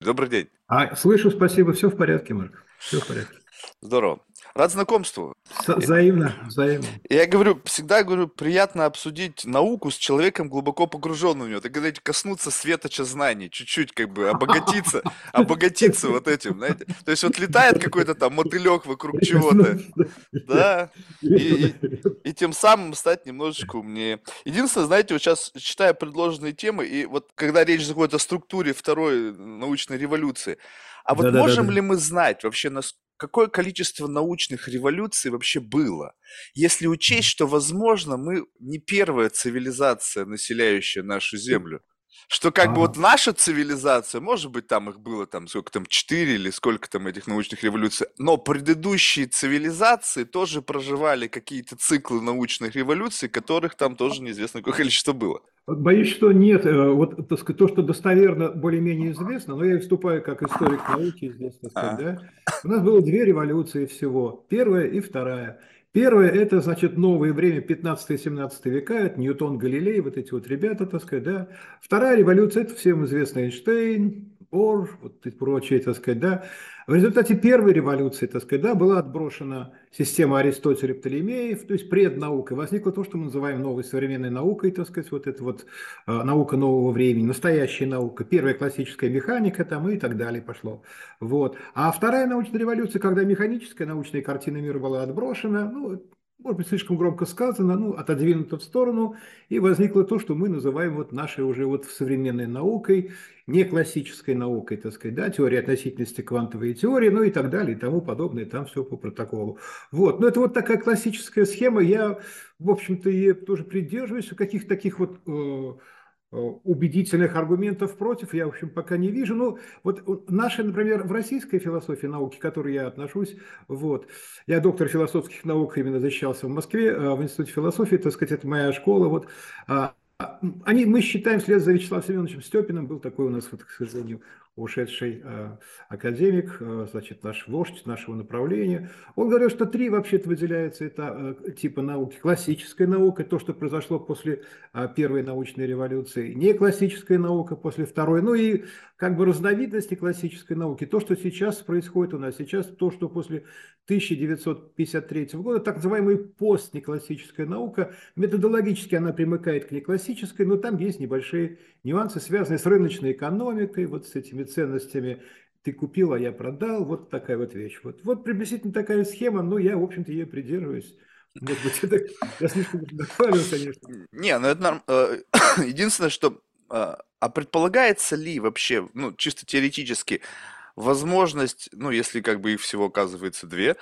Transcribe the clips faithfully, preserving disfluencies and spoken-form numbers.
Добрый день. А, слышу, спасибо, все в порядке, Марк, все в порядке. Здорово. Рад знакомству. С Э, взаимно, взаимно. Я говорю, всегда говорю, приятно обсудить науку с человеком, глубоко погруженным в нее. Так говорите, коснуться светоча знаний, чуть-чуть как бы обогатиться, обогатиться вот этим, знаете. То есть вот летает какой-то там мотылек вокруг чего-то, Прикоснуться, да. да, и, и, Перед- и тем самым стать немножечко умнее. Единственное, знаете, вот сейчас читаю предложенные темы, и вот когда речь заходит о структуре второй э, научной революции, а вот можем Да-да-да-да. ли мы знать вообще, нас, какое количество научных революций вообще было? Если учесть, что, возможно, мы не первая цивилизация, населяющая нашу Землю, что как бы вот Ага. наша цивилизация, может быть, там их было там сколько там, четыре или сколько там этих научных революций, но предыдущие цивилизации тоже проживали какие-то циклы научных революций, которых там тоже неизвестно какое количество было. Вот боюсь, что нет. э, Вот, так сказать, то, что достоверно более-менее известно, но я выступаю как историк науки здесь, так сказать, А, да. У нас было две революции всего. Первая и вторая. Первая – это, значит, новое время, пятнадцатый-семнадцатый века, это Ньютон, Галилей, вот эти вот ребята, так сказать, да. Вторая революция – это всем известный Эйнштейн, Бор, вот и прочие, так сказать, да. В результате первой революции, так сказать, да, была отброшена система Аристотеля Птолемеев, то есть преднаука. Возникло то, что мы называем новой современной наукой, так сказать, вот это вот э, наука нового времени, настоящая наука, первая классическая механика там и так далее пошло. Вот. А вторая научная революция, когда механическая научная картина мира была отброшена, ну, может быть, слишком громко сказано, ну, отодвинуто в сторону, и возникло то, что мы называем вот нашей уже вот современной наукой, не классической наукой, так сказать, да, теория относительности, квантовые теории, ну и так далее, и тому подобное, там все по протоколу. Вот, но это вот такая классическая схема, я, в общем-то, и тоже придерживаюсь каких-то таких вот э, э, убедительных аргументов против, я, в общем, пока не вижу. Ну, вот наши, например, в российской философии науки, к которой я отношусь, вот, я доктор философских наук именно защищался в Москве, э, в Институте философии, так сказать, это моя школа, вот, а, они, мы считаем, вслед за Вячеславом Семеновичем Степиным, был такой у нас, вот, к сожалению, ушедший э, академик, э, значит, наш вождь нашего направления. Он говорил, что три вообще-то выделяются это, э, типа науки. Классическая наука, то, что произошло после э, первой научной революции, не классическая наука после второй, ну и как бы разновидности классической науки, то, что сейчас происходит у нас, сейчас то, что после тысяча девятьсот пятьдесят третьего года, так называемая постнеклассическая наука, методологически она примыкает к неклассической, но там есть небольшие нюансы, связанные с рыночной экономикой, вот с этими ценностями. Ты купил, а я продал. Вот такая вот вещь. Вот, вот приблизительно такая схема, но я, в общем-то, ее придерживаюсь. Может быть, это я слишком уж нахвалил, конечно. Не, ну это норм. э, Единственное, что а а предполагается ли вообще, ну, чисто теоретически, возможность, ну, если как бы их всего оказывается две,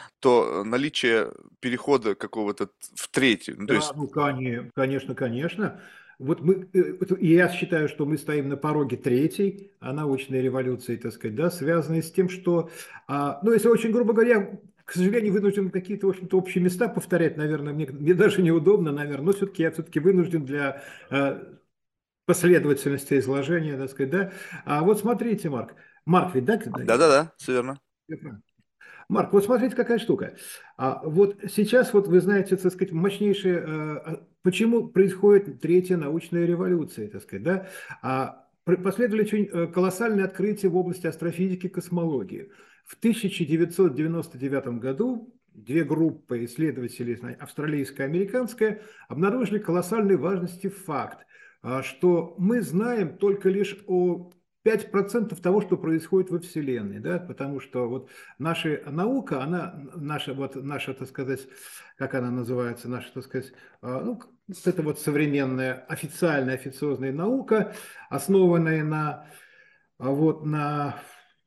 то наличие перехода какого-то т- в третью. Ну, то Да, есть, ну, коне- конечно, конечно. Вот мы, э, это- и я считаю, что мы стоим на пороге третьей а, научной революции, так сказать, да, связанной с тем, что, а, ну, если очень грубо говоря, к сожалению, вынужден какие-то, в общем-то, общие места повторять, наверное, мне, мне даже неудобно, наверное, но все-таки я все-таки вынужден для э, последовательности изложения, так сказать, да. А вот смотрите, Марк, Марк ведь, да, когда я? да-да-да, все верно. Марк, вот смотрите, какая штука. А вот сейчас, вот вы знаете, так сказать, мощнейшая, э, а, почему происходит третья научная революция, так сказать, да? А пр- последовали очень э, колоссальные открытия в области астрофизики и космологии. В тысяча девятьсот девяносто девятом году две группы исследователей, зна- австралийская и американская, обнаружили колоссальной важности факт, а, что мы знаем только лишь о пять процентов того, что происходит во Вселенной, да, потому что вот наша наука, она, наша, вот, наша, так сказать, как она называется, наша, так сказать, а, ну, это вот современная официальная, официозная наука, основанная на, а, вот, на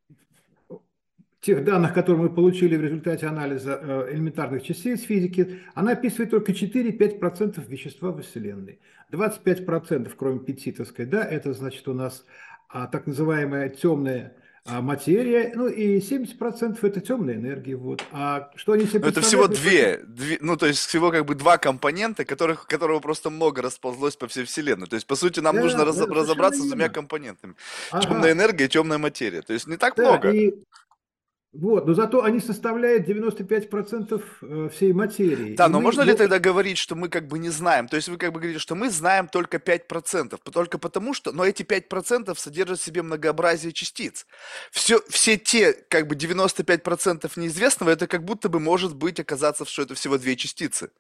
тех данных, которые мы получили в результате анализа э, элементарных частиц физики, она описывает только четыре-пять процентов вещества во Вселенной. двадцать пять процентов, кроме пяти, так сказать, да, это значит у нас а, так называемая темная а, материя, ну и семьдесят процентов это темная энергия. Вот. А что они себе Но это всего представляют, мы пока... две, две, ну, то есть всего как бы два компонента, которых, которого просто много расползлось по всей Вселенной. То есть, по сути, нам нужно Да, разо- да, совершенно разобраться с двумя верно. компонентами. Темная Ага, энергия и темная материя. То есть не так да, много. и Вот, но зато они составляют девяносто пять процентов э, всей материи. Да, И но мы, можно ли ну, тогда говорить, что мы как бы не знаем? То есть вы как бы говорите, что мы знаем только пять процентов, только потому что, но эти пять процентов содержат в себе многообразие частиц. Все, все те как бы девяносто пять процентов неизвестного, это как будто бы может быть оказаться, что это всего две частицы.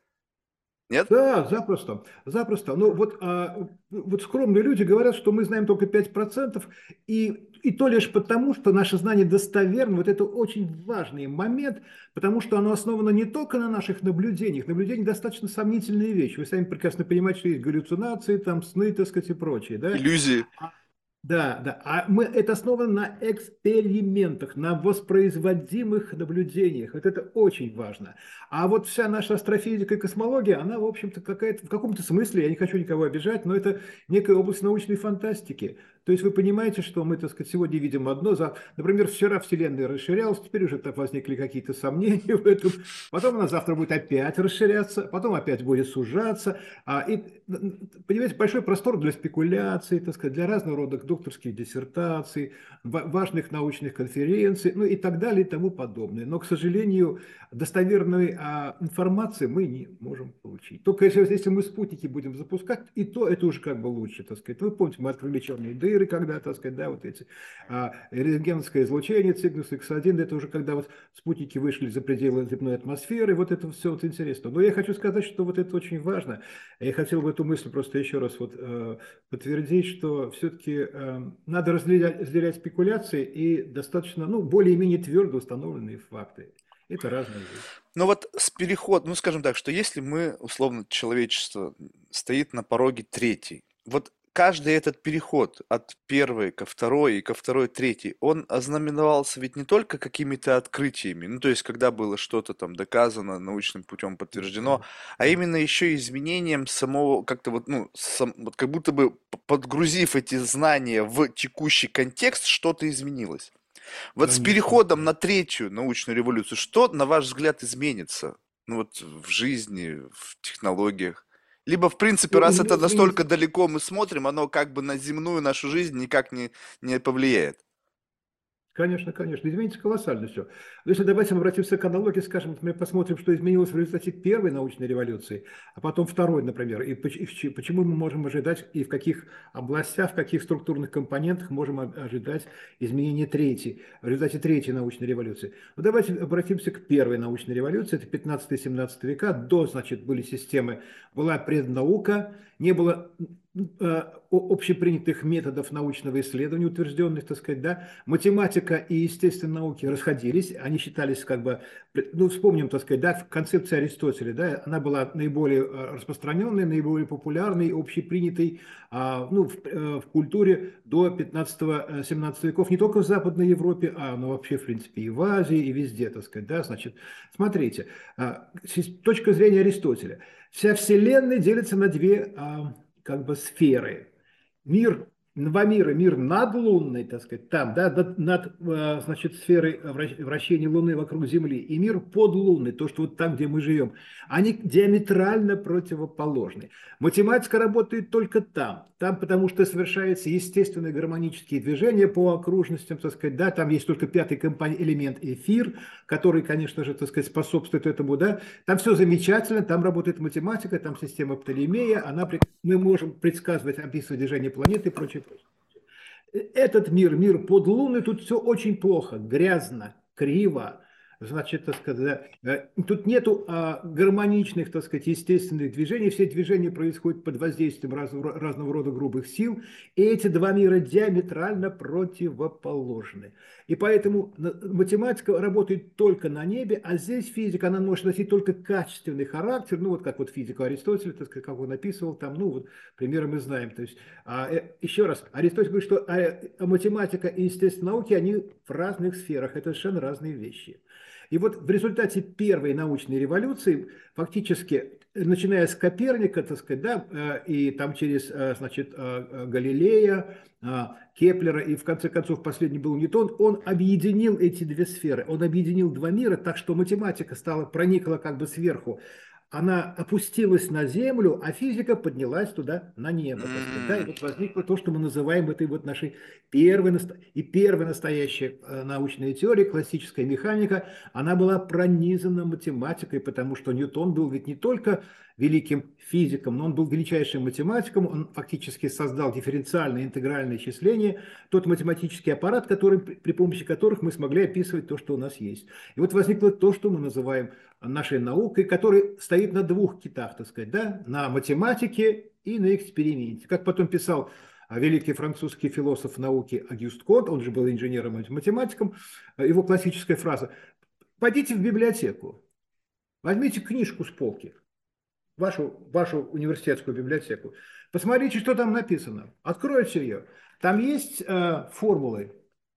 Нет? да, запросто, запросто. Ну вот, а, вот скромные люди говорят, что мы знаем только пять процентов, и, и то лишь потому, что наше знание достоверно. Вот это очень важный момент, потому что оно основано не только на наших наблюдениях. Наблюдения достаточно сомнительные вещи. Вы сами прекрасно понимаете, что есть галлюцинации, там, сны, так сказать, и прочее. Да? Иллюзии. Да, да. А мы, это основано на экспериментах, на воспроизводимых наблюдениях. Вот это очень важно. А вот вся наша астрофизика и космология, она, в общем-то, какая-то, в каком-то смысле, я не хочу никого обижать, но это некая область научной фантастики. То есть вы понимаете, что мы, так сказать, сегодня видим одно, за... например, вчера Вселенная расширялась, теперь уже так возникли какие-то сомнения в этом, потом она завтра будет опять расширяться, потом опять будет сужаться. А, и, понимаете, большой простор для спекуляций, так сказать, для разного рода докторских диссертаций, важных научных конференций, ну и так далее и тому подобное. Но, к сожалению, достоверной а, информации мы не можем получить. Только если, если мы спутники будем запускать, и то это уже как бы лучше, так сказать. Вы помните, мы открыли черные дыры, когда, так сказать, да, вот эти а, рентгеновское излучение, Cygnus икс один, это уже когда вот спутники вышли за пределы земной атмосферы, вот это все вот интересно. Но я хочу сказать, что вот это очень важно. Я хотел бы эту мысль просто еще раз вот, э, подтвердить, что все-таки э, надо разделять, разделять спекуляции и достаточно, ну, более-менее твердо установленные факты. Это разные вещи. Но вот с переход, ну скажем так, что если мы, условно, человечество стоит на пороге третьей, вот каждый этот переход от первой ко второй и ко второй третьей, он ознаменовался ведь не только какими-то открытиями, ну то есть когда было что-то там доказано, научным путем подтверждено, Да, а да, именно еще и изменением самого, как-то вот, ну, сам- вот как будто бы п- подгрузив эти знания в текущий контекст, что-то изменилось. Вот с конечно. переходом на третью научную революцию, что, на ваш взгляд, изменится? Ну вот в жизни, в технологиях. Либо, в принципе, Ну, раз это настолько изменить. далеко мы смотрим, оно как бы на земную нашу жизнь никак не, не повлияет. Конечно, конечно, изменится колоссально все. Но если давайте мы обратимся к аналогии, скажем, мы посмотрим, что изменилось в результате первой научной революции, а потом второй, например, и поч- и ч- почему мы можем ожидать, и в каких областях, в каких структурных компонентах можем о- ожидать изменения третьей, в результате третьей научной революции. Ну, давайте обратимся к первой научной революции, это пятнадцатый-семнадцатый века, до, значит, были системы, была преднаука, не было э, общепринятых методов научного исследования, утвержденных, так сказать, да, математика и естественные науки расходились, они считались как бы, ну, вспомним, так сказать, да, концепция Аристотеля, да, она была наиболее э, распространенной, наиболее популярной, общепринятой, а, ну, в, э, в культуре до пятнадцатого-семнадцатого веков, не только в Западной Европе, а, ну, вообще, в принципе, и в Азии, и везде, так сказать, да, значит, смотрите, а, с точки зрения Аристотеля, вся Вселенная делится на две а, как бы сферы. Мир, два мира, мир надлунный, так сказать, там, да, над, над э, значит, сферой вращения Луны вокруг Земли, и мир подлунный, то, что вот там, где мы живем, они диаметрально противоположны. Математика работает только там, там, потому что совершаются естественные гармонические движения по окружностям, так сказать, да, там есть только пятый компонент, элемент эфир, который, конечно же, так сказать, способствует этому, да, там все замечательно, там работает математика, там система Птолемея, она, мы можем предсказывать, описывать движение планеты и прочее. Этот мир, мир подлунный, тут все очень плохо, грязно, криво. Значит, так сказать, э, тут нету а, гармоничных, так сказать, естественных движений. Все движения происходят под воздействием разного, разного рода грубых сил. И эти два мира диаметрально противоположны. И поэтому математика работает только на небе, а здесь физика, она может носить только качественный характер. Ну, вот как вот физика Аристотеля, так сказать, как он описывал там, ну, вот примеры мы знаем. То есть, а, э, еще раз, Аристотель говорит, что а, а математика и естественные науки, они в разных сферах, это совершенно разные вещи. И вот в результате первой научной революции, фактически, начиная с Коперника, так сказать, да, э, и там через, э, значит, э, Галилея, э, Кеплера, и в конце концов последний был Ньютон, он объединил эти две сферы, он объединил два мира, так что математика стала, проникла как бы сверху, она опустилась на землю, а физика поднялась туда на небо, так сказать. Да, и М. вот возникло то, что мы называем этой вот нашей первой и первой настоящей научной теорией, классическая механика. Она была пронизана математикой, потому что Ньютон был ведь не только великим физиком, но он был величайшим математиком, он фактически создал дифференциальное интегральное исчисление, тот математический аппарат, который, при помощи которых мы смогли описывать то, что у нас есть. И вот возникло то, что мы называем нашей наукой, который стоит на двух китах, так сказать, да, на математике и на эксперименте. Как потом писал великий французский философ науки Агюст Конт, он же был инженером и математиком, его классическая фраза: «Пойдите в библиотеку, возьмите книжку с полки, вашу, вашу университетскую библиотеку, посмотрите, что там написано, откройте ее. Там есть э, формулы?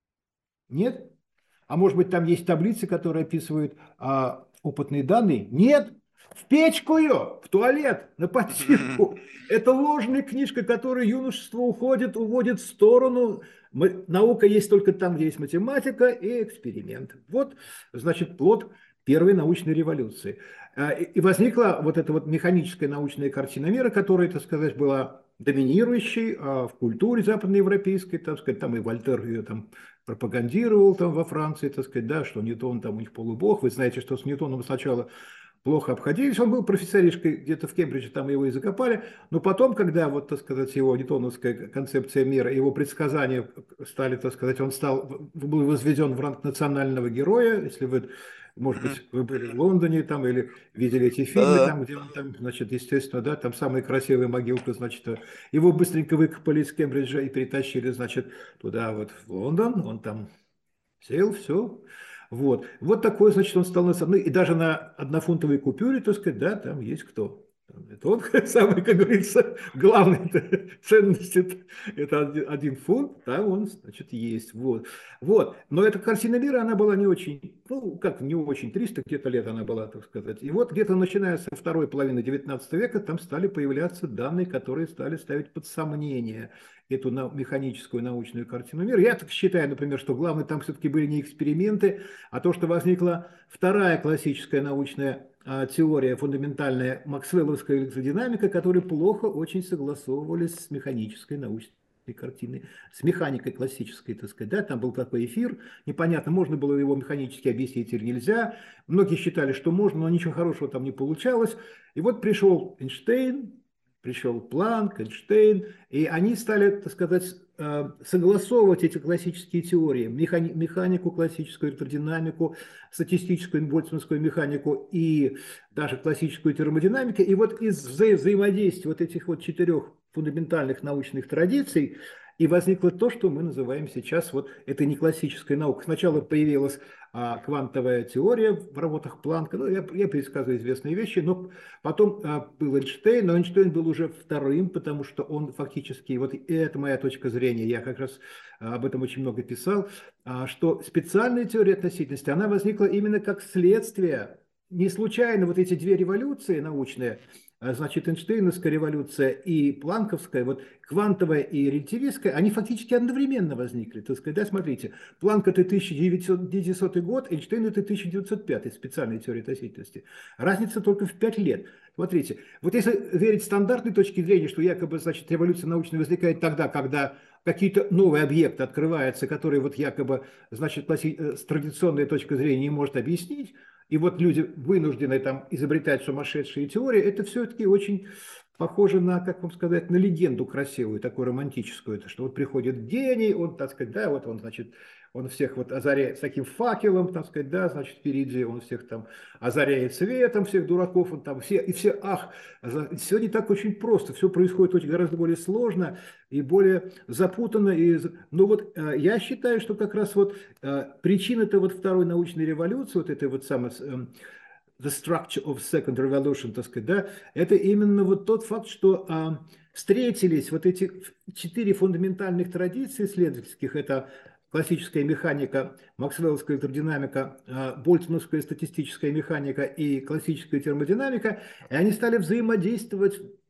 Нет? А может быть, там есть таблицы, которые описывают а, опытные данные? Нет. В печку ее, в туалет, на подстилку. Это ложная книжка, которую юношество уходит, уводит в сторону. Наука есть только там, где есть математика и эксперимент. Вот, значит, плод первой научной революции. И возникла вот эта вот механическая научная картина мира, которая, так сказать, была доминирующей в культуре западноевропейской, так сказать, там и Вольтер ее там пропагандировал там во Франции, так сказать, да, что Ньютон там у них полубог. Вы знаете, что с Ньютоном сначала плохо обходились. Он был профессоришкой где-то в Кембридже, там его и закопали. Но потом, когда, вот, так сказать, его ньютоновская концепция мира, его предсказания стали, так сказать, он стал, был возведен в ранг национального героя. Если вы, может быть, вы были в Лондоне там или видели эти фильмы, Да-да-да. там, где он там, значит, естественно, да, там самая красивая могилка, значит, его быстренько выкопали из Кембриджа и перетащили, значит, туда вот в Лондон. Он там сел, все. Вот. Вот такой, значит, он стал на ну, и даже на однофунтовой купюре, так сказать, да, там есть кто. Это он самый, как говорится, главная ценность, это, это один, один фунт, там он, значит, есть. Вот. Вот. Но эта картина мира, она была не очень, ну, как не очень, триста где-то лет она была, так сказать. И вот где-то начиная со второй половины девятнадцатого века там стали появляться данные, которые стали ставить под сомнение эту механическую научную картину мира. Я так считаю, например, что главное там все-таки были не эксперименты, а то, что возникла вторая классическая научная а, теория, фундаментальная максвелловская электродинамика, которые плохо очень согласовывались с механической научной картиной, с механикой классической, так сказать. Да, там был такой эфир, непонятно, можно было его механически объяснить или нельзя. Многие считали, что можно, но ничего хорошего там не получалось. И вот пришел Эйнштейн, пришел Планк, Эйнштейн, и они стали, так сказать, согласовывать эти классические теории, механи механику классическую, электродинамику, статистическую больцмановскую механику и даже классическую термодинамику. И вот из вза взаимодействия вот этих вот четырех фундаментальных научных традиций и возникло то, что мы называем сейчас вот этой неклассической наукой. Сначала появилась а, квантовая теория в работах Планка, ну, я, я пересказываю известные вещи, но потом а, был Эйнштейн, но Эйнштейн был уже вторым, потому что он фактически, вот и это моя точка зрения, я как раз а, об этом очень много писал, а, что специальная теория относительности, она возникла именно как следствие, не случайно вот эти две революции научные, значит, Эйнштейновская революция и Планковская, вот квантовая и релятивистская, они фактически одновременно возникли. Так сказать, да, смотрите, Планк это тысяча девятисотый год, Эйнштейн это тысяча девятьсот пятый, специальная теория относительности. Разница только в пять лет. Смотрите, вот если верить стандартной точке зрения, что якобы, значит, революция научная возникает тогда, когда какие-то новые объекты открываются, которые вот якобы, значит, с традиционной точки зрения не может объяснить, и вот люди вынуждены там изобретать сумасшедшие теории, это все-таки очень похоже на, как вам сказать, на легенду красивую, такую романтическую, это что вот приходит гений, он, так сказать, да, вот он, значит, он всех вот озаряет с таким факелом, так сказать, да, значит, впереди он всех там озаряет светом, всех дураков, он там все, и все, ах, все не так очень просто, все происходит очень гораздо более сложно и более запутанно. И, но вот э, я считаю, что как раз вот э, причина-то вот второй научной революции, вот этой вот самой э, the structure of second revolution, так сказать, да, это именно вот тот факт, что а, встретились вот эти четыре фундаментальных традиции исследовательских, это классическая механика, максвелловская электродинамика, а, больцмановская статистическая механика и классическая термодинамика, и они стали взаимодействовать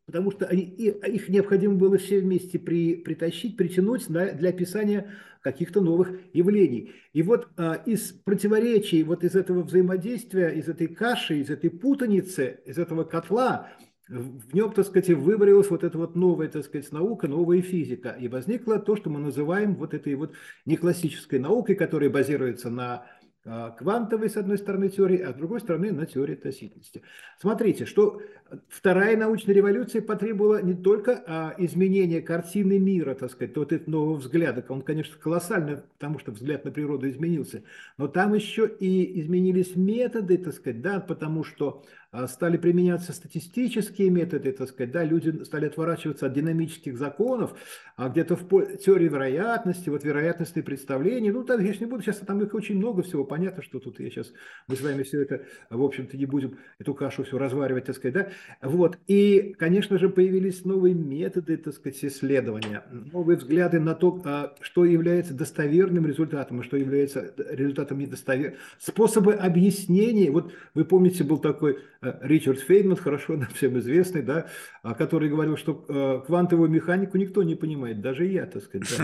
потому что они, и- а их необходимо было все вместе при, притащить, притянуть на- для описания каких-то новых явлений. И вот а, из противоречий, вот из этого взаимодействия, из этой каши, из этой путаницы, из этого котла, в в нем, так сказать, и выварилась вот эта вот новая, так сказать, наука, новая физика. И возникло то, что мы называем вот этой вот неклассической наукой, которая базируется на а, квантовой, с одной стороны, теории, а с другой стороны, на теории относительности. Смотрите, что вторая научная революция потребовала не только а, изменения картины мира, так сказать, вот этого нового взгляда. Он, конечно, колоссальный, потому что взгляд на природу изменился, но там еще и изменились методы, так сказать, да, потому что а, стали применяться статистические методы, так сказать, да, люди стали отворачиваться от динамических законов, а где-то в пол- теории вероятности, вот вероятностные представления, ну, там я ж не буду, сейчас там их очень много всего, понятно, что тут я сейчас, мы с вами все это, в общем-то, не будем эту кашу все разваривать, так сказать, да, вот. И, конечно же, появились новые методы, так сказать, исследования, новые взгляды на то, а, что является достоверным результатом, и что является результатом недостоверным. Способы объяснения. Вот вы помните, был такой э, Ричард Фейнман, хорошо нам всем известный, да, а, который говорил, что э, квантовую механику никто не понимает, даже я, так сказать, да.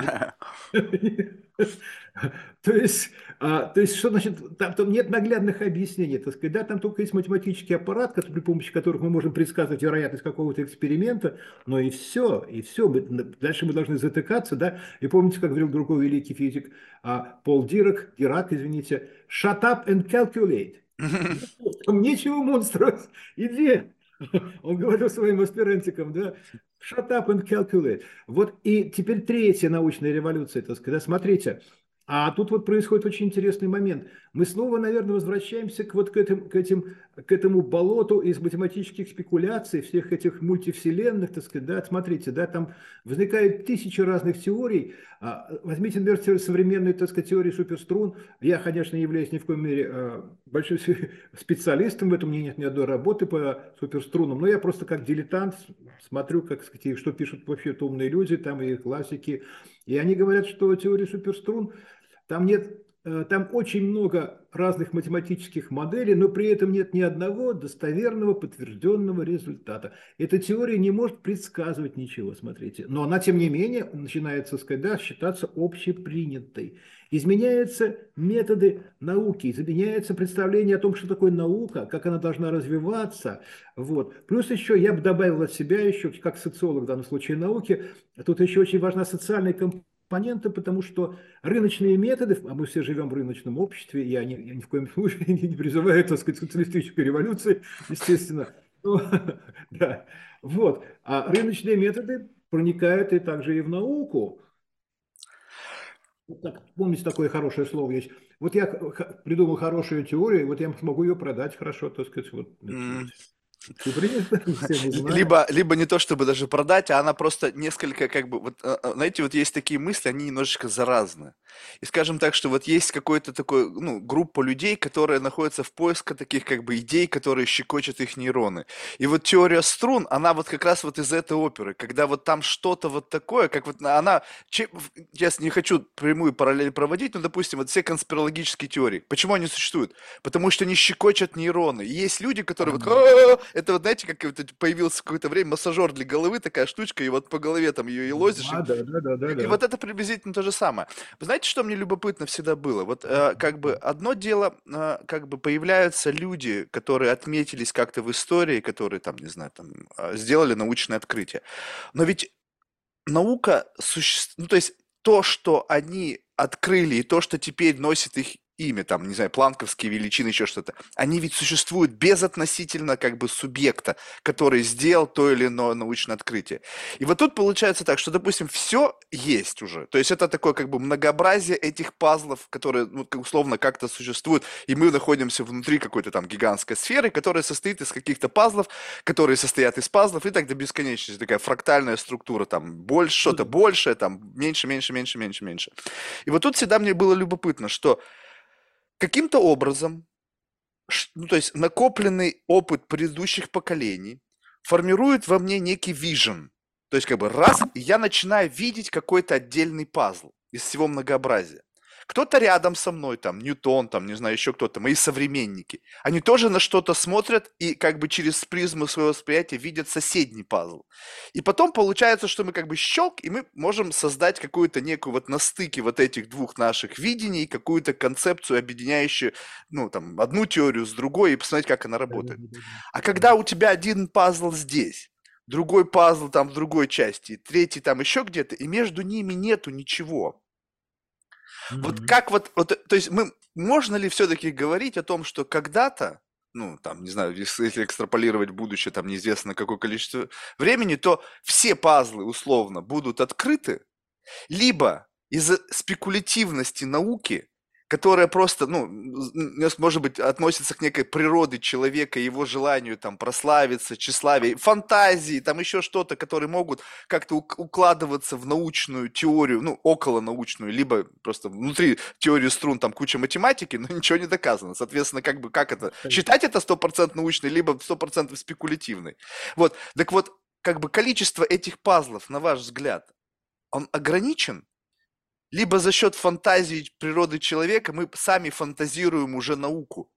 То есть, а, то есть, что значит, там, там нет наглядных объяснений, так сказать, да, там только есть математический аппарат, который, при помощи которых мы можем предсказывать вероятность какого-то эксперимента, но и все, и все, мы, дальше мы должны затыкаться, да, и помните, как говорил другой великий физик, а, Пол Дирак, Дирак, извините, shut up and calculate. Там нечего умом строить, иди. Он говорил своим аспирантикам, да, shut up and calculate. Вот и теперь третья научная революция, так сказать, да, смотрите, а тут вот происходит очень интересный момент. Мы снова, наверное, возвращаемся к вот к этим, к этим, к этому болоту из математических спекуляций, всех этих мультивселенных, так сказать, да, смотрите, да, там возникают тысячи разных теорий. А, возьмите, например, современную, так сказать, теорию суперструн. Я, конечно, не являюсь ни в коем мере а, большим специалистом в этом, у меня нет ни одной работы по суперструнам, но я просто как дилетант смотрю, как сказать, что пишут вообще умные люди, там и классики, и они говорят, что теория суперструн там нет, э, там очень много разных математических моделей, но при этом нет ни одного достоверного подтвержденного результата. Эта теория не может предсказывать ничего, смотрите. Но она, тем не менее, начинает, так сказать, да, считаться общепринятой. Изменяются методы науки, изменяется представление о том, что такое наука, как она должна развиваться. Вот. Плюс еще я бы добавил от себя еще, как социолог в данном случае науки, тут еще очень важна социальная компонента, потому что рыночные методы, а мы все живем в рыночном обществе, я, не, я ни в коем случае не призываю, так сказать, социалистической революции, естественно. Но, да. Вот. А рыночные методы проникают и также и в науку. Вот так, помните, такое хорошее слово есть. Вот я придумал хорошую теорию, вот я смогу ее продать хорошо, так сказать, вот это общепринято, все мы знаем. Либо, либо не то чтобы даже продать, а она просто несколько, как бы, вот, а, а, знаете, вот есть такие мысли, они немножечко заразны. И скажем так, что вот есть какой-то такой, ну, группа людей, которые находятся в поиске таких, как бы, идей, которые щекочут их нейроны. И вот теория струн, она вот как раз вот из этой оперы, когда вот там что-то вот такое, как вот она, че- в- я с- не хочу прямую параллель проводить, но, допустим, вот все конспирологические теории, почему они существуют? Потому что они щекочут нейроны. И есть люди, которые вот, «А-а-а», это вот, знаете, как вот появился в какое-то время массажер для головы, такая штучка, и вот по голове там ее и лозишь, и, А, да, да, да, да, и- и да. вот это приблизительно то же самое. Вы знаете, что мне любопытно всегда было? Вот э, как бы одно дело, э, как бы появляются люди, которые отметились как-то в истории, которые там, не знаю, там э, сделали научное открытие. Но ведь наука существует, ну, то есть то, что они открыли, и то, что теперь носит их имя, там, не знаю, планковские величины, еще что-то, они ведь существуют безотносительно как бы субъекта, который сделал то или иное научное открытие. И вот тут получается так, что, допустим, все есть уже. То есть это такое как бы многообразие этих пазлов, которые ну, как условно как-то существуют, и мы находимся внутри какой-то там гигантской сферы, которая состоит из каких-то пазлов, которые состоят из пазлов, и так до бесконечности. Такая фрактальная структура, там, больше, что-то большее, там, меньше, меньше, меньше, меньше, меньше. И вот тут всегда мне было любопытно, что каким-то образом, ш- ну, то есть накопленный опыт предыдущих поколений формирует во мне некий вижен. То есть как бы раз, и я начинаю видеть какой-то отдельный пазл из всего многообразия. Кто-то рядом со мной, там, Ньютон, там, не знаю, еще кто-то, мои современники, они тоже на что-то смотрят и как бы через призму своего восприятия видят соседний пазл. И потом получается, что мы как бы щелк, и мы можем создать какую-то некую вот на стыке вот этих двух наших видений, какую-то концепцию, объединяющую, ну, там, одну теорию с другой, и посмотреть, как она Да, да, работает. да, да, А да. Да. когда у тебя один пазл здесь, другой пазл там в другой части, третий там еще где-то, и между ними нету ничего. Вот Мгм. как вот, вот, то есть мы, можно ли все-таки говорить о том, что когда-то, ну, там, не знаю, если, если экстраполировать в будущее, там, неизвестно какое количество времени, то все пазлы, условно, будут открыты, либо из-за спекулятивности науки, которая просто, ну, может быть, относится к некой природе человека, его желанию там прославиться, тщеславие, фантазии, там еще что-то, которые могут как-то укладываться в научную теорию, ну, около научную, либо просто внутри теории струн там куча математики, но ничего не доказано. Соответственно, как бы, как это? Считать это сто процентов научной, либо сто процентов спекулятивной. Вот, так вот, как бы количество этих пазлов, на ваш взгляд, он ограничен, либо за счет фантазии природы человека мы сами фантазируем уже науку,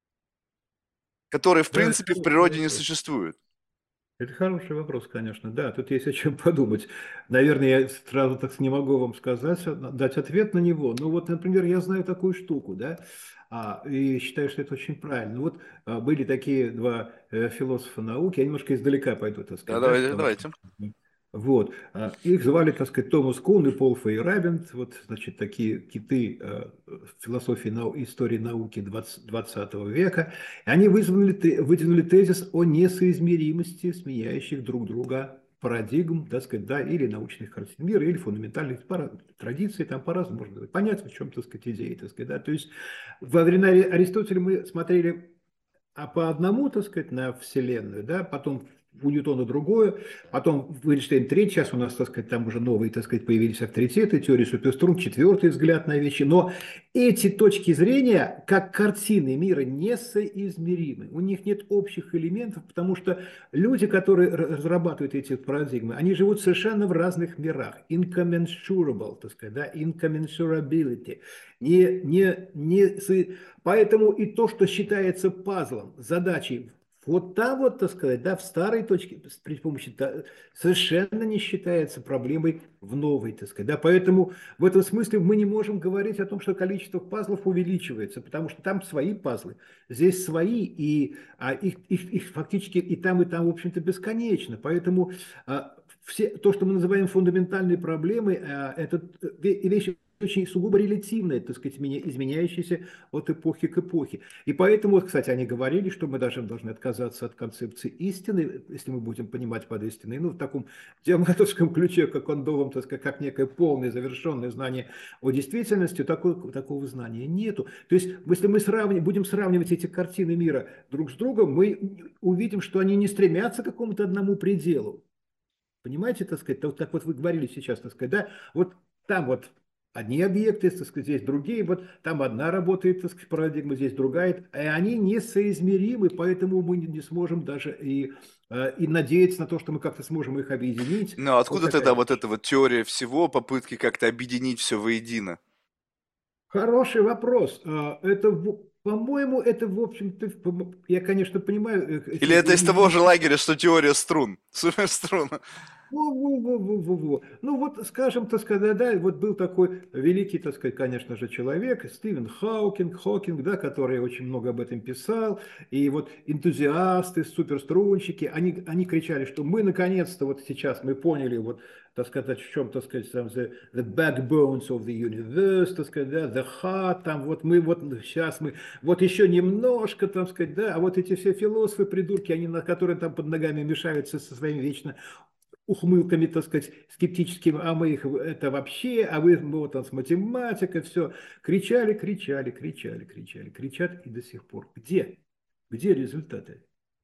которая в Да, это принципе в хороший природе не вопрос. существует. Это хороший вопрос, конечно. Да, тут есть о чем подумать. Наверное, я сразу так не могу вам сказать, а, дать ответ на него. Ну вот, например, я знаю такую штуку, да, а, и считаю, что это очень правильно. Ну вот а, были такие два э, философа науки, я немножко издалека пойду, так Да, сказать, да, давайте, потому что давайте. вот. а, Их звали, так сказать, Томас Кун и Пол Фейерабенд. Вот, значит, такие киты э, философии, нау- истории науки двадцатого века. И они выдвинули, те- выдвинули тезис о несоизмеримости сменяющих друг друга парадигм, так сказать, да, или научных картин мира, или фундаментальных пара- традиций, там по-разному можно понять, в чем, так сказать, идеи, так сказать, да. То есть во времена Ари- Аристотеля мы смотрели а по одному, так сказать, на Вселенную, да, потом у Ньютона другое, потом в Эйнштейн третий, сейчас у нас, так сказать, там уже новые, так сказать, появились авторитеты, теория суперструн, четвертый взгляд на вещи, но эти точки зрения, как картины мира, несоизмеримы, у них нет общих элементов, потому что люди, которые разрабатывают эти парадигмы, они живут совершенно в разных мирах, incommensurable, так сказать, да, incommensurability, не, не, не, поэтому и то, что считается пазлом, задачей, вот там вот, так сказать, да, в старой точке при помощи да, совершенно не считается проблемой в новой, так сказать. Да, поэтому в этом смысле мы не можем говорить о том, что количество пазлов увеличивается, потому что там свои пазлы, здесь свои, и а их, их, их фактически и там, и там, в общем-то, бесконечно. Поэтому а, все, то, что мы называем фундаментальной проблемой, а, это вещи очень сугубо релятивные, так сказать, изменяющиеся от эпохи к эпохе. И поэтому, вот, кстати, они говорили, что мы даже должны отказаться от концепции истины, если мы будем понимать под истиной, ну, в таком демократическом ключе, как кондовом, так сказать, как некое полное, завершенное знание о действительности, такого, такого знания нету. То есть, если мы сравним, будем сравнивать эти картины мира друг с другом, мы увидим, что они не стремятся к какому-то одному пределу. Понимаете, так сказать, вот как вот вы говорили сейчас, так сказать, да, вот там вот одни объекты, так сказать, здесь другие, вот там одна работает, так сказать, парадигма, здесь другая, и они несоизмеримы, поэтому мы не сможем даже и, э, и надеяться на то, что мы как-то сможем их объединить. Но Вот откуда тогда такая вот вещь. эта вот теория всего, попытки как-то объединить все воедино? Хороший вопрос. А, Это, в- по-моему, это, в общем-то, в- я, конечно, понимаю, э, эти Или это из того же лингвистические. лагеря, что теория струн, суперструн? Во-во-во-во-во-во. Ну вот, скажем, так сказать, да, вот был такой великий, так сказать, конечно же, человек, Стивен Хокинг, Хокинг, да, который очень много об этом писал, и вот энтузиасты, суперструнщики, они, они кричали, что мы наконец-то вот сейчас мы поняли, вот, так сказать, в чем, так сказать, там, the, the backbones of the universe, так сказать, да, the heart, там, вот мы вот сейчас мы, вот еще немножко, там сказать, да, а вот эти все философы, придурки, они, на которые там под ногами мешаются со своими вечно ухмылками, так сказать, скептическими, а мы их это вообще, а вы вот там с математикой, все. Кричали, кричали, кричали, кричали, кричат и до сих пор. Где? Где результаты?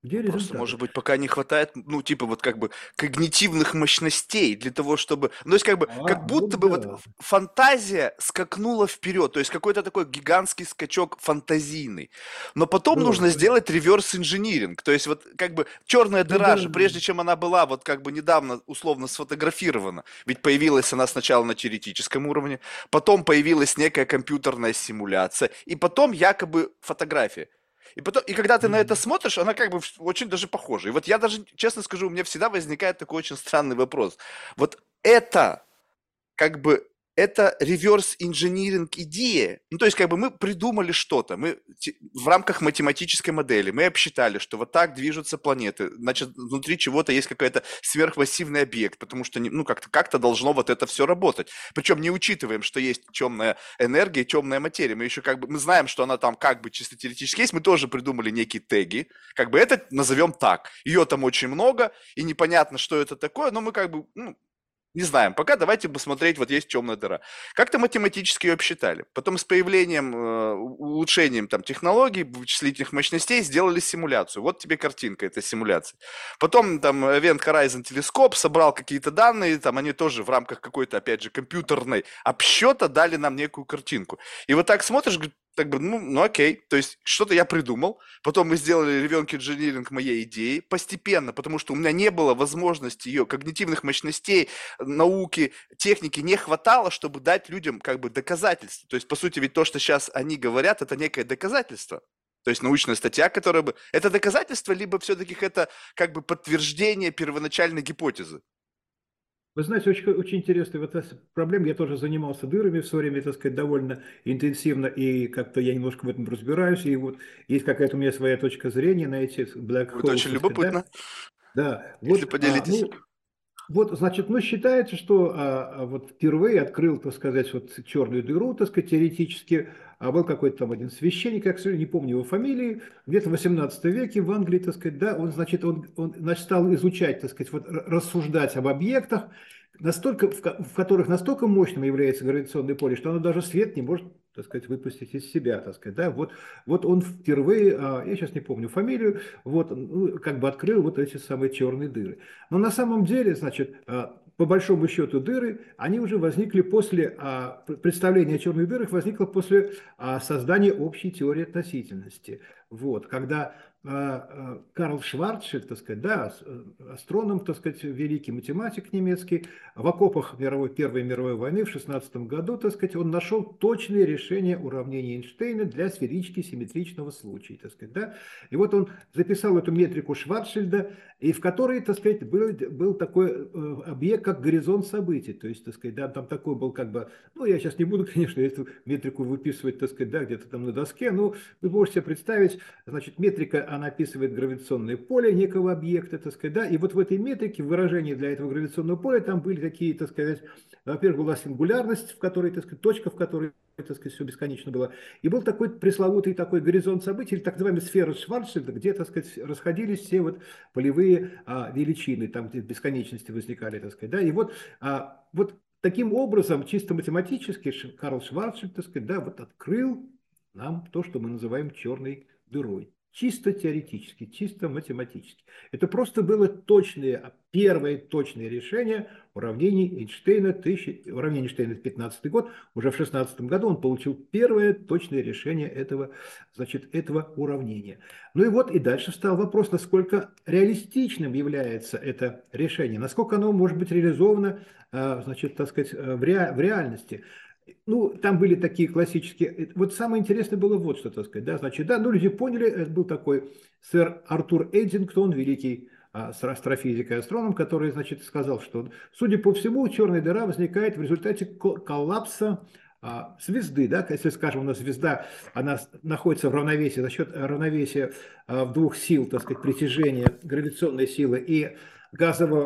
Где Ну, просто, результаты? может быть, пока не хватает, ну, типа, вот как бы когнитивных мощностей для того, чтобы... Ну, то есть, как бы, как А, будто вот бы вот да. ф- фантазия скакнула вперед, то есть какой-то такой гигантский скачок фантазийный. Но потом Да, нужно да. сделать реверс-инжиниринг, то есть вот как бы черная Ну дыра да, же, прежде чем она была вот как бы недавно условно сфотографирована, ведь появилась она сначала на теоретическом уровне, потом появилась некая компьютерная симуляция, и потом якобы фотография. И потом, и когда ты на это Мгм. смотришь, она как бы вс- очень даже похожа. И вот я даже, честно скажу, у меня всегда возникает такой очень странный вопрос. Вот это как бы это реверс инжиниринг идея. Ну, то есть, как бы мы придумали что-то, мы те- в рамках математической модели, мы обсчитали, что вот так движутся планеты, значит, внутри чего-то есть какой-то сверхмассивный объект, потому что, не- ну, как-то как должно вот это все работать. Причем не учитываем, что есть темная энергия, темная материя. Мы еще как бы, мы знаем, что она там как бы чисто теоретически есть, мы тоже придумали некие теги, как бы это назовем так. Ее там очень много, и непонятно, что это такое, но мы как бы, ну, не знаем. Пока давайте посмотреть, вот есть темная дыра. Как-то математически ее обсчитали. Потом с появлением, э, улучшением там, технологий, вычислительных мощностей сделали симуляцию. Вот тебе картинка этой симуляции. Потом там Event Horizon телескоп собрал какие-то данные, там они тоже в рамках какой-то, опять же, компьютерной обсчета дали нам некую картинку. И вот так смотришь, говорит, так бы, ну, ну окей, то есть что-то я придумал, потом мы сделали ревенки инжиниринг моей идеи постепенно, потому что у меня не было возможности ее когнитивных мощностей, науки, техники не хватало, чтобы дать людям как бы доказательства. То есть, по сути, ведь то, что сейчас они говорят, это некое доказательство. То есть научная статья, которая бы... Это доказательство, либо все-таки это как бы подтверждение первоначальной гипотезы. Вы знаете, очень, очень интересная вот эта проблема. Я тоже занимался дырами в свое время, так сказать, довольно интенсивно, и как-то я немножко в этом разбираюсь. И вот есть какая-то у меня своя точка зрения на эти black Будет holes, очень так сказать, да. любопытно, Да, если вот, а, поделитесь. ну, вот, значит, ну, считается, что а, а, вот впервые открыл, так сказать, вот черную дыру, так сказать, теоретически, а был какой-то там один священник, я, к сожалению, не помню его фамилии, где-то в восемнадцатом веке в Англии, так сказать, да, он, значит, он, он значит, стал изучать, так сказать, вот, р- рассуждать об объектах, настолько, в, ко- в которых настолько мощным является гравитационное поле, что оно даже свет не может, так сказать, выпустить из себя, так сказать, да, вот, вот он впервые, а, я сейчас не помню фамилию, вот, ну, как бы открыл вот эти самые черные дыры. Но на самом деле, значит, а, по большому счету дыры, они уже возникли после, а, представление о черных дырах возникло после а, создания общей теории относительности. Вот, когда а, а, Карл Шварцшильд, так сказать, да, ас- э, астроном, так сказать, великий математик немецкий, в окопах мировой, Первой мировой войны в шестнадцатом году, так сказать, он нашел точные решения уравнения Эйнштейна для сферически симметричного случая, так сказать, да. И вот он записал эту метрику Шварцшильда, и в которой, так сказать, был, был такой э, объект, как горизонт событий. То есть, так сказать, да, там такой был как бы, ну, я сейчас не буду, конечно, эту метрику выписывать, так сказать, да, где-то там на доске, но вы можете себе представить, значит, метрика, она описывает гравитационное поле некого объекта, так сказать, да, и вот в этой метрике, в выражении для этого гравитационного поля, там были такие, так сказать, во-первых, была сингулярность, в которой, так сказать, точка, в которой, так сказать, все бесконечно было. И был такой пресловутый такой горизонт событий, или так называемый сфера Шварцшильда, где, так сказать, расходились все вот полевые а, величины, там, где бесконечности возникали, так сказать, да, и вот, а, вот таким образом, чисто математически, Карл Шварцшильд, так сказать, да, вот открыл нам то, что мы называем черной дырой. Чисто теоретически, чисто математически. Это просто было точное, первое точное решение уравнений Эйнштейна, тысяча, уравнение Эйнштейна пятнадцатый год, уже в шестнадцатом году он получил первое точное решение этого, значит, этого уравнения. Ну и вот и дальше встал вопрос, насколько реалистичным является это решение, насколько оно может быть реализовано, а, значит, так сказать, в, ре, в реальности. Ну, там были такие классические. Вот самое интересное было вот что, так сказать, да, значит, да, ну, люди поняли, это был такой сэр Артур Эддингтон, великий а, астрофизик и астроном, который, значит, сказал, что, судя по всему, черная дыра возникает в результате коллапса а, звезды, да, если, скажем, у нас звезда, она находится в равновесии за счет равновесия а, в двух сил, так сказать, притяжения, гравитационной силы и газового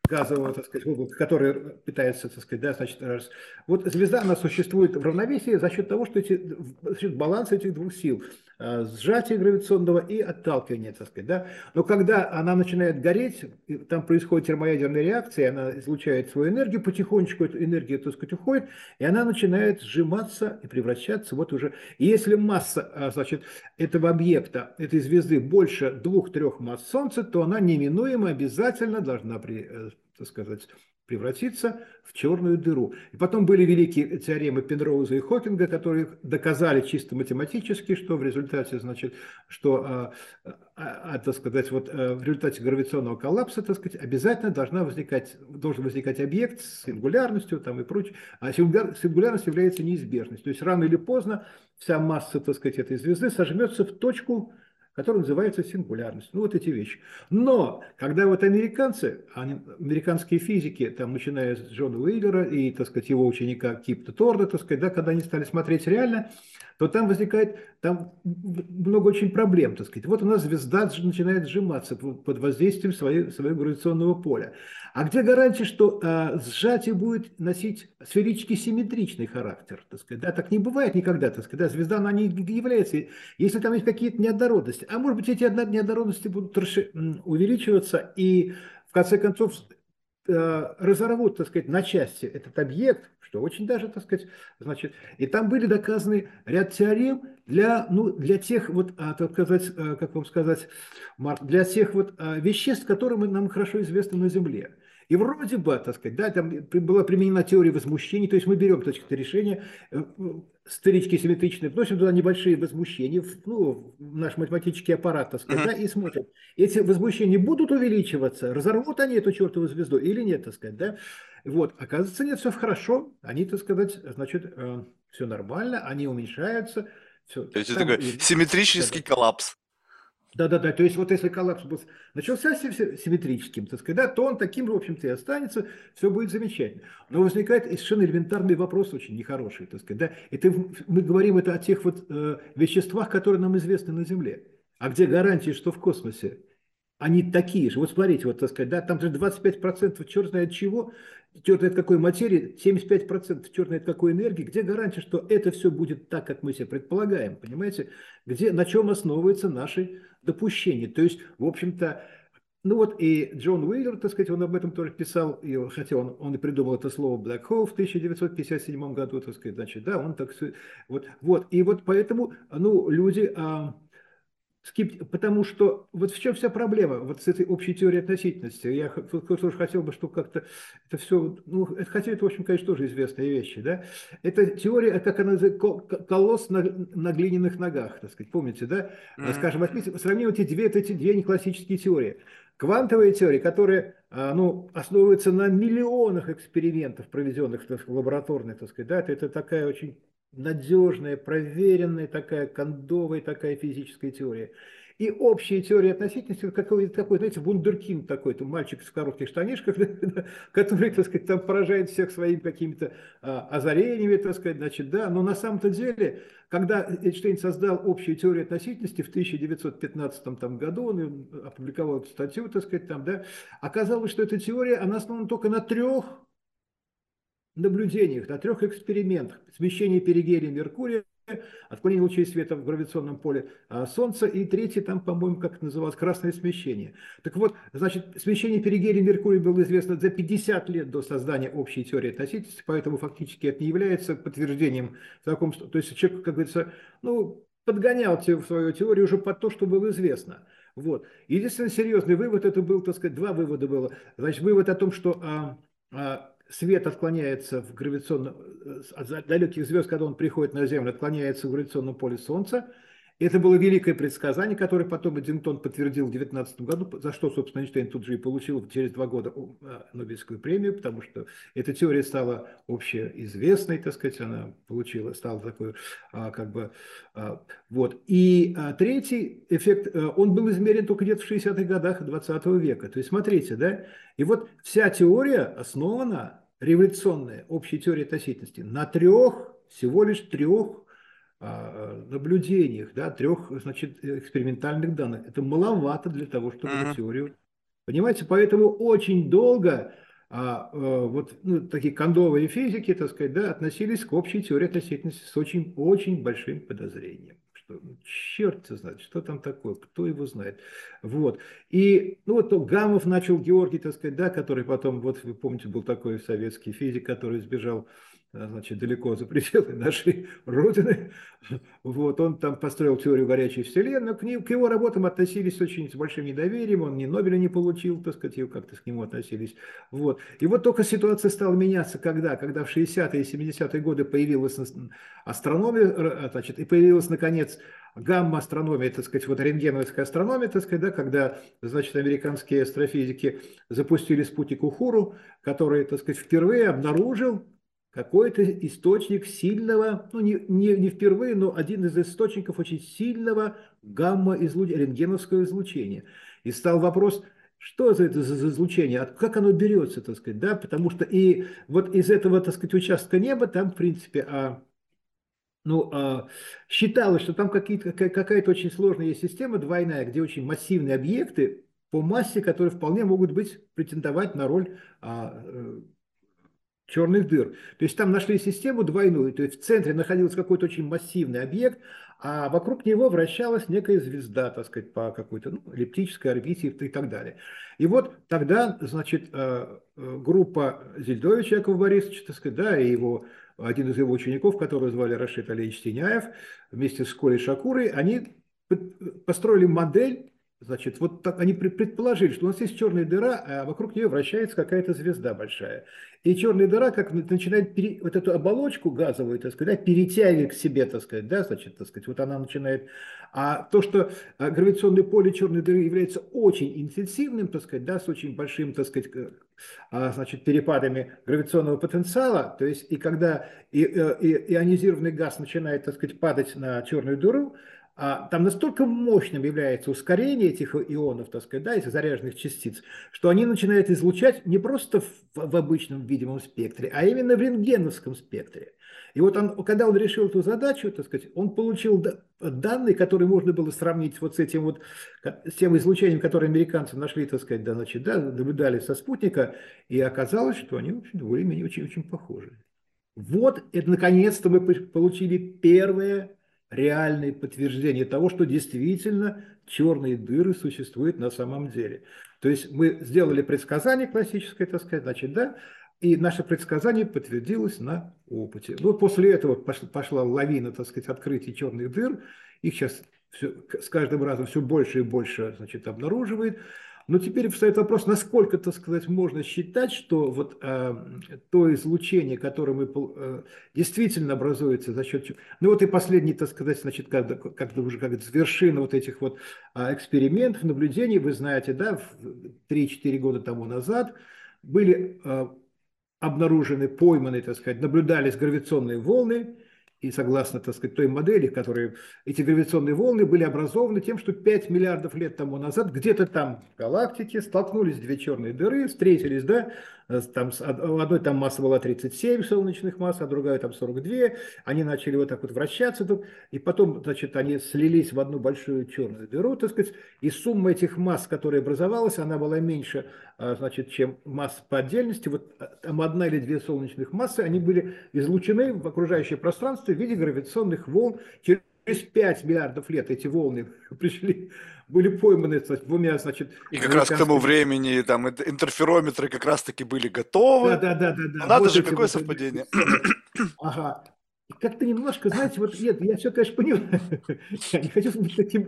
газового, так сказать, облака, которое питается, так сказать, да, значит, раз. Вот звезда, она существует в равновесии за счет того, что эти, за счет баланса этих двух сил, а, сжатия гравитационного и отталкивания, так сказать, да. Но когда она начинает гореть, там происходит термоядерная реакция, она излучает свою энергию, потихонечку эту энергию, так сказать, уходит, и она начинает сжиматься и превращаться вот уже. И если масса, а, значит, этого объекта, этой звезды больше двух-трех масс Солнца, то она неминуемо обязательно должна при, э, так сказать, превратиться в черную дыру. И потом были великие теоремы Пенроуза и Хокинга, которые доказали чисто математически, что в результате, значит, что, а, а, так сказать, вот в результате гравитационного коллапса, так сказать, обязательно должна возникать, должен возникать объект с сингулярностью там, и прочее. А сингулярность является неизбежностью. То есть рано или поздно вся масса, так сказать, этой звезды сожмется в точку, которая называется сингулярность. Ну, вот эти вещи. Но, когда вот американцы, американские физики, там, начиная с Джона Уиллера и, так сказать, его ученика Кипта Торда, так сказать, да, когда они стали смотреть реально, то там возникает там много очень проблем, так сказать. Вот у нас звезда начинает сжиматься под воздействием своего, своего гравитационного поля. А где гарантия, что а, сжатие будет носить сферически симметричный характер? Так сказать, да, так не бывает никогда, так сказать, да, звезда, она не является, если там есть какие-то неоднородности. А может быть, эти неоднородности будут увеличиваться и, в конце концов, разорвут, так сказать, на части этот объект, что очень даже, так сказать, значит, и там были доказаны ряд теорем для, ну, для тех вот, а, так сказать, как вам сказать, Марк, для тех вот а, веществ, которые нам хорошо известны на Земле. И вроде бы, так сказать, да, там была применена теория возмущений, то есть мы берем точки решения, сферически симметричные, вносим туда небольшие возмущения, ну, в наш математический аппарат, так сказать, Мгм. да, и смотрим, эти возмущения будут увеличиваться, разорвут они эту чертову звезду или нет, так сказать, да. Вот, оказывается, нет, все хорошо, они, так сказать, значит, э, все нормально, они уменьшаются, все, То есть это там, такой и, да, симметрический да. коллапс. Да-да-да, то есть вот если коллапс был, начался симметрическим, так сказать, да, то он таким же, в общем-то, и останется, все будет замечательно. Но возникает совершенно элементарный вопрос, очень нехороший, так сказать, да, это мы говорим это о тех вот э, веществах, которые нам известны на Земле. А где гарантии, что в космосе они такие же? Вот смотрите, вот, так сказать, да, там же двадцать пять процентов черт знает чего, черт знает какой материи, семьдесят пять процентов черт знает какой энергии. Где гарантия, что это все будет так, как мы себе предполагаем, понимаете? Где, на чем основываются наши допущения? То есть, в общем-то, ну вот и Джон Уиллер, так сказать, он об этом тоже писал, и, хотя он, он и придумал это слово black hole в тысяча девятьсот пятьдесят седьмом году, так сказать, значит, да, он так, вот, вот, и вот поэтому, ну, люди, а, скепти- потому что вот в чем вся проблема вот с этой общей теорией относительности. Я х- тут тоже хотел бы, чтобы как-то это все, ну, это, хотя это, в общем, конечно, тоже известные вещи, да. Это теория, как она называется, ко- ко- колосс на, на глиняных ногах, так сказать, помните, да? А, Мгм. Скажем, возьмите, сравним эти две, эти две неклассические теории. Квантовая теория, которая, а, ну, основывается на миллионах экспериментов, проведенных, так сказать, лабораторных, так сказать, да, это, это такая очень надежная, проверенная, такая кондовая, такая физическая теория. И общая теория относительности, какой, такой, знаете, вундеркинд такой-то, мальчик в коротких штанишках, который, так сказать, там поражает всех своими какими-то а, озарениями, так сказать, значит, да, но на самом-то деле, когда Эйнштейн создал общую теорию относительности в тысяча девятьсот пятнадцатом там, году, он опубликовал эту статью, так сказать, там, да, оказалось, что эта теория, она основана только на трех наблюдениях, на трех экспериментах. Смещение перигелия Меркурия, отклонение лучей света в гравитационном поле а, Солнца и третий там, по-моему, как это называлось, красное смещение. Так вот, значит, смещение перигелия Меркурия было известно за пятьдесят лет до создания общей теории относительности, поэтому фактически это не является подтверждением в таком, то есть человек, как говорится, ну, подгонял свою теорию уже под то, что было известно. Вот. Единственный серьезный вывод, это был, так сказать, два вывода было. Значит, вывод о том, что а, а, свет отклоняется в гравитационном, от далеких звезд, когда он приходит на Землю, отклоняется в гравитационном поле Солнца. Это было великое предсказание, которое потом Эддингтон подтвердил в две тысячи девятнадцатом году, за что, собственно, Эйнштейн тут же и получил через два года Нобелевскую премию, потому что эта теория стала общеизвестной, так сказать, она получила, стала такой, как бы, вот. И третий эффект, он был измерен только где-то в шестидесятых годах двадцатого века. То есть, смотрите, да, и вот вся теория основана, революционная общая теория относительности, на трех, всего лишь трех наблюдениях, да, трех, значит, экспериментальных данных. Это маловато для того, чтобы эту Мгм. теорию Понимаете, поэтому очень долго а, э, вот ну, такие кондовые физики, так сказать, да, относились к общей теории относительности с очень, очень большим подозрением. Что, ну, черт знает, что там такое, кто его знает. Вот. И, ну, вот то Гамов начал, Георгий, так сказать, да, который потом, вот вы помните, был такой советский физик, который сбежал, а, значит, далеко за пределы нашей Родины. Вот, он там построил теорию горячей вселенной, но к, ним, к его работам относились очень с большим недоверием, он ни Нобеля не получил, так сказать, и как-то к нему относились. Вот. И вот только ситуация стала меняться, когда? Когда в шестидесятые и семидесятые годы появилась астрономия, а, значит, и появилась, наконец, гамма-астрономия, так сказать, вот рентгеновская астрономия, так сказать, да, когда, значит, американские астрофизики запустили спутник Ухуру, который, так сказать, впервые обнаружил какой-то источник сильного, ну не, не, не впервые, но один из источников очень сильного гамма-излучения, рентгеновского излучения. И стал вопрос, что за это за излучение, как оно берется, так сказать, да, потому что и вот из этого, так сказать, участка неба там, в принципе, а, ну, а, считалось, что там какие-то, какая-то очень сложная есть система двойная, где очень массивные объекты по массе, которые вполне могут быть, претендовать на роль а, э, черных дыр. То есть там нашли систему двойную, то есть в центре находился какой-то очень массивный объект, а вокруг него вращалась некая звезда, так сказать, по какой-то ну, эллиптической орбите и так далее. И вот тогда, значит, э, э, группа Зельдовича Якова Борисовича, так сказать, да, и его, один из его учеников, которого звали Рашид Алиевич Синяев, вместе с Колей Шакурой, они построили модель. Значит, вот так они предположили, что у нас есть черная дыра, а вокруг нее вращается какая-то звезда большая. И черная дыра как начинает пере, вот эту оболочку газовую, так сказать, да, перетягивать к себе, так сказать, да, значит, так сказать, вот она начинает. А то, что а, гравитационное поле черной дыры является очень интенсивным, так сказать, да, с очень большим, так сказать, а, значит, перепадами гравитационного потенциала, то есть и когда и, и, ионизированный газ начинает, так сказать, падать на черную дыру, а, там настолько мощным является ускорение этих ионов, так сказать, да, этих заряженных частиц, что они начинают излучать не просто в, в обычном видимом спектре, а именно в рентгеновском спектре. И вот он, когда он решил эту задачу, так сказать, он получил данные, которые можно было сравнить вот с этим вот, с тем излучением, которое американцы нашли, так сказать, да, значит, да, наблюдали со спутника, и оказалось, что они, в общем, более-менее очень-очень похожи. Вот это наконец-то мы получили первое реальное подтверждение того, что действительно черные дыры существуют на самом деле. То есть мы сделали предсказание классическое, так сказать, значит, да, и наше предсказание подтвердилось на опыте. Ну, после этого пошла лавина, так сказать, открытий черных дыр. Их сейчас все, с каждым разом все больше и больше, значит, обнаруживает. Но теперь встает вопрос, насколько, так сказать, можно считать, что вот э, то излучение, которое мы э, действительно образуется за счет... Ну вот и последний, так сказать, значит, когда, когда уже как вершина вот этих вот э, экспериментов, наблюдений, вы знаете, да, три-четыре года тому назад были э, обнаружены, пойманы, так сказать, наблюдались гравитационные волны, и согласно, так сказать, той модели, которые эти гравитационные волны были образованы тем, что пять миллиардов лет тому назад где-то там в галактике столкнулись две черные дыры, встретились, да, там, у одной там масса была тридцать семь солнечных масс, а другая там сорок две, они начали вот так вот вращаться, и потом, значит, они слились в одну большую черную дыру, так сказать, и сумма этих масс, которая образовалась, она была меньше, значит, чем масса по отдельности, вот там одна или две солнечных массы, они были излучены в окружающее пространство в виде гравитационных волн. Через пять миллиардов лет эти волны пришли, были пойманы, значит, двумя, значит, И как раз к тому времени там интерферометры как раз-таки были готовы. Да, да, да, да, Ну, да. надо Вот же, эти какое вот совпадение. самые. Ага. Как-то немножко, знаете, вот нет, я все, конечно, понимаю. Я не хочу быть таким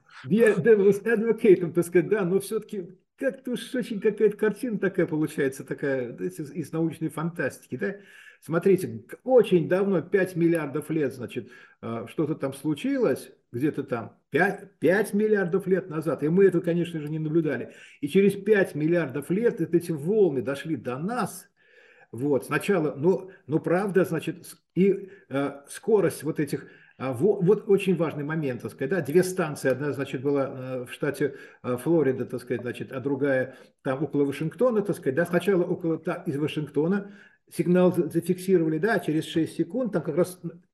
devil's advocate, так сказать, да, но все-таки как-то уж очень какая-то картина такая получается, такая, знаете, из научной фантастики, да. Смотрите, очень давно, пять миллиардов лет, значит, что-то там случилось, где-то там, пять, пять миллиардов лет назад, и мы это, конечно же, не наблюдали. И через пять миллиардов лет эти волны дошли до нас. Вот, сначала, ну, ну правда, значит, и э, скорость вот этих, э, вот, вот очень важный момент, так сказать, да, две станции, одна, значит, была э, в штате э, Флорида, так сказать, значит, а другая там около Вашингтона, так сказать, да, сначала около, та, из Вашингтона сигнал зафиксировали, да, через шесть секунд, там как раз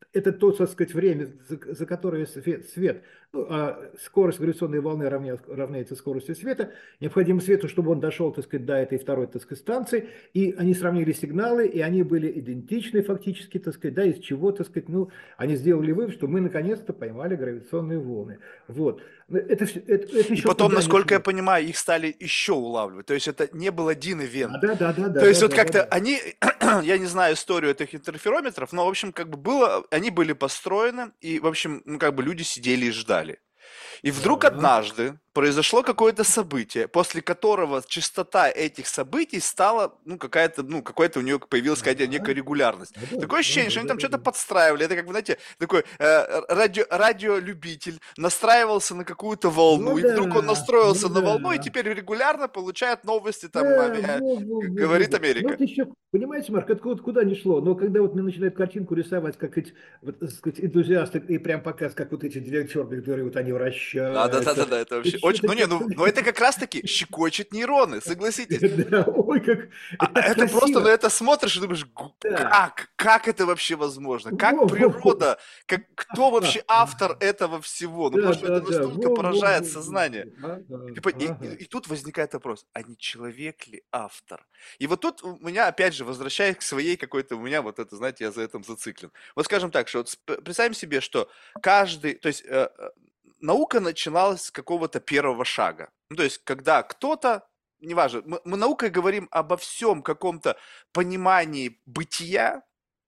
это то, так сказать, время, за, за которое свет, свет ну, а скорость гравитационной волны равня, равняется скорости света, необходимо свету, чтобы он дошел, так сказать, до этой второй, так сказать, станции, и они сравнили сигналы, и они были идентичны фактически, так сказать, да, из чего, так сказать, ну, они сделали вывод, что мы наконец-то поймали гравитационные волны. Вот. Это, всё- это, это И еще потом, куда не насколько я шло. понимаю, их стали еще улавливать. То есть это не был один ивент. Да, да, да, да, То да, есть да, вот да, да, как-то да. они, я не знаю историю этих интерферометров, но, в общем, как бы было, они были построены, и, в общем, ну, как бы люди сидели и ждали. И вдруг Да. однажды произошло какое-то событие, после которого частота этих событий стала, ну, какая-то, ну, какая-то у нее появилась какая-то Да, некая регулярность. да, да, Такое да, ощущение, да, что они да, там да, что-то да. подстраивали. Это как, вы знаете, такой э, радио, радиолюбитель настраивался на какую-то Ну волну, и вдруг он да, ну настроился на волну, и да. теперь регулярно получает новости, там, Да, авиа- во, во, во, во, говорит во. Ну Америка. вот еще, понимаете, Марк, это вот куда ни шло, но когда вот мне начинают картинку рисовать, как эти, вот, так сказать, энтузиасты, и прям показ, как вот эти две черные дыры, вот они Да, да, да, да, вращаются, да, это и вообще очень. что-то Ну не, как... ну, ну это как раз-таки щекочет нейроны, согласитесь. Да, ой, как... А Это а так это просто на красиво. это смотришь и думаешь: "Гу Да. как? Как это вообще возможно? Как Во, во, во. природа? Как кто вообще автор этого всего?" Ну, потому Да, что да, это да. настолько Во, во, поражает во, во, сознание. во. И Ага, ты по и и ага. и тут возникает вопрос: а не человек ли автор? И вот тут у меня, опять же, возвращаясь к своей какой-то, у меня вот это, знаете, я за этим зациклен. Вот скажем так, что вот сп представим себе, что каждый, то есть, э, э, наука начиналась с какого-то первого шага. Ну, то есть, когда кто-то, неважно, мы мы наукой говорим обо всем каком-то понимании бытия,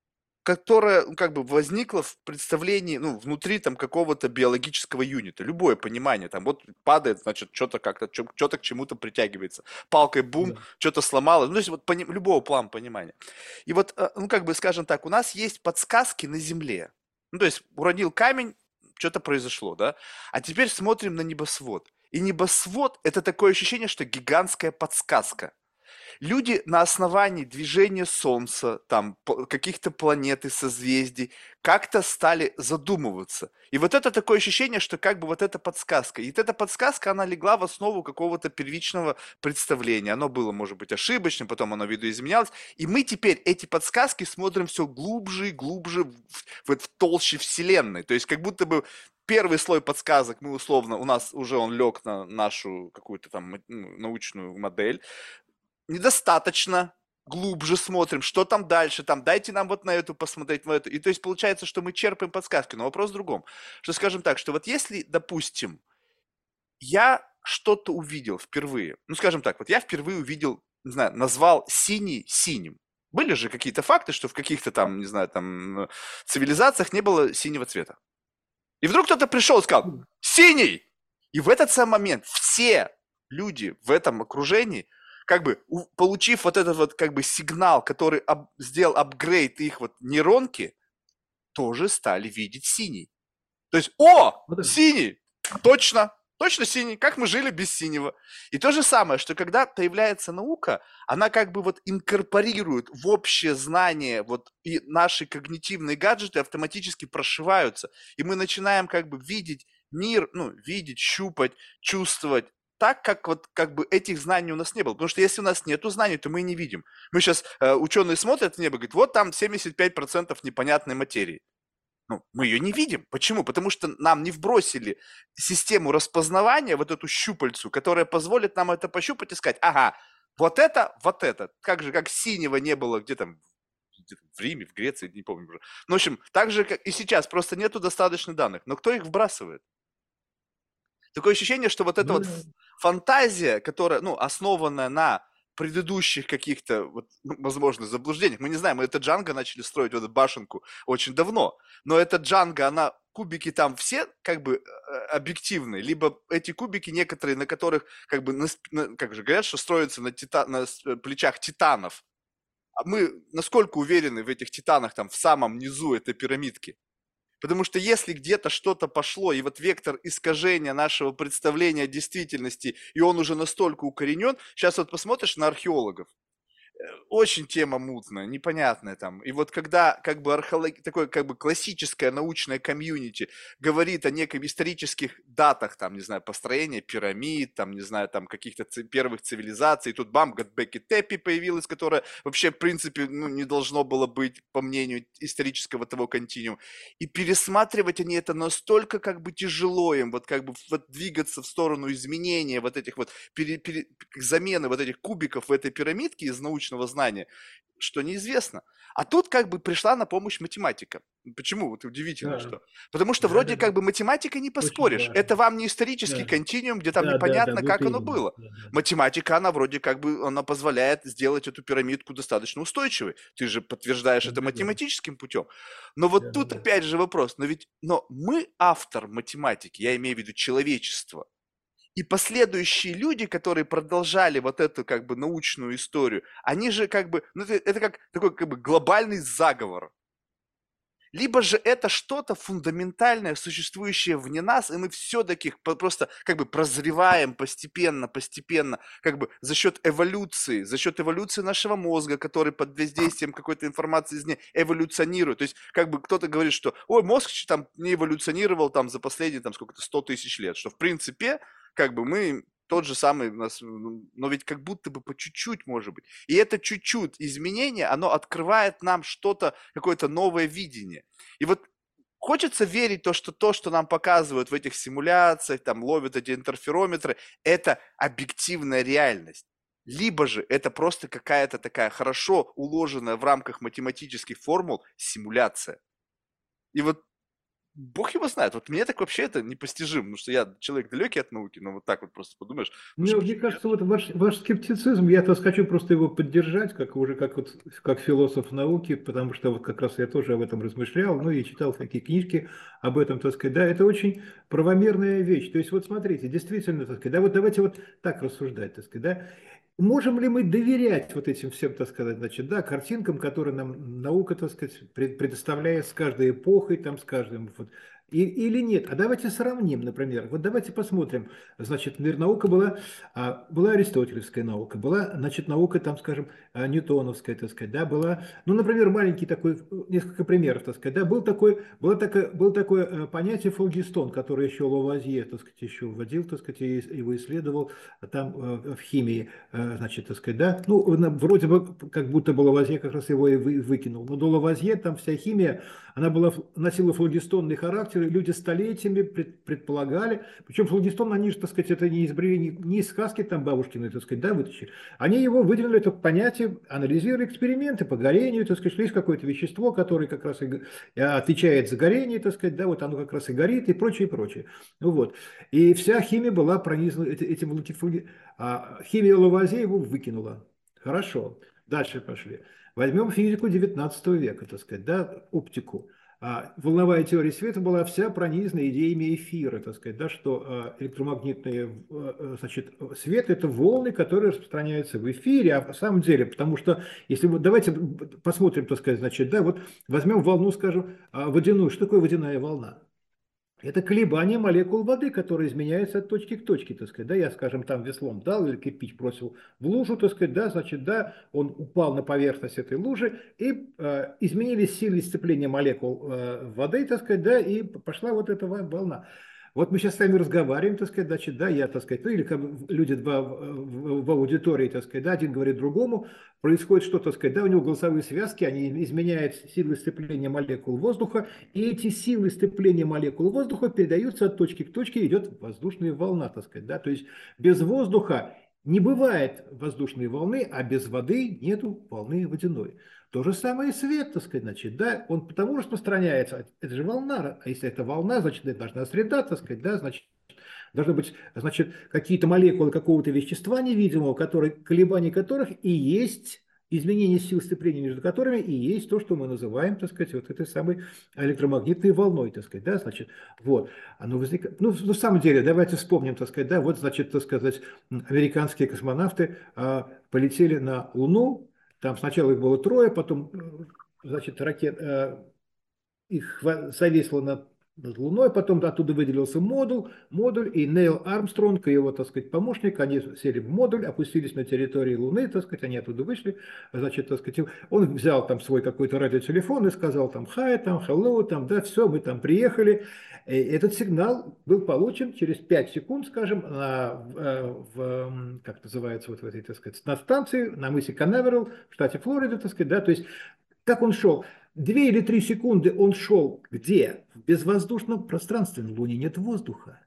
которое, ну, как бы возникло в представлении, ну, внутри там какого-то биологического юнита. Любое понимание, там вот падает, значит, что-то как-то, что-то к чему-то притягивается. Палкой бум, Да. что-то сломалось. Ну, то есть вот пони- любого плана понимания. И вот, э, ну, как бы, скажем так, у нас есть подсказки на Земле. Ну, то есть уронил камень, что-то произошло, да? А теперь смотрим на небосвод. И небосвод– это такое ощущение, что гигантская подсказка. Люди на основании движения Солнца, там, п- каких-то планет и созвездий, как-то стали задумываться. И вот это такое ощущение, что как бы вот эта подсказка. И вот эта подсказка, она легла в основу какого-то первичного представления. Оно было, может быть, ошибочным, потом оно видоизменялось. И мы теперь эти подсказки смотрим все глубже и глубже в, в, в толще Вселенной. То есть как будто бы первый слой подсказок мы условно, у нас уже он лег на нашу какую-то там м- ну, научную модель, недостаточно глубже смотрим, что там дальше, там дайте нам вот на эту посмотреть, на эту. И то есть получается, что мы черпаем подсказки, но вопрос в другом. Что скажем так, что вот если, допустим, я что-то увидел впервые, ну скажем так, вот я впервые увидел, не знаю, назвал синий синим. Были же какие-то факты, что в каких-то там, не знаю, там э, цивилизациях не было синего цвета. И вдруг кто-то пришел и сказал: синий! И в этот самый момент все люди в этом окружении, как бы у- получив вот этот вот как бы сигнал, который ап- сделал апгрейд их вот нейронки, тоже стали видеть синий. То есть, о, Ну да. синий, точно, точно синий, как мы жили без синего. И то же самое, что когда появляется наука, она как бы вот инкорпорирует в общее знание, вот и наши когнитивные гаджеты автоматически прошиваются, и мы начинаем как бы видеть мир, ну, видеть, щупать, чувствовать, так, как вот как бы этих знаний у нас не было. Потому что если у нас нету знаний, то мы и не видим. Мы сейчас, э, ученые смотрят в небо и говорят: вот там семьдесят пять процентов непонятной материи. Ну, мы ее не видим. Почему? Потому что нам не вбросили систему распознавания, вот эту щупальцу, которая позволит нам это пощупать и сказать: ага, вот это, вот это. Как же, как синего не было где там, где-то в Риме, в Греции, не помню уже. Ну, в общем, так же, как и сейчас, просто нету достаточно данных. Но кто их вбрасывает? Такое ощущение, что вот эта Ну вот да. ф- фантазия, которая, ну, основанная на предыдущих каких-то, вот, ну, возможно, заблуждениях. Мы не знаем, мы это Джанго начали строить, вот эту башенку, очень давно. Но эта Джанго, она, кубики там все как бы э, объективные, либо эти кубики некоторые, на которых, как бы, на сп- на- как же говорят, что строятся на, тита- на с- э, плечах титанов. А мы насколько уверены в этих титанах там в самом низу этой пирамидки? Потому что если где-то что-то пошло, и вот вектор искажения нашего представления о действительности, и он уже настолько укоренен, сейчас вот посмотришь на археологов, очень тема мутная, непонятная там. И вот когда как бы археолог... такое как бы классическое научное комьюнити говорит о неких исторических датах, там, не знаю, построения пирамид, там, не знаю, там, каких-то ци- первых цивилизаций, тут бам, Göbekli Tepe появилась, которая вообще, в принципе, ну, не должно было быть, по мнению исторического того континуума. И пересматривать они это настолько как бы тяжело им, вот как бы вот двигаться в сторону изменения вот этих вот пере- пере- замены вот этих кубиков в этой пирамидке из научного знания, что неизвестно. А тут как бы пришла на помощь математика. Почему? Вот удивительно, Да, что. Потому что да, вроде да, как да. бы математика не Очень поспоришь. важно. Это вам не исторический Да, континуум, где там да, да, да, непонятно, вот как оно именно. было. Да, да, да. Математика, она вроде как бы, она позволяет сделать эту пирамидку достаточно устойчивой. Ты же подтверждаешь Да, это да, да. математическим путем. Но вот Да, да, тут да. опять же вопрос. Но ведь, но мы автор математики, я имею в виду человечество. И последующие люди, которые продолжали вот эту как бы научную историю, они же как бы, ну это, это как такой как бы глобальный заговор. Либо же это что-то фундаментальное, существующее вне нас, и мы все-таки просто как бы прозреваем постепенно, постепенно, как бы за счет эволюции, за счет эволюции нашего мозга, который под воздействием какой-то информации из нее эволюционирует. То есть как бы кто-то говорит, что ой, мозг там не эволюционировал там за последние там сколько-то сто тысяч лет, что в принципе как бы мы тот же самый, у нас, но ведь как будто бы по чуть-чуть может быть. И это чуть-чуть изменение, оно открывает нам что-то, какое-то новое видение. И вот хочется верить то, что то, что нам показывают в этих симуляциях, там ловят эти интерферометры, это объективная реальность. Либо же это просто какая-то такая хорошо уложенная в рамках математических формул симуляция. И вот Бог его знает. Вот мне так вообще это непостижимо, потому что я человек далекий от науки, но вот так вот просто подумаешь, Мне, слушай, мне кажется, вот ваш, ваш скептицизм, я то хочу просто его поддержать, как уже как, вот, как философ науки, потому что вот как раз я тоже об этом размышлял, ну и читал такие книжки об этом, так сказать, да, это очень правомерная вещь. То есть вот смотрите, действительно, так сказать, да, вот давайте вот так рассуждать, так сказать, да, можем ли мы доверять вот этим всем, так сказать, значит, да, картинкам, которые нам наука, так сказать, пред- предоставляет с каждой эпохой, там, с каждым, вот, и, или нет? А давайте сравним, например, вот давайте посмотрим, значит, мир наука была, а, была аристотелевская наука, была, значит, наука, там, скажем, а, ньютоновская, так сказать, да, была, ну, например, маленький такой, несколько примеров, так сказать, да, был такой, было такое, было такое э, понятие флогистон, которое еще Лавуазье, так сказать, еще вводил, так сказать, и его исследовал а там э, в химии, э, значит, так сказать, да, ну, на- вроде бы, как будто бы Лавуазье как раз его и вы- выкинул, но до Лавуазье там вся химия, она была, носила флогистонный характер, и люди столетиями пред- предполагали, причем флогистон, они же, так сказать, это не изобрели, не, не из сказки там бабушкины, так сказать, да, вытащили. Они его выделили, это понятие, анализируя эксперименты по горению, так сказать, что есть какое-то вещество, которое как раз и г- и отвечает за горение, так сказать, да, вот оно как раз и горит и прочее, и прочее. Ну вот. И вся химия была пронизана эти- этим латифуги. А химия Лавуазье его выкинула. Хорошо. Дальше пошли. Возьмем физику девятнадцатого века, так сказать, да, оптику. А волновая теория света была вся пронизана идеями эфира, так сказать, да, что а, электромагнитный э, э, значит, свет – это волны, которые распространяются в эфире, а в самом деле, потому что, если вот давайте посмотрим, так сказать, значит, да, вот возьмем волну, скажем, а, водяную. Что такое водяная волна? Это колебание молекул воды, которые изменяются от точки к точке, так сказать, да, я, скажем, там веслом дал или кирпич бросил в лужу, так сказать, да, значит, да, он упал на поверхность этой лужи, и э, изменились силы сцепления молекул э, воды, так сказать, да, и пошла вот эта волна. Вот мы сейчас с вами разговариваем, так сказать, значит, да, я, так сказать, ну или как бы люди два в, в- в аудитории, так сказать, да, один говорит другому, происходит что, так сказать, да, у него голосовые связки, они изменяют силы сцепления молекул воздуха, и эти силы сцепления молекул воздуха передаются от точки к точке, идет воздушная волна, так сказать, да, то есть без воздуха не бывает воздушной волны, а без воды нету волны водяной. То же самое и свет, так сказать, значит, да, он потому распространяется, это же волна, а если это волна, значит, это должна среда, так сказать, да, значит, должны быть, значит, какие-то молекулы какого-то вещества невидимого, которые, колебания которых и есть изменение сил сцепления между которыми и есть то, что мы называем, так сказать, вот этой самой электромагнитной волной, так сказать, да, значит, вот, оно возникает, ну, на самом деле, давайте вспомним, так сказать, да, вот, значит, так сказать, американские космонавты а, полетели на Луну, там сначала их было трое, потом, значит, ракет, а, их зависло над над Луной, потом оттуда выделился модуль, модуль, и Нейл Армстронг и его, так сказать, помощник, они сели в модуль, опустились на территории Луны, так сказать, они оттуда вышли, значит, так сказать, он взял там свой какой-то радиотелефон и сказал там «Hi», там «Hello», там, да, все, мы там приехали. И этот сигнал был получен через пять секунд, скажем, на, в, в, как называется, вот в этой, так сказать, на станции, на мысе Канаверал, в штате Флорида, так сказать, да, то есть как он шел? Две или три секунды он шел где? В безвоздушном пространстве. На Луне нет воздуха.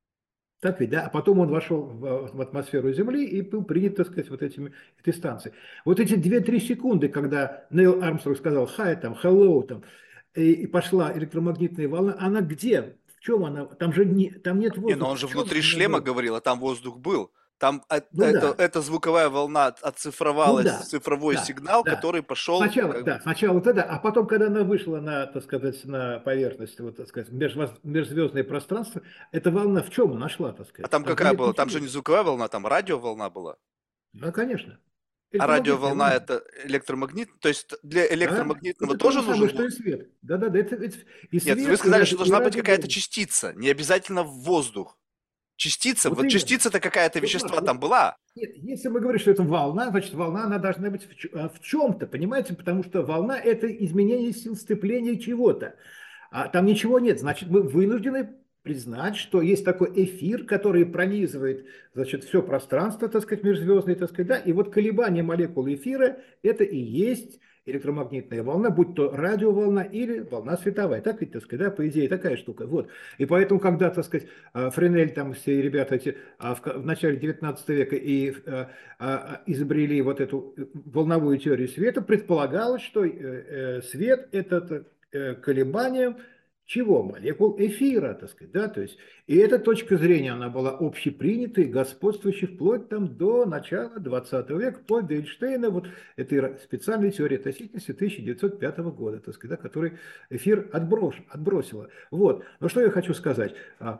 Так ведь, да? А потом он вошел в, в атмосферу Земли и был принят, так сказать, вот этими, этой станцией. Вот эти две-три секунды, когда Нейл Армстронг сказал «Hi», там, «Hello», там, и, и пошла электромагнитная волна, она где? В чем она? Там же не, там нет Не, но воздуха. он В же чем внутри она шлема была? говорил, а там воздух был. Там э- Ну это, да, эта звуковая волна от- ну оцифровалась в да, цифровой да, сигнал, да. который пошел Сначала, как бы... да, сначала тогда, а потом, когда она вышла на, так сказать, на поверхность, вот, так сказать, межвоз- межзвездное пространство, эта волна в чем нашла, так А сказать? там Там же какая нет была? Там ничего. же не звуковая волна, там радиоволна была. Да, конечно. А Электромагнитная радиоволна волна. это электромагнит, то есть для Да, электромагнитного это то тоже же самое, нужен... что во- и свет. Да-да-да, это, это и Нет, вы свет, и, сказали, радио, что и должна быть какая-то радиоволна. частица, не обязательно воздух. Частица, Вот вот именно. частица-то какая-то Вот, Маш, вещества там вот была. нет, если мы говорим, что это волна, значит, волна, она должна быть в, ч- а, в чем-то, понимаете? Потому что волна– это изменение сил сцепления чего-то. А там ничего нет. Значит, мы вынуждены признать, что есть такой эфир, который пронизывает, значит, все пространство, так сказать, межзвездное, так сказать, да, и вот колебания молекул эфира– это и есть электромагнитная волна, будь то радиоволна или волна световая. Так ведь, так сказать, да, по идее, такая штука. Вот. И поэтому, когда, так сказать, а, Френель, там все ребята эти а, в, в начале девятнадцатого века и а, а, изобрели вот эту волновую теорию света, предполагалось, что э, э, свет– это э, колебание чего? Молекул эфира, так сказать, да, то есть, и эта точка зрения, она была общепринятой, господствующей вплоть там до начала двадцатого века, вплоть до Эйнштейна, вот этой специальной теории относительности тысяча девятьсот пятого года, так сказать, да, который эфир отброш, отбросила. Вот, но что я хочу сказать, а,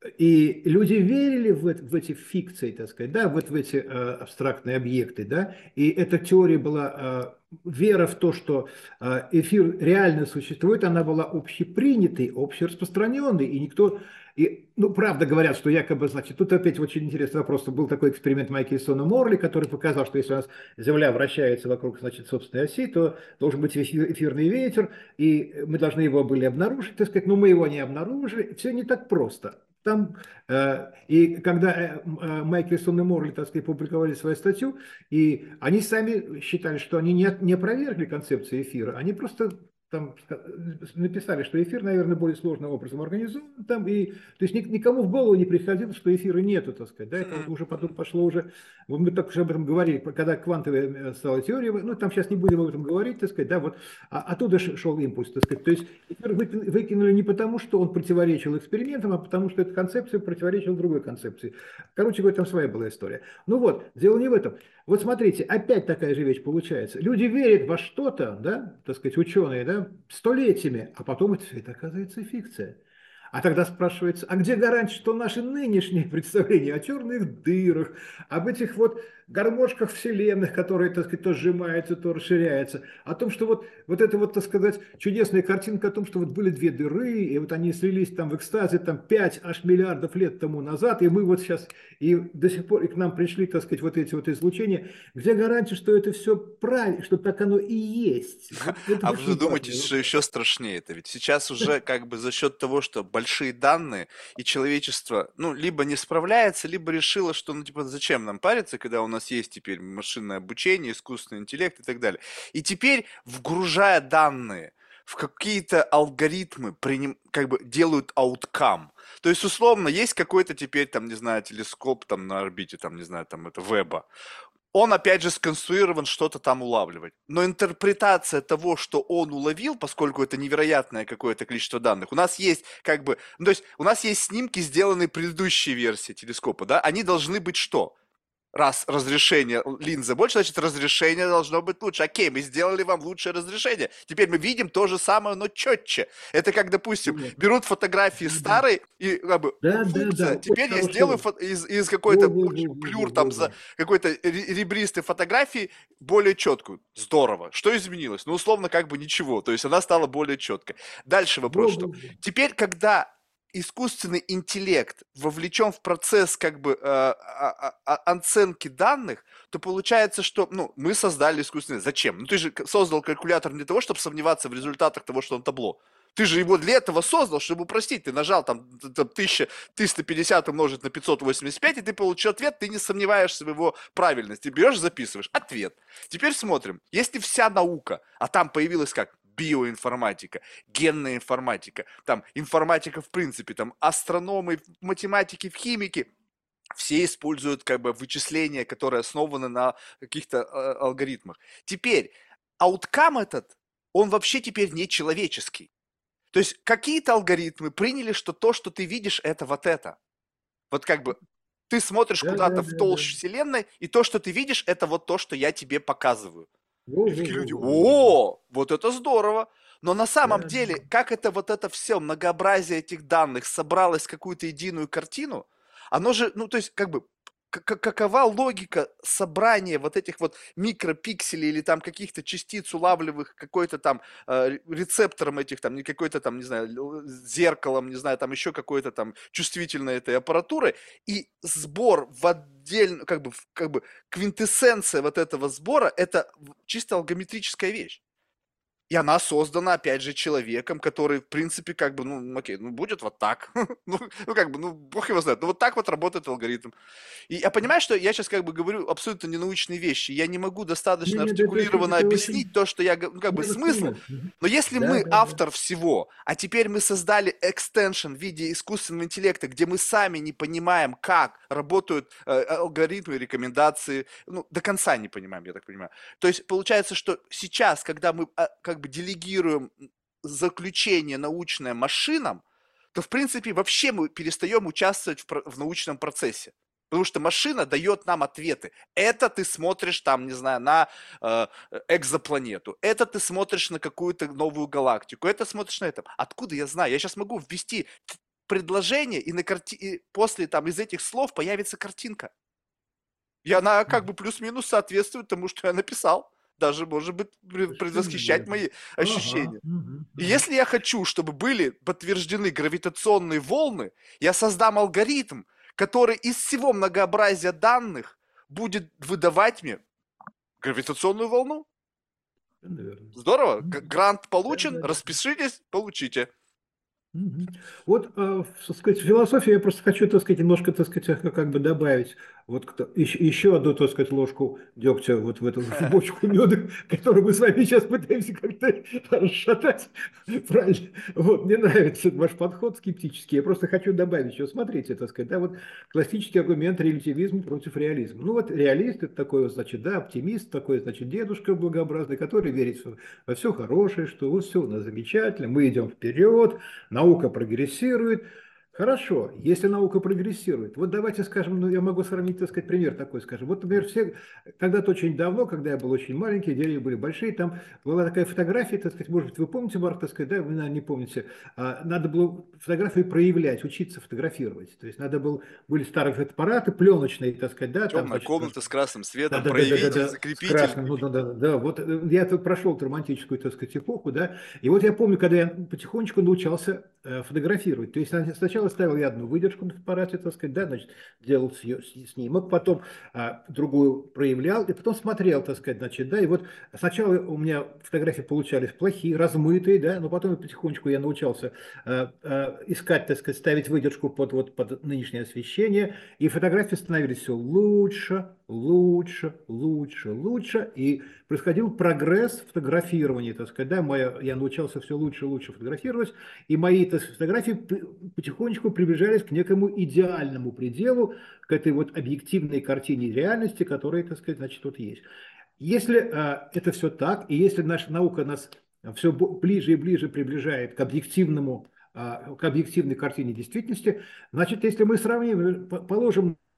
и люди верили в, в эти фикции, так сказать, да, вот в эти э, абстрактные объекты, да, и эта теория была, э, вера в то, что э, эфир реально существует, она была общепринятой, общераспространенной, и никто, и, ну, правда говорят, что якобы, значит, тут опять очень интересный вопрос, был такой эксперимент Майкельсона Морли, который показал, что если у нас Земля вращается вокруг, значит, собственной оси, то должен быть эфир, эфирный ветер, и мы должны его были обнаружить, так сказать, но мы его не обнаружили, все не так просто. Там, э, и когда э, э, Майкельсон и Морли, так сказать, публиковали свою статью, и они сами считали, что они не, не опровергли концепцию эфира, они просто там написали, что эфир, наверное, более сложным образом организован там, и, то есть никому в голову не приходило, что эфира нету, так сказать, да, это вот Хм. уже потом пошло уже, мы так уже об этом говорили, когда квантовая стала теория, ну, там сейчас не будем об этом говорить, так сказать, да, вот, а, оттуда шел импульс, так сказать, то есть эфир выкинули не потому, что он противоречил экспериментам, а потому, что эта концепция противоречила другой концепции. Короче говоря, там своя была история. Ну вот, дело не в этом. Вот смотрите, опять такая же вещь получается. Люди верят во что-то, да, так сказать, ученые, да, столетиями, а потом это, это оказывается фикция. А тогда спрашивается, а где гарантия, что наши нынешние представления о черных дырах, об этих вот гармошках вселенных, которые, так сказать, то сжимаются, то расширяются, о том, что вот, вот это вот, так сказать, чудесная картинка о том, что вот были две дыры, и вот они слились там в экстазе там пять аж миллиардов лет тому назад, и мы вот сейчас, и до сих пор, и к нам пришли, так сказать, вот эти вот излучения. Где гарантия, что это все правильно, что так оно и есть? Вот это А вы очень важный задумайтесь, что вопрос. еще страшнее это. Ведь сейчас уже как бы за счет того, что большие данные и человечество, ну, либо не справляется, либо решило, что, ну, типа, зачем нам париться, когда у нас есть теперь машинное обучение, искусственный интеллект и так далее. И теперь, вгружая данные в какие-то алгоритмы, приним, как бы делают ауткам. То есть, условно, есть какой-то теперь, там, не знаю, телескоп там на орбите, там, не знаю, там, это Веба. Он, опять же, сконструирован что-то там улавливать. Но интерпретация того, что он уловил, поскольку это невероятное какое-то количество данных, у нас есть как бы, ну, то есть у нас есть снимки, сделанные предыдущей версии телескопа, да, они должны быть что? Раз разрешение линзы больше, значит разрешение должно быть лучше. Окей, мы сделали вам лучшее разрешение. Теперь мы видим то же самое, но четче. Это как, допустим, Вот. берут фотографии Да, да. старые и как бы Да, да, да, функция. очень Теперь я хороший сделаю вопрос. фо- из, из Во, какой-то во, во, очень во, во, блюр во, там за во. какой-то ре- ребристой фотографии более четкую. Здорово. Что изменилось? Ну, условно, как бы ничего. То есть она стала более четкой. Дальше Во, вопрос, во, что во. теперь, когда искусственный интеллект вовлечен в процесс как бы э, а- а- а- оценки данных, то получается, что, ну, мы создали искусственный. Зачем? Ну, ты же создал калькулятор не для того, чтобы сомневаться в результатах того, что он табло. Ты же его для этого создал, чтобы упростить. Ты нажал там, там тысяча триста пятьдесят умножить на пятьсот восемьдесят пять, и ты получил ответ, ты не сомневаешься в его правильности. Берешь, записываешь. Ответ. Теперь смотрим. Если вся наука, а там появилась как биоинформатика, генная информатика, там информатика в принципе, там астрономы, математики, химики, все используют как бы вычисления, которые основаны на каких-то э, алгоритмах. Теперь, ауткам этот, он вообще теперь не человеческий. То есть какие-то алгоритмы приняли, что то, что ты видишь, это вот это. Вот как бы ты смотришь Да, да, куда-то в да, да. толщу вселенной, и то, что ты видишь, это вот то, что я тебе показываю. Во, И во, такие во, люди, во, во, во. о, вот это здорово. Но на самом Да, деле, как это вот это все многообразие этих данных собралось в какую-то единую картину, оно же, ну, то есть, как бы, к- к- какова логика собрания вот этих вот микропикселей или там каких-то частиц, улавливаемых какой-то там э, рецептором этих там, не какой-то там, не знаю, л- зеркалом, не знаю, там еще какой-то там чувствительной этой аппаратуры, и сбор в отдельно, как бы, в- как бы квинтэссенция вот этого сбора – это чисто алгометрическая вещь. И она создана, опять же, человеком, который, в принципе, как бы, ну, окей, ну, будет вот так. Ну, ну, как бы, ну, бог его знает. Ну, вот так вот работает алгоритм. И я понимаю, что я сейчас как бы говорю абсолютно ненаучные вещи. Я не могу достаточно не, нет, это очень, артикулированно это объяснить очень, то, что я, г- ну, как бы я вас смысл. понимаю. Мгм. Но если Да, мы да, да. автор всего, а теперь мы создали экстеншн в виде искусственного интеллекта, где мы сами не понимаем, как работают э, алгоритмы, рекомендации, ну, до конца не понимаем, я так понимаю. То есть получается, что сейчас, когда мы а, как бы делегируем заключение научное машинам, то, в принципе, вообще мы перестаем участвовать в, про- в научном процессе. Потому что машина дает нам ответы. Это ты смотришь там, не знаю, на э, экзопланету. Это ты смотришь на какую-то новую галактику. Это смотришь на это. Откуда я знаю? Я сейчас могу ввести предложение, и, на карти... и после там из этих слов появится картинка. И она как бы плюс-минус соответствует тому, что я написал. Даже, может быть, Совершенно предвосхищать верно. мои Ага. ощущения. Мгм, И мгм. если я хочу, чтобы были подтверждены гравитационные волны, я создам алгоритм, который из всего многообразия данных будет выдавать мне гравитационную волну. Совершенно верно. Здорово. Г- Мгм. Грант Да, получен, да, да. распишитесь, получите. Мгм. Вот, э, в, так сказать, в философии я просто хочу, так сказать, немножко, так сказать, как как бы добавить вот кто, еще, еще одну, так сказать, ложку дегтя вот в эту в бочку меда, которую мы с вами сейчас пытаемся как-то расшатать. Правильно? Вот, мне нравится ваш подход скептический. Я просто хочу добавить еще, смотрите, так сказать, да, вот классический аргумент релятивизма против реализма. Ну вот реалист это такой, вот, значит, да, оптимист такой, значит, дедушка благообразный, который верит во все хорошее, что вот все у нас замечательно, мы идем вперед, наука прогрессирует. Хорошо, если наука прогрессирует, вот давайте скажем, ну я могу сравнить, так сказать, пример такой, скажем. Вот, например, все, когда-то очень давно, когда я был очень маленький, деревья были большие, там была такая фотография, так сказать, может быть, вы помните, Марк, так сказать, да, вы, наверное, не помните, а, надо было фотографии проявлять, учиться фотографировать. То есть надо было, были старые фотоаппараты, пленочные, так сказать, да, там, Темная значит, комната с красным да, светом, да, да, да, да, проявитель, да, с закрепитель. красным, ну да, да, да, вот э, я тут прошел эту романтическую, так сказать, эпоху, да, и вот я помню, когда я потихонечку научался э, фотографировать, то есть я сначала ставил я одну выдержку на фотоаппарате, так сказать, да, значит, делал съё- с- снимок, потом а, другую проявлял, и потом смотрел, так сказать, значит, да, и вот сначала у меня фотографии получались плохие, размытые, да, но потом потихонечку я научался э, э, искать, так сказать, ставить выдержку под, вот, под нынешнее освещение, и фотографии становились все лучше, лучше, лучше, лучше. И происходил прогресс в фотографировании, так сказать. Да, моя, я научался все лучше и лучше фотографировать. И мои так сказать, фотографии потихонечку приближались к некому идеальному пределу, к этой вот объективной картине реальности, которая, так сказать, значит, вот есть. Если а, это все так, и если наша наука нас все ближе и ближе приближает к объективному, а, к объективной картине действительности, значит, если мы сравним, положим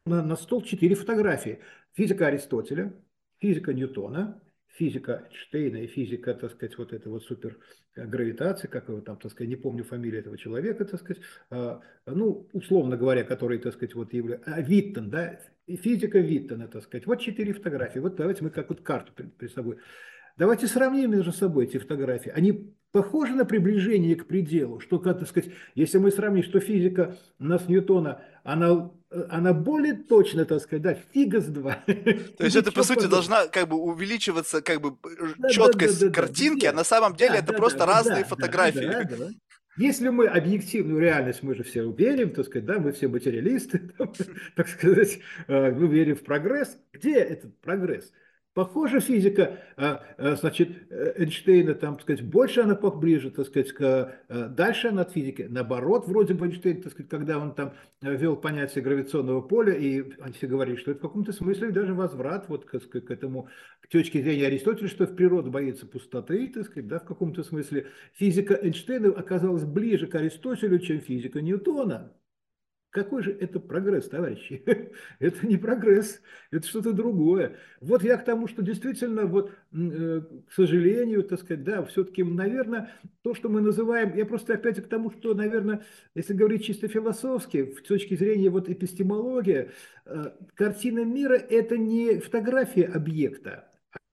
на, на стол четыре фотографии. Физика Аристотеля, физика Ньютона, физика Эйнштейна и физика, так сказать, вот этого супергравитации, как его там, так сказать, не помню фамилию этого человека, так сказать, а, ну, условно говоря, который, так сказать, вот является, а, Виттон, да, и физика Виттона, так сказать. Вот четыре фотографии. Вот давайте мы как вот карту перед собой. Давайте сравним между собой эти фотографии. Они похожи на приближение к пределу, что, как так сказать, если мы сравним, что физика у нас Ньютона, она, она более точно, так сказать, да, фига с два, То есть это, по ничего сути, подобного. должна как бы увеличиваться как бы Да, да, да, четкость да, да, картинки, а на нет, самом деле да, это да, да, просто да, разные да, да, фотографии. да, да. Если мы объективную реальность, мы же все верим, так сказать, да, мы все материалисты, там, так сказать, э, мы верим в прогресс. Где этот прогресс? Похоже, физика, э, э, значит, э, Эйнштейна, там, так сказать, больше она поближе, так сказать, к, э, дальше она от физики. Наоборот, вроде бы Эйнштейн, так сказать, когда он там э, ввел понятие гравитационного поля, и они все говорили, что это в каком-то смысле даже возврат вот к, к этому, к точке зрения Аристотеля, что природа боится пустоты, так сказать, да, в каком-то смысле. Физика Эйнштейна оказалась ближе к Аристотелю, чем физика Ньютона. Какой же это прогресс, товарищи? Это не прогресс, это что-то другое. Вот я к тому, что действительно, вот, э, к сожалению, так сказать, да, все-таки, наверное, то, что мы называем, я просто опять к тому, что, наверное, если говорить чисто философски, с точки зрения вот эпистемологии, э, картина мира – это не фотография объекта,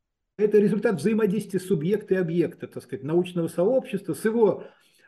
это результат взаимодействия субъекта и объекта, так сказать, научного сообщества с его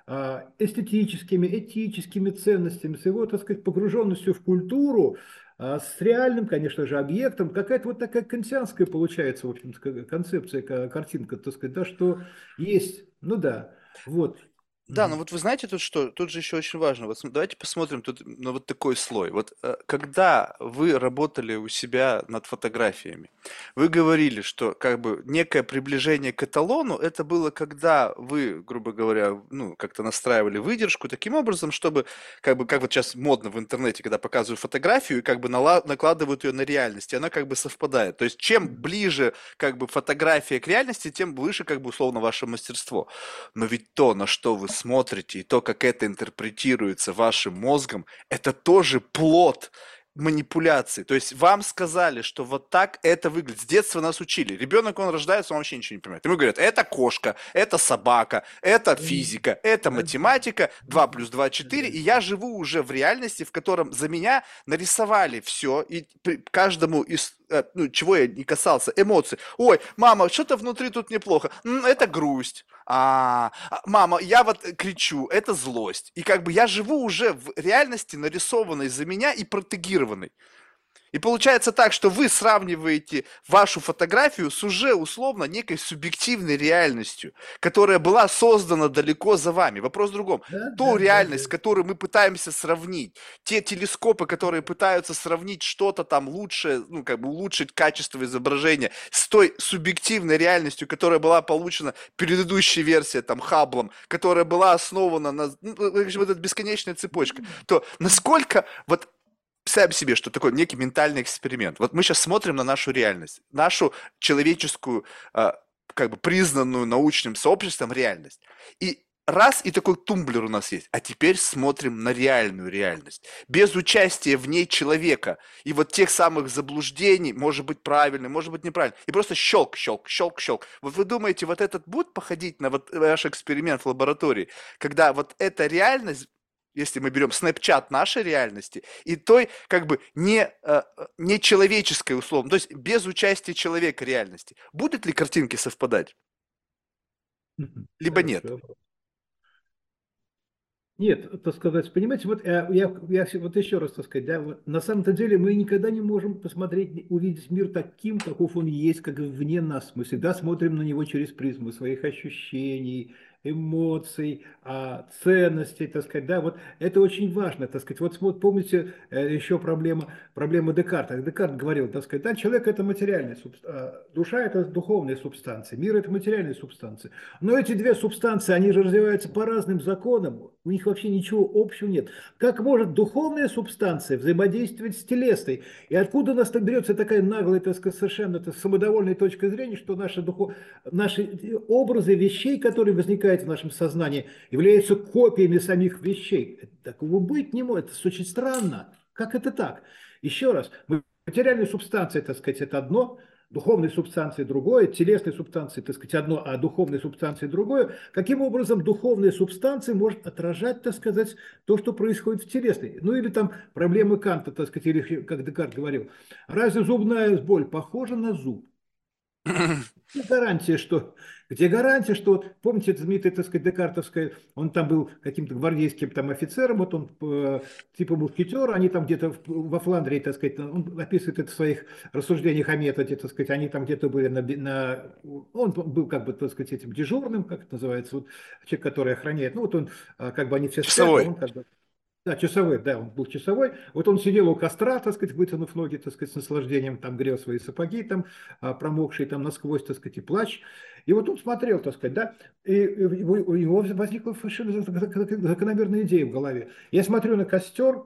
а, эстетическими, этическими ценностями, с его, так сказать, погруженностью в культуру, а, с реальным, конечно же, объектом. Какая-то вот такая кантианская получается, в общем-то, концепция, картинка, так сказать, да, что есть, ну да, вот. Да, но Мгм. вот вы знаете тут что? Тут же еще очень важно. Вот см- давайте посмотрим тут на вот такой слой. Вот э, когда вы работали у себя над фотографиями, вы говорили, что как бы некое приближение к эталону, это было когда вы, грубо говоря, ну, как-то настраивали выдержку таким образом, чтобы, как бы, как вот сейчас модно в интернете, когда показывают фотографию и как бы нала- накладывают ее на реальность, и она как бы совпадает. То есть чем ближе как бы фотография к реальности, тем выше как бы условно ваше мастерство. Но ведь то, на что вы смотрите, и то, как это интерпретируется вашим мозгом, это тоже плод манипуляции. То есть вам сказали, что вот так это выглядит. С детства нас учили. Ребенок, он рождается, он вообще ничего не понимает. Ему говорят, это кошка, это собака, это Мгм. физика, это Да, математика, два да, плюс два да, четыре, да. и я живу уже в реальности, в котором за меня нарисовали все, и при каждому из, э, ну, чего я не касался, эмоций. Ой, мама, что-то внутри тут неплохо. М, это грусть. А, а, мама, я вот э, кричу, это злость. И как бы я живу уже в реальности, нарисованной за меня и протегированной. И получается так, что вы сравниваете вашу фотографию с уже условно некой субъективной реальностью, которая была создана далеко за вами. Вопрос в другом. Да, Ту да, да, реальность, да. с которой мы пытаемся сравнить, те телескопы, которые пытаются сравнить что-то там лучшее, ну, как бы улучшить качество изображения с той субъективной реальностью, которая была получена предыдущей версией, там, Хабблом, которая была основана на, ну, в общем, вот эта бесконечная цепочка, то насколько вот представим себе, что такое некий ментальный эксперимент. Вот мы сейчас смотрим на нашу реальность, нашу человеческую, а, как бы признанную научным сообществом реальность. И раз, и такой тумблер у нас есть. А теперь смотрим на реальную реальность. Без участия в ней человека. И вот тех самых заблуждений, может быть правильным, может быть неправильным. И просто щелк, щелк, щелк, щелк. Вот вы думаете, вот этот будет походить на вот ваш эксперимент в лаборатории, когда вот эта реальность, если мы берем снэпчат нашей реальности, и той как бы не, э, э, не человеческой условно, то есть без участия человека реальности. Будут ли картинки совпадать? Мгм. Либо Хороший нет? вопрос. Нет, так сказать, понимаете, вот э, я, я вот еще раз, так сказать, да, вот на самом-то деле мы никогда не можем посмотреть, увидеть мир таким, каков он есть, как вне нас. Мы всегда смотрим на него через призму своих ощущений, эмоций, а, ценностей, так сказать, да, вот это очень важно, так сказать. Вот смо- помните э, еще проблема, проблема Декарта. Декарт говорил, так сказать, да, человек это материальная субстанция, душа это духовная субстанция, мир это материальная субстанция. Но эти две субстанции, они же развиваются по разным законам, у них вообще ничего общего нет. Как может духовная субстанция взаимодействовать с телесной? И откуда у нас так берется такая наглая, так сказать, совершенно так, самодовольная точка зрения, что наши, духов... наши образы вещей, которые возникают в нашем сознании, являются копиями самих вещей? Такого быть не может, это очень странно. Как это так? Еще раз, материальная субстанция, так сказать, это одно, духовной субстанции другое, телесной субстанции, так сказать, одно, а духовной субстанции другое. Каким образом духовная субстанция может отражать, так сказать, то, что происходит в телесной? Ну или там проблемы Канта, так сказать, или как Декарт говорил, разве зубная боль похожа на зуб? Где гарантия, что, где гарантия, что, вот, помните, это знаменитое, так сказать, декартовское, он там был каким-то гвардейским там офицером, вот он э, типа мушкетера, они там где-то в- во Фландрии, так сказать, он описывает это в своих рассуждениях о методе, так сказать, они там где-то были на, би- на, он был как бы, так сказать, этим дежурным, как это называется, вот, человек, который охраняет, ну вот он, э, как бы они все спят, а Часовой. он как бы да, часовой, да, он был часовой. Вот он сидел у костра, так сказать, вытянув ноги, так сказать, с наслаждением, там грел свои сапоги, там, а, промокшие там насквозь, так сказать, и плащ. И вот он смотрел, так сказать, да, и и у него у него возникла совершенно закономерная идея в голове. Я смотрю на костер,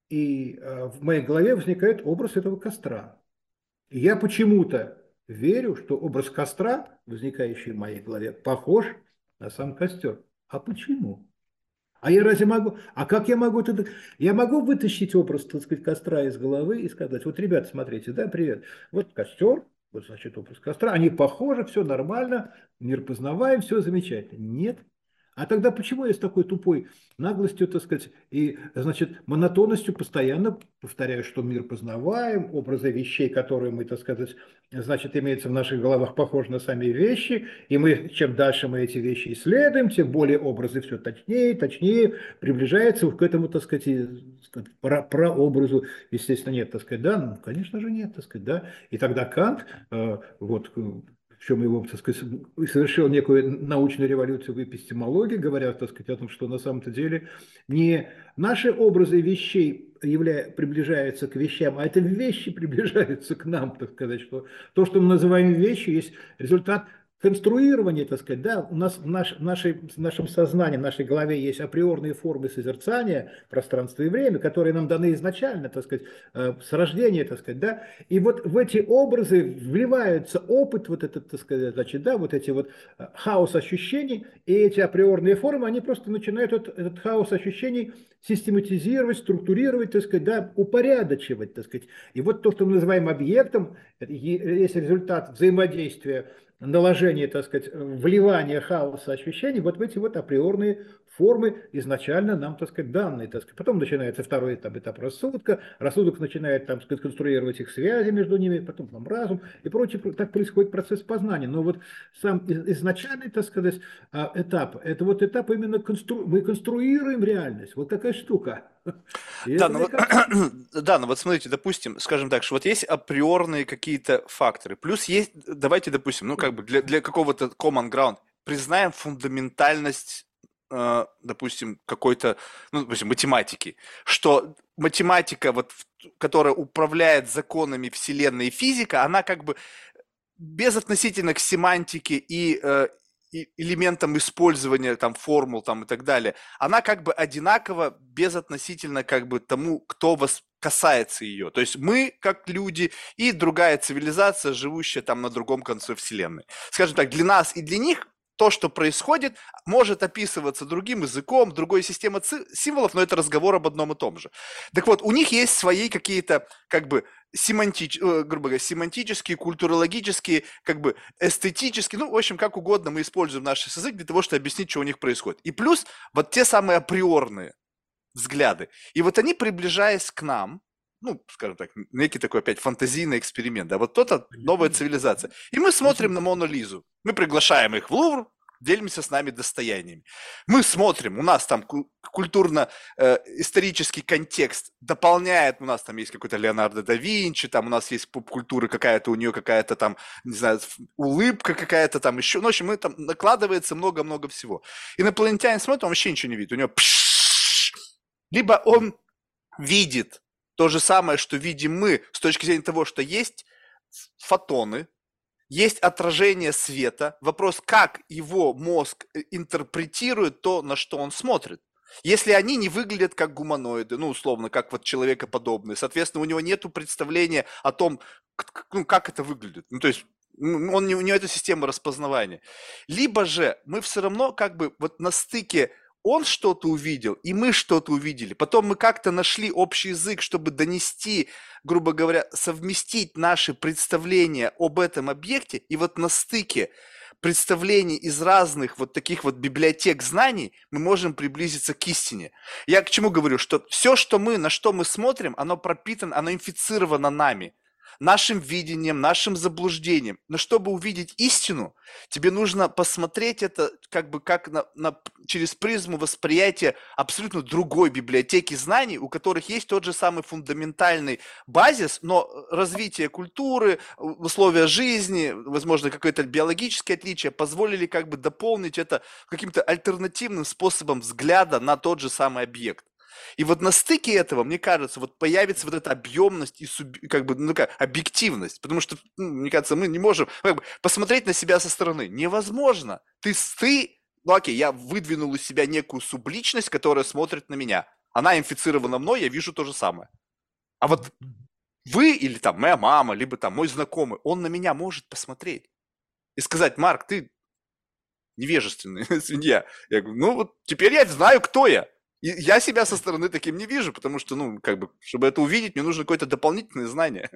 и а, в моей голове возникает образ этого костра. И я почему-то верю, что образ костра, возникающий в моей голове, похож на сам костер. А почему? А я разве могу? А как я могу тогда? Я могу вытащить образ, так сказать, костра из головы и сказать, вот, ребята, смотрите, да, привет, вот костер, вот, значит, образ костра, они похожи, все нормально, мир познаваем, все замечательно. Нет. А тогда почему я с такой тупой наглостью, так сказать, и, значит, монотонностью постоянно повторяю, что мир познаваем, образы вещей, которые мы, так сказать, значит, имеются в наших головах, похожи на сами вещи, и мы, чем дальше мы эти вещи исследуем, тем более образы все точнее, точнее приближаются к этому, так сказать, и, так сказать, про, прообразу, естественно, нет, так сказать, да, ну, конечно же нет, так сказать, да, и тогда Кант, э, вот, в чем его, так сказать, совершил некую научную революцию в эпистемологии, говоря, так сказать, о том, что на самом-то деле не наши образы вещей явля... приближаются к вещам, а это вещи приближаются к нам, так сказать, что то, что мы называем вещью, есть результат конструирования, так сказать, да, у нас в, наш, в, нашей, в нашем сознании, в нашей голове есть априорные формы созерцания пространства и время, которые нам даны изначально, так сказать, э, с рождения, так сказать, да, и вот в эти образы вливается опыт, вот этот, так сказать, значит, да, вот эти вот э, хаос ощущений, и эти априорные формы, они просто начинают этот, этот хаос ощущений систематизировать, структурировать, так сказать, да, упорядочивать, так сказать. И вот то, что мы называем объектом, это есть результат взаимодействия, наложение, так сказать, вливание хаоса ощущений вот в эти вот априорные формы изначально нам, так сказать, данные. Так сказать. Потом начинается второй этап, этап рассудка. Рассудок начинает там, сказать, конструировать их связи между ними, потом там разум и прочее. Так происходит процесс познания. Но вот сам изначальный, так сказать, а, этап, это вот этап именно констру... мы конструируем реальность. Вот такая штука. И Да, это, ну мне вот, кажется, да, ну вот смотрите, допустим, скажем так, что вот есть априорные какие-то факторы, плюс есть, давайте, допустим, ну как бы для, для какого-то common ground признаем фундаментальность, э, допустим, какой-то, ну, допустим, математики, что математика, вот, в- которая управляет законами Вселенной и физика, она как бы безотносительно к семантике и э, и элементам использования там формул там и так далее, она как бы одинаково безотносительно как бы тому, кто вас касается ее. То есть мы как люди и другая цивилизация, живущая там на другом конце Вселенной. Скажем так, для нас и для них то, что происходит, может описываться другим языком, другой системой ци- символов, но это разговор об одном и том же. Так вот, у них есть свои какие-то, как бы, семантич, э, грубо говоря, семантические, культурологические, как бы, эстетические, ну, в общем, как угодно мы используем наш язык для того, чтобы объяснить, что у них происходит. И плюс вот те самые априорные взгляды. И вот они, приближаясь к нам, ну, скажем так, некий такой опять фантазийный эксперимент, да, вот то-то новая цивилизация. И мы смотрим на Мону Лизу, мы приглашаем их в Лувр, делимся с нами достояниями. Мы смотрим, у нас там культурно-исторический контекст дополняет, у нас там есть какой-то Леонардо да Винчи, там у нас есть поп-культура какая-то, у нее какая-то там, не знаю, улыбка какая-то там еще, ну, в общем, мы там накладывается много-много всего. Инопланетянин смотрит, он вообще ничего не видит, у него либо он видит то же самое, что видим мы, с точки зрения того, что есть фотоны, есть отражение света. Вопрос, как его мозг интерпретирует то, на что он смотрит. Если они не выглядят как гуманоиды, ну, условно, как вот человекоподобные, соответственно, у него нет представления о том, ну, как это выглядит. Ну, то есть он не, у него это система распознавания. Либо же мы все равно как бы вот на стыке он что-то увидел, и мы что-то увидели. Потом мы как-то нашли общий язык, чтобы донести, грубо говоря, совместить наши представления об этом объекте. И вот на стыке представлений из разных вот таких вот библиотек знаний мы можем приблизиться к истине. Я к чему говорю? Что все, что мы, на что мы смотрим, оно пропитано, оно инфицировано нами, нашим видением, нашим заблуждением. Но чтобы увидеть истину, тебе нужно посмотреть это как бы как на, на- через призму восприятия абсолютно другой библиотеки знаний, у которых есть тот же самый фундаментальный базис, но развитие культуры, у- условия жизни, возможно, какое-то биологическое отличие позволили как бы дополнить это каким-то альтернативным способом взгляда на тот же самый объект. И вот на стыке этого, мне кажется, вот появится вот эта объемность и суб- как бы, ну как, объективность. Потому что, ну, мне кажется, мы не можем как бы, посмотреть на себя со стороны. Невозможно. Ты, с- ты, ну окей, я выдвинул из себя некую субличность, которая смотрит на меня. Она инфицирована мной, я вижу то же самое. А вот вы или там моя мама, либо там мой знакомый, он на меня может посмотреть и сказать: Марк, ты невежественный свинья. Я говорю, ну вот теперь я знаю, кто я. И я себя со стороны таким не вижу, потому что, ну, как бы, чтобы это увидеть, мне нужно какое-то дополнительное знание.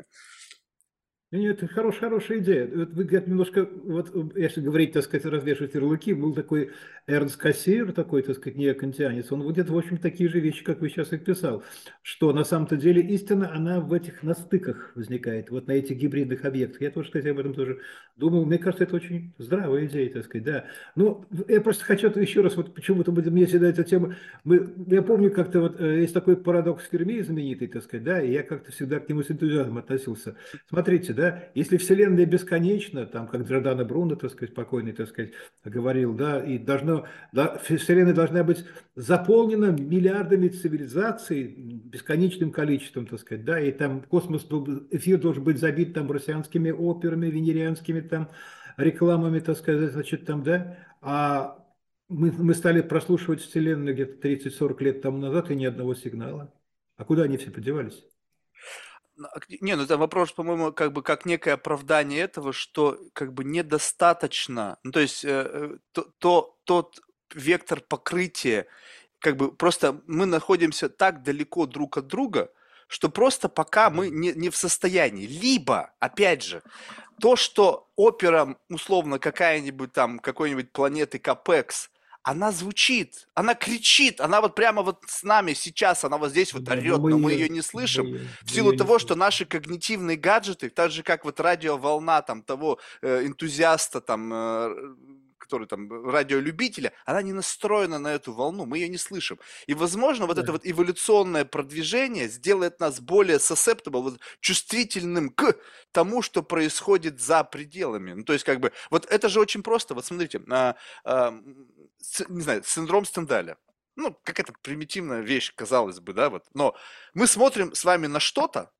Нет, это хорошая, хорошая идея. Вот вы говорите, немножко, вот если говорить, так сказать, развешивать ярлыки, был такой Эрнст Кассир, такой, так сказать, неокантианец, он вот где-то, в общем, такие же вещи, как вы сейчас и писал, что на самом-то деле истина, она в этих настыках возникает, вот на этих гибридных объектах. Я тоже, кстати, об этом тоже думал. Мне кажется, это очень здравая идея, так сказать, да. Ну, я просто хочу еще раз, вот почему-то мне всегда эта тема, мы, я помню, как-то вот э, есть такой парадокс Ферми знаменитый, так сказать, да, и я как-то всегда к нему с энтузиазмом относился. Смотрите, да, если Вселенная бесконечна, там, как Джордано Бруно, так сказать, покойный, так сказать, говорил, да, и должно, да, Вселенная должна быть заполнена миллиардами цивилизаций, бесконечным количеством, так сказать, да, и там космос, эфир должен быть забит там марсианскими операми, венерианскими там рекламами, так сказать, значит, там, да, а мы, мы стали прослушивать Вселенную где-то тридцать-сорок лет тому назад, и ни одного сигнала. А куда они все подевались? Ну, а к- Не, ну это вопрос, по-моему, как бы как некое оправдание этого, что как бы недостаточно, ну то есть э, э, то, то- тот вектор покрытия, как бы просто мы находимся так далеко друг от друга, что просто пока мы не, не в состоянии. Либо, опять же, то, что опера, условно, какая-нибудь там, какой-нибудь планеты Капекс, она звучит, она кричит, она вот прямо вот с нами сейчас, она вот здесь вот Да, но орет, мы но мы ее ее, не мы слышим, ее, в мы силу ее не того, что слышим. наши когнитивные гаджеты, так же как вот радиоволна там того э, энтузиаста там, э, который там радиолюбителя, она не настроена на эту волну, мы ее не слышим. И, возможно, вот это Да. вот эволюционное продвижение сделает нас более susceptible, вот, чувствительным к тому, что происходит за пределами. Ну, то есть, как бы, вот это же очень просто. Вот смотрите, а, а, с- не знаю, синдром Стендаля. Ну, какая-то примитивная вещь, казалось бы, да, вот. Но мы смотрим с вами на что-то,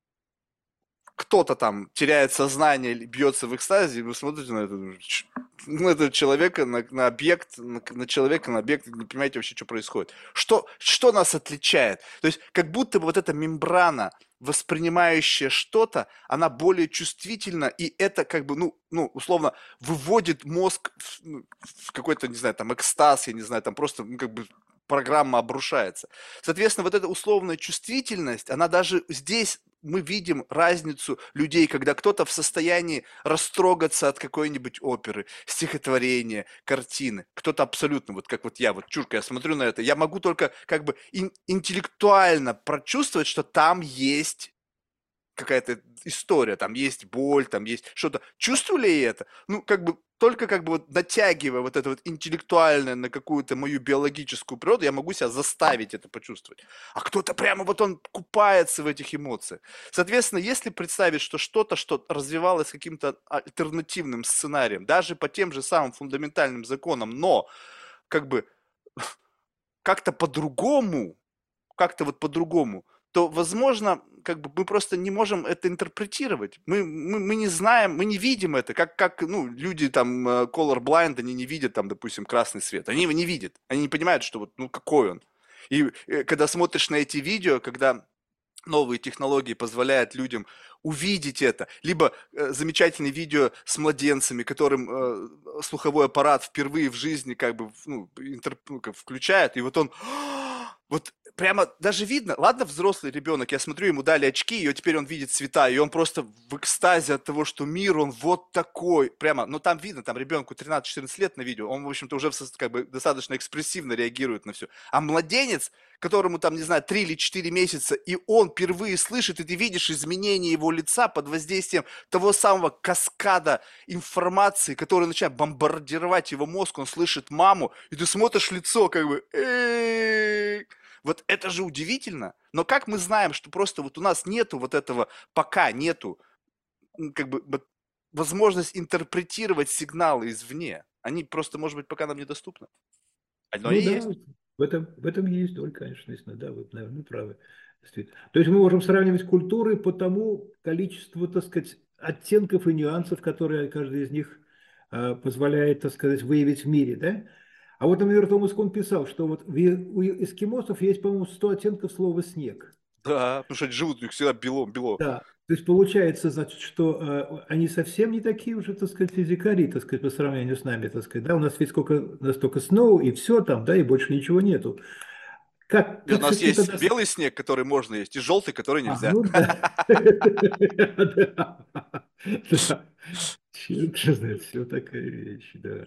кто-то там теряет сознание или бьется в экстазе, и вы смотрите на это, ч- ну, это человека, на, на объект, на, на человека, на объект, и не понимаете вообще, что происходит. Что, что нас отличает? То есть, как будто бы вот эта мембрана, воспринимающая что-то, она более чувствительна, и это как бы, ну, ну условно, выводит мозг в, ну, в какой-то, не знаю, там, экстаз, я не знаю, там просто, ну, как бы программа обрушается. Соответственно, вот эта условная чувствительность, она даже здесь мы видим разницу людей, когда кто-то в состоянии растрогаться от какой-нибудь оперы, стихотворения, картины, кто-то абсолютно, вот как вот я, вот чурка, я смотрю на это, я могу только как бы ин- интеллектуально прочувствовать, что там есть какая-то история, там есть боль, там есть что-то. Чувствую ли я это? Ну, как бы только как бы вот натягивая вот это вот интеллектуальное на какую-то мою биологическую природу, я могу себя заставить это почувствовать. А кто-то прямо вот он купается в этих эмоциях. Соответственно, если представить, что что-то, что развивалось каким-то альтернативным сценарием, даже по тем же самым фундаментальным законам, но как бы как-то по-другому, как-то вот по-другому, то, возможно, как бы мы просто не можем это интерпретировать. Мы, мы, мы не знаем, мы не видим это, как, как ну, люди там э, colorblind, они не видят там, допустим, красный свет. Они его не видят. Они не понимают, что вот, ну, какой он. И э, когда смотришь на эти видео, когда новые технологии позволяют людям увидеть это, либо э, замечательные видео с младенцами, которым э, слуховой аппарат впервые в жизни как бы ну, интер- ну, как включают, и вот он вот прямо даже видно, ладно, взрослый ребенок, я смотрю, ему дали очки, и вот теперь он видит цвета, и он просто в экстазе от того, что мир, он вот такой, прямо, но там видно, там ребенку тринадцать-четырнадцать лет на видео, он, в общем-то, уже в сос- как бы достаточно экспрессивно реагирует на все. А младенец, которому там, не знаю, три или четыре месяца, и он впервые слышит, и ты видишь изменение его лица под воздействием того самого каскада информации, который начинает бомбардировать его мозг, он слышит маму, и ты смотришь лицо, как бы, «Эй!» Вот это же удивительно. Но как мы знаем, что просто вот у нас нету вот этого, пока нету, м, как бы, вот возможность интерпретировать сигналы извне. Они просто, может быть, пока нам недоступны. Оно и Ну да, есть. в этом, в этом есть доля, конечно, действительно, да, вы, наверное, правы. Действительно. То есть мы можем сравнивать культуры по тому количеству, так сказать, оттенков и нюансов, которые каждый из них э, позволяет, так сказать, выявить в мире, да? А вот, например, Томас Кун писал, что вот в е- у эскимосов есть, по-моему, сто оттенков слова «снег». Да, потому что они живут, у них всегда бело, бело. Да. То есть получается, значит, что э, они совсем не такие уже, так сказать, физикари, так сказать, по сравнению с нами, так сказать, да, у нас ведь сколько, настолько сноу и все там, да, и больше ничего нету. Как, Нет, у как нас все-таки есть тогда... белый снег, который можно есть, и желтый, который А, нельзя. ну да. Да. Да. Черт же знает, все такая вещь, да.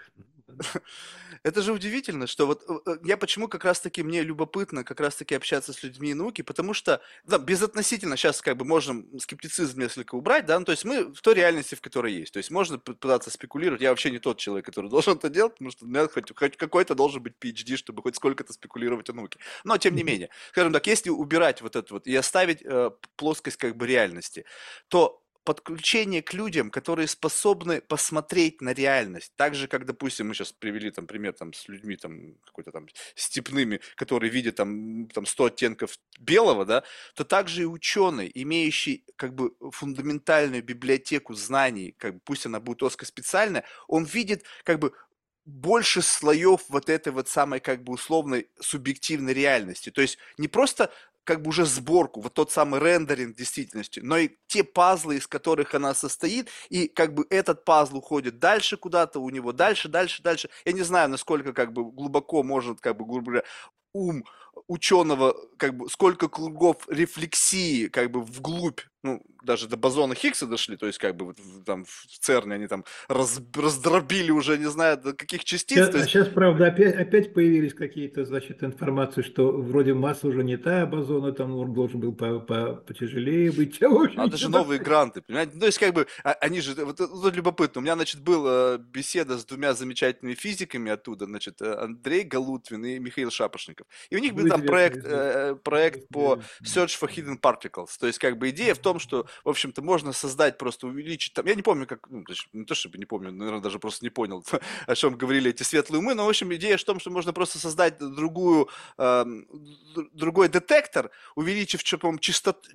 Это же удивительно, что вот э, э, я почему как раз-таки мне любопытно как раз-таки общаться с людьми и науки, потому что, да, безотносительно сейчас как бы можем скептицизм несколько убрать, да, ну, то есть мы в той реальности, в которой есть, то есть можно п- пытаться спекулировать, я вообще не тот человек, который должен это делать, потому что у меня хоть, хоть какой-то должен быть пи эйч ди, чтобы хоть сколько-то спекулировать о науке, но тем не менее, скажем так, если убирать вот это вот и оставить э, плоскость как бы реальности, то подключение к людям, которые способны посмотреть на реальность. Так же, как, допустим, мы сейчас привели там пример там, с людьми там, какой-то там степными, которые видят там, там сто оттенков белого, да, то также и ученый, имеющий как бы фундаментальную библиотеку знаний, как бы, пусть она будет узкоспециальная, он видит как бы больше слоев вот этой вот самой как бы условной субъективной реальности. То есть не просто как бы уже сборку, вот тот самый рендеринг действительности, но и те пазлы, из которых она состоит, и как бы этот пазл уходит дальше куда-то, у него дальше, дальше, дальше. Я не знаю, насколько как бы глубоко может, как бы, грубо говоря, ум ученого, как бы, сколько кругов рефлексии, как бы, вглубь, ну, даже до бозона Хиггса дошли, то есть, как бы, вот, в- там, в ЦЕРНе они там раз- раздробили уже, не знаю, до каких частиц, Щас- то А есть, сейчас, правда, опять, опять появились какие-то, значит, информации, что вроде масса уже не та, бозона там он должен был по, по- потяжелее быть. А в общем, надо же ничего новые такого. гранты, понимаете? Ну, то есть, как бы, а- они же, вот, это вот любопытно, у меня, значит, была беседа с двумя замечательными физиками оттуда, значит, э, Андрей Галутвин и Михаил Шапошников. И у них был Ну, там известно, проект, известно. э, проект по Известно. Search for Hidden Particles. То есть, как бы, идея в том, что, в общем-то, можно создать, просто увеличить, там, я не помню, как, ну, то есть, не то, чтобы не помню, наверное, даже просто не понял, о чем говорили эти светлые умы, но, в общем, идея в том, что можно просто создать другую, эм, д- другой детектор, увеличив, что, по-моему, частоту,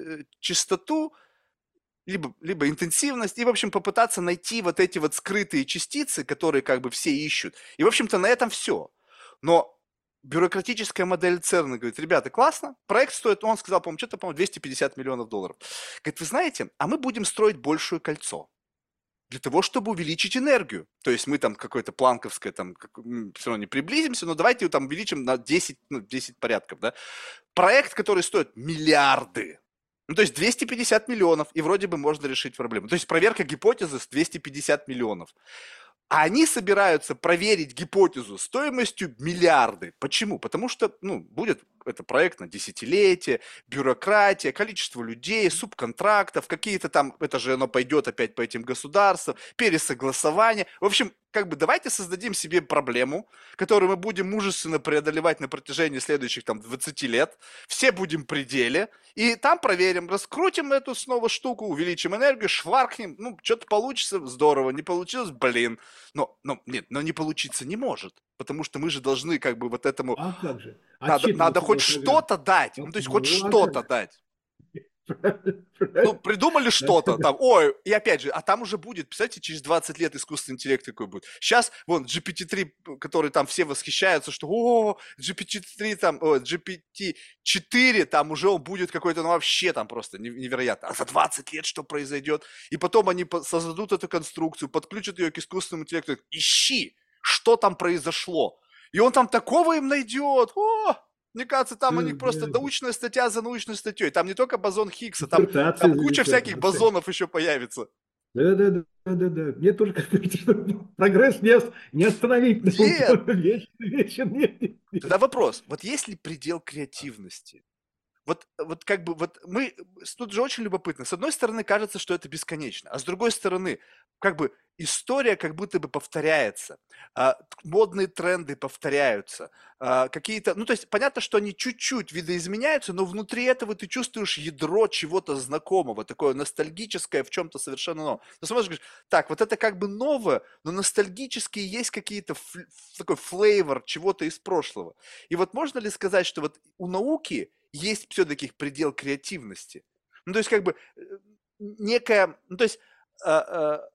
частоту либо, либо интенсивность, и, в общем, попытаться найти вот эти вот скрытые частицы, которые как бы все ищут. И, в общем-то, на этом все. Но бюрократическая модель ЦЕРНа говорит, ребята, классно, проект стоит, он сказал, по-моему, что-то, по-моему, двести пятьдесят миллионов долларов. Говорит, вы знаете, а мы будем строить большое кольцо для того, чтобы увеличить энергию. То есть мы там какое-то планковское, там, все равно не приблизимся, но давайте его там увеличим на десять, ну, десять порядков, да. Проект, который стоит миллиарды. Ну, то есть двести пятьдесят миллионов, и вроде бы можно решить проблему. То есть проверка гипотезы с двести пятьдесят миллионов. А они собираются проверить гипотезу стоимостью миллиарды. Почему? Потому что, ну, будет это проект на десятилетие, бюрократия, количество людей, субконтрактов, какие-то там, это же оно пойдет опять по этим государствам, пересогласование. В общем, как бы давайте создадим себе проблему, которую мы будем мужественно преодолевать на протяжении следующих там двадцати лет. Все будем при деле, и там проверим, раскрутим эту снова штуку, увеличим энергию, шваркнем, ну, что-то получится, здорово, не получилось, блин. Но, но, нет, но не получиться не может, потому что мы же должны как бы вот этому, А как же? надо, надо Отчитываться хоть должен же. что-то дать, ну, то есть хоть Ну, а что-то как? дать. Правильно, Ну, правильно. придумали что-то там, ой, и опять же, а там уже будет, представляете, через двадцать лет искусственный интеллект такой будет. Сейчас, вон, джи пи ти три, который там все восхищаются, что, о, джи пи ти три там, о, джи пи ти четыре, там уже он будет какой-то, ну, вообще там просто невероятно. А за двадцать лет что произойдет? И потом они создадут эту конструкцию, подключат ее к искусственному интеллекту, ищи, что там произошло. И он там такого им найдет, о, мне кажется, там у Да, них просто да, да. научная статья за научной статьей. Там не только бозон Хиггса, там, Диссертации там куча защищать. всяких бозонов еще появится. Да, да, да, да, да, да. Мне тоже кажется, что прогресс не, ос- не остановить. Нет. Вечен, вечен, нет, нет, Тогда нет. вопрос. Вот есть ли предел креативности? Вот, вот как бы вот мы, тут же очень любопытно. С одной стороны, кажется, что это бесконечно, а с другой стороны, как бы история как будто бы повторяется, а, т- модные тренды повторяются, а, какие-то, ну то есть понятно, что они чуть-чуть видоизменяются, но внутри этого ты чувствуешь ядро чего-то знакомого, такое ностальгическое в чем-то совершенно новом. Ты смотришь, говоришь, так, вот это как бы новое, но ностальгически есть какие-то фл- такой флейвор чего-то из прошлого. И вот можно ли сказать, что вот у науки есть все-таки предел креативности? Ну, то есть, как бы, э, некая, ну, то есть, а, а,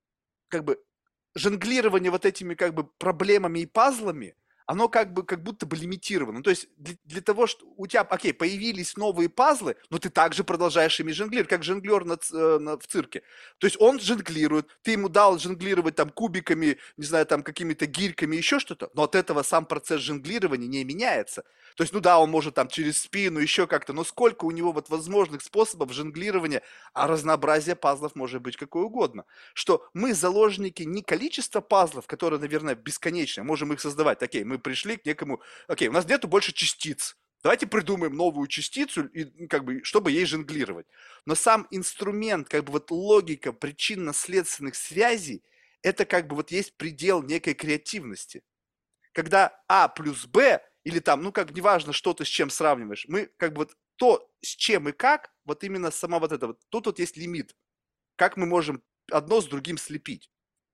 как бы, жонглирование вот этими, как бы, проблемами и пазлами, оно как бы, как будто бы лимитировано. Ну, то есть, для, для того, что у тебя, окей, появились новые пазлы, но ты также продолжаешь ими жонглировать, как жонглер на, ц- э, на- в цирке. То есть, он жонглирует, ты ему дал жонглировать там кубиками, не знаю, там какими-то гирьками, еще что-то, но от этого сам процесс жонглирования не меняется. То есть, ну да, он может там через спину, еще как-то, но сколько у него вот возможных способов жонглирования, а разнообразие пазлов может быть какое угодно. Что мы заложники не количества пазлов, которые, наверное, бесконечны, можем их создавать. Окей, мы пришли к некому, окей, у нас нету больше частиц, давайте придумаем новую частицу, и, ну, как бы, чтобы ей жонглировать. Но сам инструмент, как бы вот логика причинно-следственных связей, это как бы вот есть предел некой креативности. Когда А плюс Б, или там, ну как, неважно, что ты с чем сравниваешь, мы как бы вот то, с чем и как, вот именно сама вот это вот, тут вот есть лимит. Как мы можем одно с другим слепить?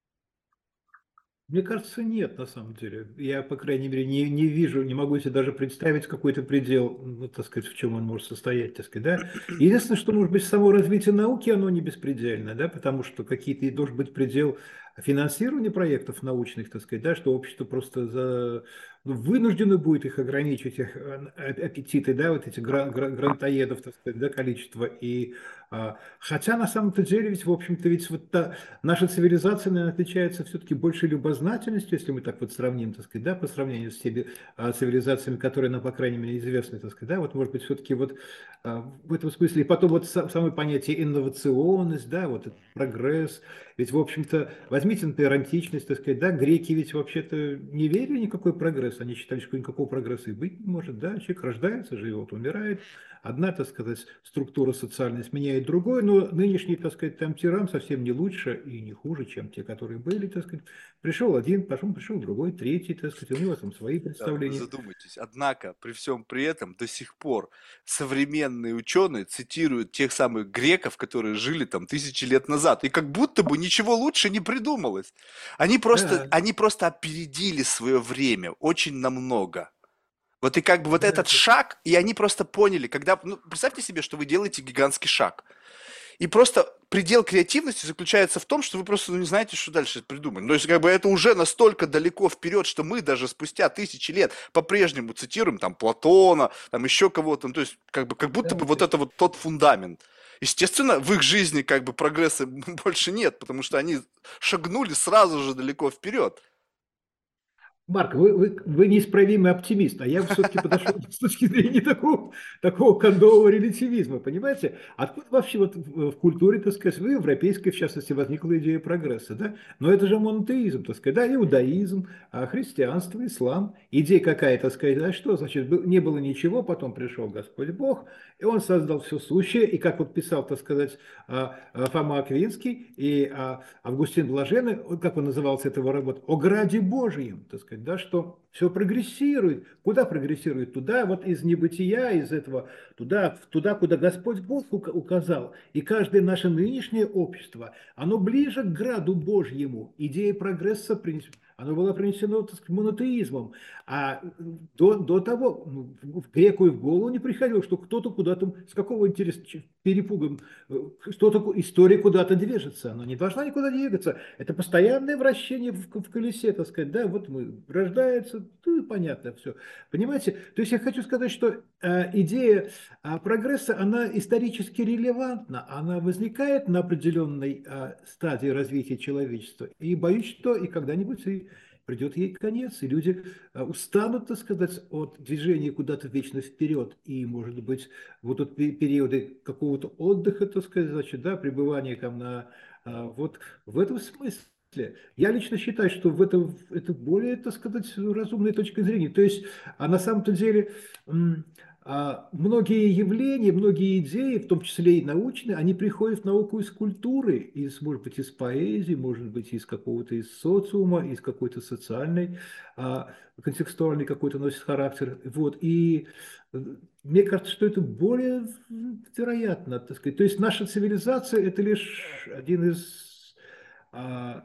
Мне кажется, нет, на самом деле. Я, по крайней мере, не, не вижу, не могу себе даже представить какой-то предел, ну, так сказать, в чем он может состоять, так сказать, да. Единственное, что, может быть, само развитие науки, оно не беспредельно, да, потому что какие-то и должен быть предел финансирования проектов научных, так сказать, да, что общество просто за, ну, вынуждено будет их ограничить, их э, а- аппетиты, да, вот эти гра- гра- грантоедов, так сказать, да, количество. И, а, хотя на самом-то деле, ведь, в общем-то, ведь вот та, наша цивилизация, наверное, отличается все-таки большей любознательностью, если мы так вот сравним, так сказать, да, по сравнению с теми а, цивилизациями, которые нам, по крайней мере, известны, так сказать, да, вот, может быть, все-таки вот а, в этом смысле, и потом вот са- самое понятие инновационность, да, вот этот прогресс, ведь, в общем-то, возьмите, например, античность, так сказать, да, греки ведь вообще-то не верили в никакой прогресс, они считали, что никакого прогресса и быть не может, да, человек рождается, живет, умирает, одна, так сказать, структура социальная сменяет другой, но нынешний, так сказать, там тиран совсем не лучше и не хуже, чем те, которые были, так сказать. Пришел один, потом пришел другой, третий, так сказать, у него там свои Да, вы представления. задумайтесь. Однако, при всем при этом, до сих пор современные ученые цитируют тех самых греков, которые жили там тысячи лет назад. И как будто бы ничего лучше не придумалось. Они просто, Да, они просто опередили свое время очень намного. Вот и как бы вот да, этот шаг, и они просто поняли, когда, ну, представьте себе, что вы делаете гигантский шаг. И просто предел креативности заключается в том, что вы просто, ну, не знаете, что дальше придумать. Ну, то есть, как бы это уже настолько далеко вперед, что мы даже спустя тысячи лет по-прежнему цитируем там Платона, там еще кого-то. Ну, то есть, как бы, как будто да, бы вот это вот тот фундамент. Естественно, в их жизни как бы прогресса больше нет, потому что они шагнули сразу же далеко вперед. Марк, вы, вы, вы неисправимый оптимист, а я бы все-таки подошел с точки зрения такого, такого кондового релятивизма, понимаете? Откуда вообще вот в, в культуре, так сказать, в европейской, в частности, возникла идея прогресса, да? Но это же монотеизм, так сказать, да, иудаизм, а христианство, ислам. Идея какая, так сказать, а что, значит, был- не было ничего, потом пришел Господь Бог, и Он создал все сущее, и как вот писал, так сказать, а, а, Фома Аквинский и а, Августин Блаженный, вот как он назывался этого работа, о граде Божьем, так сказать, да, что Все прогрессирует. Куда прогрессирует? Туда, вот из небытия, из этого, туда, туда, куда Господь Бог ука- указал. И каждое наше нынешнее общество, оно ближе к граду Божьему. Идея прогресса, принес- оно было принесено, так сказать, монотеизмом. А до, до того ну, в греку и в голову не приходило, что кто-то куда-то, с какого интереса, перепугом, э, что-то, история куда-то движется. Она не должна никуда двигаться. Это постоянное вращение в, в колесе, так сказать. Да, вот мы рождается, ну и понятно все. Понимаете? То есть я хочу сказать, что э, идея э, прогресса, она исторически релевантна. Она возникает на определенной э, стадии развития человечества. И боюсь, что и когда-нибудь и придет ей конец, и люди э, устанут, так сказать, от движения куда-то вечно вперед, и, может быть, вот тут периоды какого-то отдыха, так сказать, значит, да, пребывания там на, а, вот в этом смысле. Я лично считаю, что в это, это более, так сказать, разумная точка зрения. То есть, а на самом-то деле м, а, многие явления, многие идеи, в том числе и научные, они приходят в науку из культуры, из, может быть, из поэзии, может быть, из какого-то из социума, из какой-то социальной, а, контекстуальный какой-то носит характер. Вот. И э, мне кажется, что это более вероятно, так сказать. То есть наша цивилизация – это лишь один из а,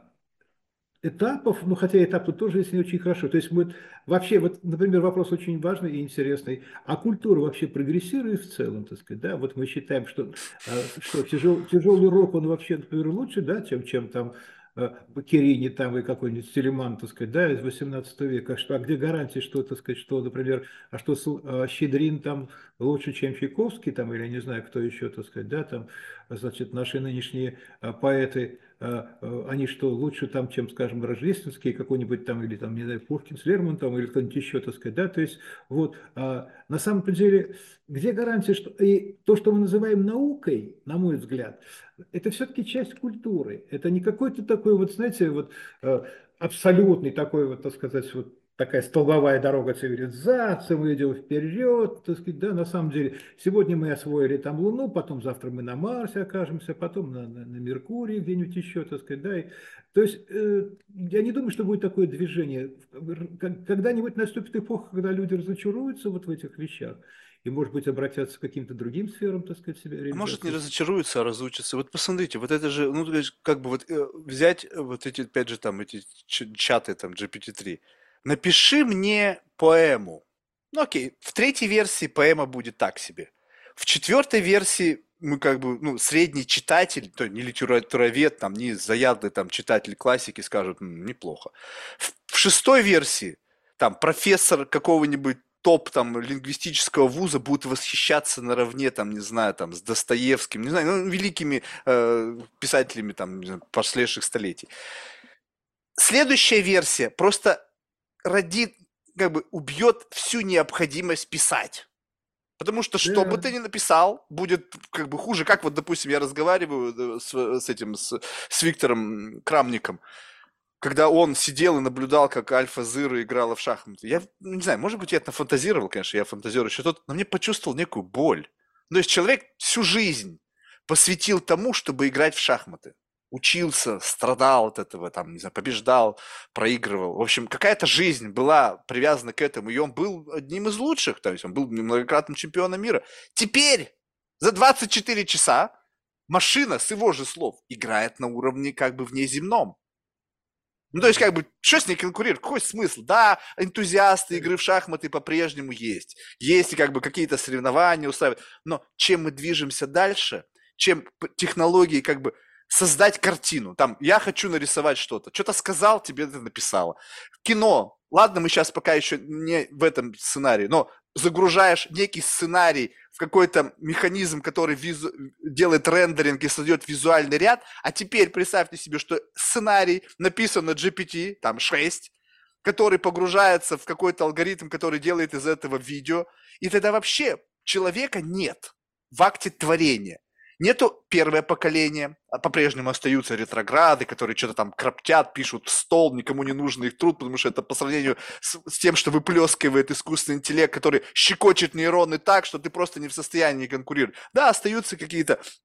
этапов, ну хотя этап тут тоже есть не очень хорошо. То есть мы вообще, вот, например, вопрос очень важный и интересный. А культура вообще прогрессирует в целом, так сказать, да? Вот мы считаем, что, а, что тяжел, тяжелый рок, он вообще, например, лучше, да, чем, чем там э, Бакерини там и какой-нибудь Телеман, так сказать, да, из восемнадцатого века. А, что, а где гарантия, что, так сказать, что, например, а что а, Щедрин там лучше, чем Чайковский, там, или не знаю, кто еще, так сказать, да, там, значит, наши нынешние а, поэты, а, а, они что, лучше там, чем, скажем, Рождественские, какой-нибудь там, или там, не знаю, Пушкин с Лермонтовым, или кто-нибудь еще, так сказать, да, то есть, вот, а, на самом деле, где гарантия, что и то, что мы называем наукой, на мой взгляд, это все-таки часть культуры, это не какой-то такой, вот, знаете, вот, э, абсолютный такой, вот, так сказать, вот, такая столбовая дорога цивилизации, мы идем вперед, так сказать, да, на самом деле, сегодня мы освоили там Луну, потом завтра мы на Марсе окажемся, потом на, на, на Меркурии где-нибудь еще, так сказать, да, и, то есть э, я не думаю, что будет такое движение. Когда-нибудь наступит эпоха, когда люди разочаруются вот в этих вещах и, может быть, обратятся к каким-то другим сферам, так сказать, себя А может не реализации. разочаруются, а разучатся. Вот посмотрите, вот это же, ну, то есть, как бы вот э, взять э, вот эти, опять же, там, эти ч- чаты, там, джи пи ти три. Напиши мне поэму. Ну, окей, в третьей версии поэма будет так себе. В четвертой версии мы как бы, ну, средний читатель, то не литературовед, там, не заядлый там читатель классики скажут: «М, неплохо». В, в шестой версии там профессор какого-нибудь топ там лингвистического вуза будет восхищаться наравне, там, не знаю, там, с Достоевским, не знаю, ну, великими э, писателями там не знаю, прошедших столетий. Следующая версия просто родит, как бы убьет всю необходимость писать. Потому что что бы Да, ты ни написал, будет как бы хуже. Как вот, допустим, я разговариваю э, с, с этим, с, с Виктором Крамником, когда он сидел и наблюдал, как Альфа Зира играла в шахматы. Я ну, не знаю, может быть, я это нафантазировал, конечно, я фантазеру еще тот, но мне почувствовал некую боль. То есть человек всю жизнь посвятил тому, чтобы играть в шахматы. Учился, страдал от этого, там, не знаю, побеждал, проигрывал. В общем, какая-то жизнь была привязана к этому, и он был одним из лучших, то есть он был многократным чемпионом мира. Теперь за двадцать четыре часа машина, с его же слов, играет на уровне как бы внеземном. Ну, то есть, как бы, что с ней конкурировать? Какой смысл? Да, энтузиасты игры в шахматы по-прежнему есть. Есть и как бы какие-то соревнования устраивают. Но чем мы движемся дальше, чем п- технологии как бы создать картину. Там, я хочу нарисовать что-то. Что-то сказал, тебе это написало. Кино. Ладно, мы сейчас пока еще не в этом сценарии, но загружаешь некий сценарий в какой-то механизм, который визу... делает рендеринг и создает визуальный ряд, а теперь представьте себе, что сценарий написан на джи пи ти, там шесть, который погружается в какой-то алгоритм, который делает из этого видео, и тогда вообще человека нет в акте творения. Нету первое поколение, а по-прежнему остаются ретрограды, которые что-то там кроптят, пишут в стол, никому не нужен их труд, потому что это по сравнению с, с тем, что выплескивает искусственный интеллект, который щекочет нейроны так, что ты просто не в состоянии конкурировать. Да, остаются какие-то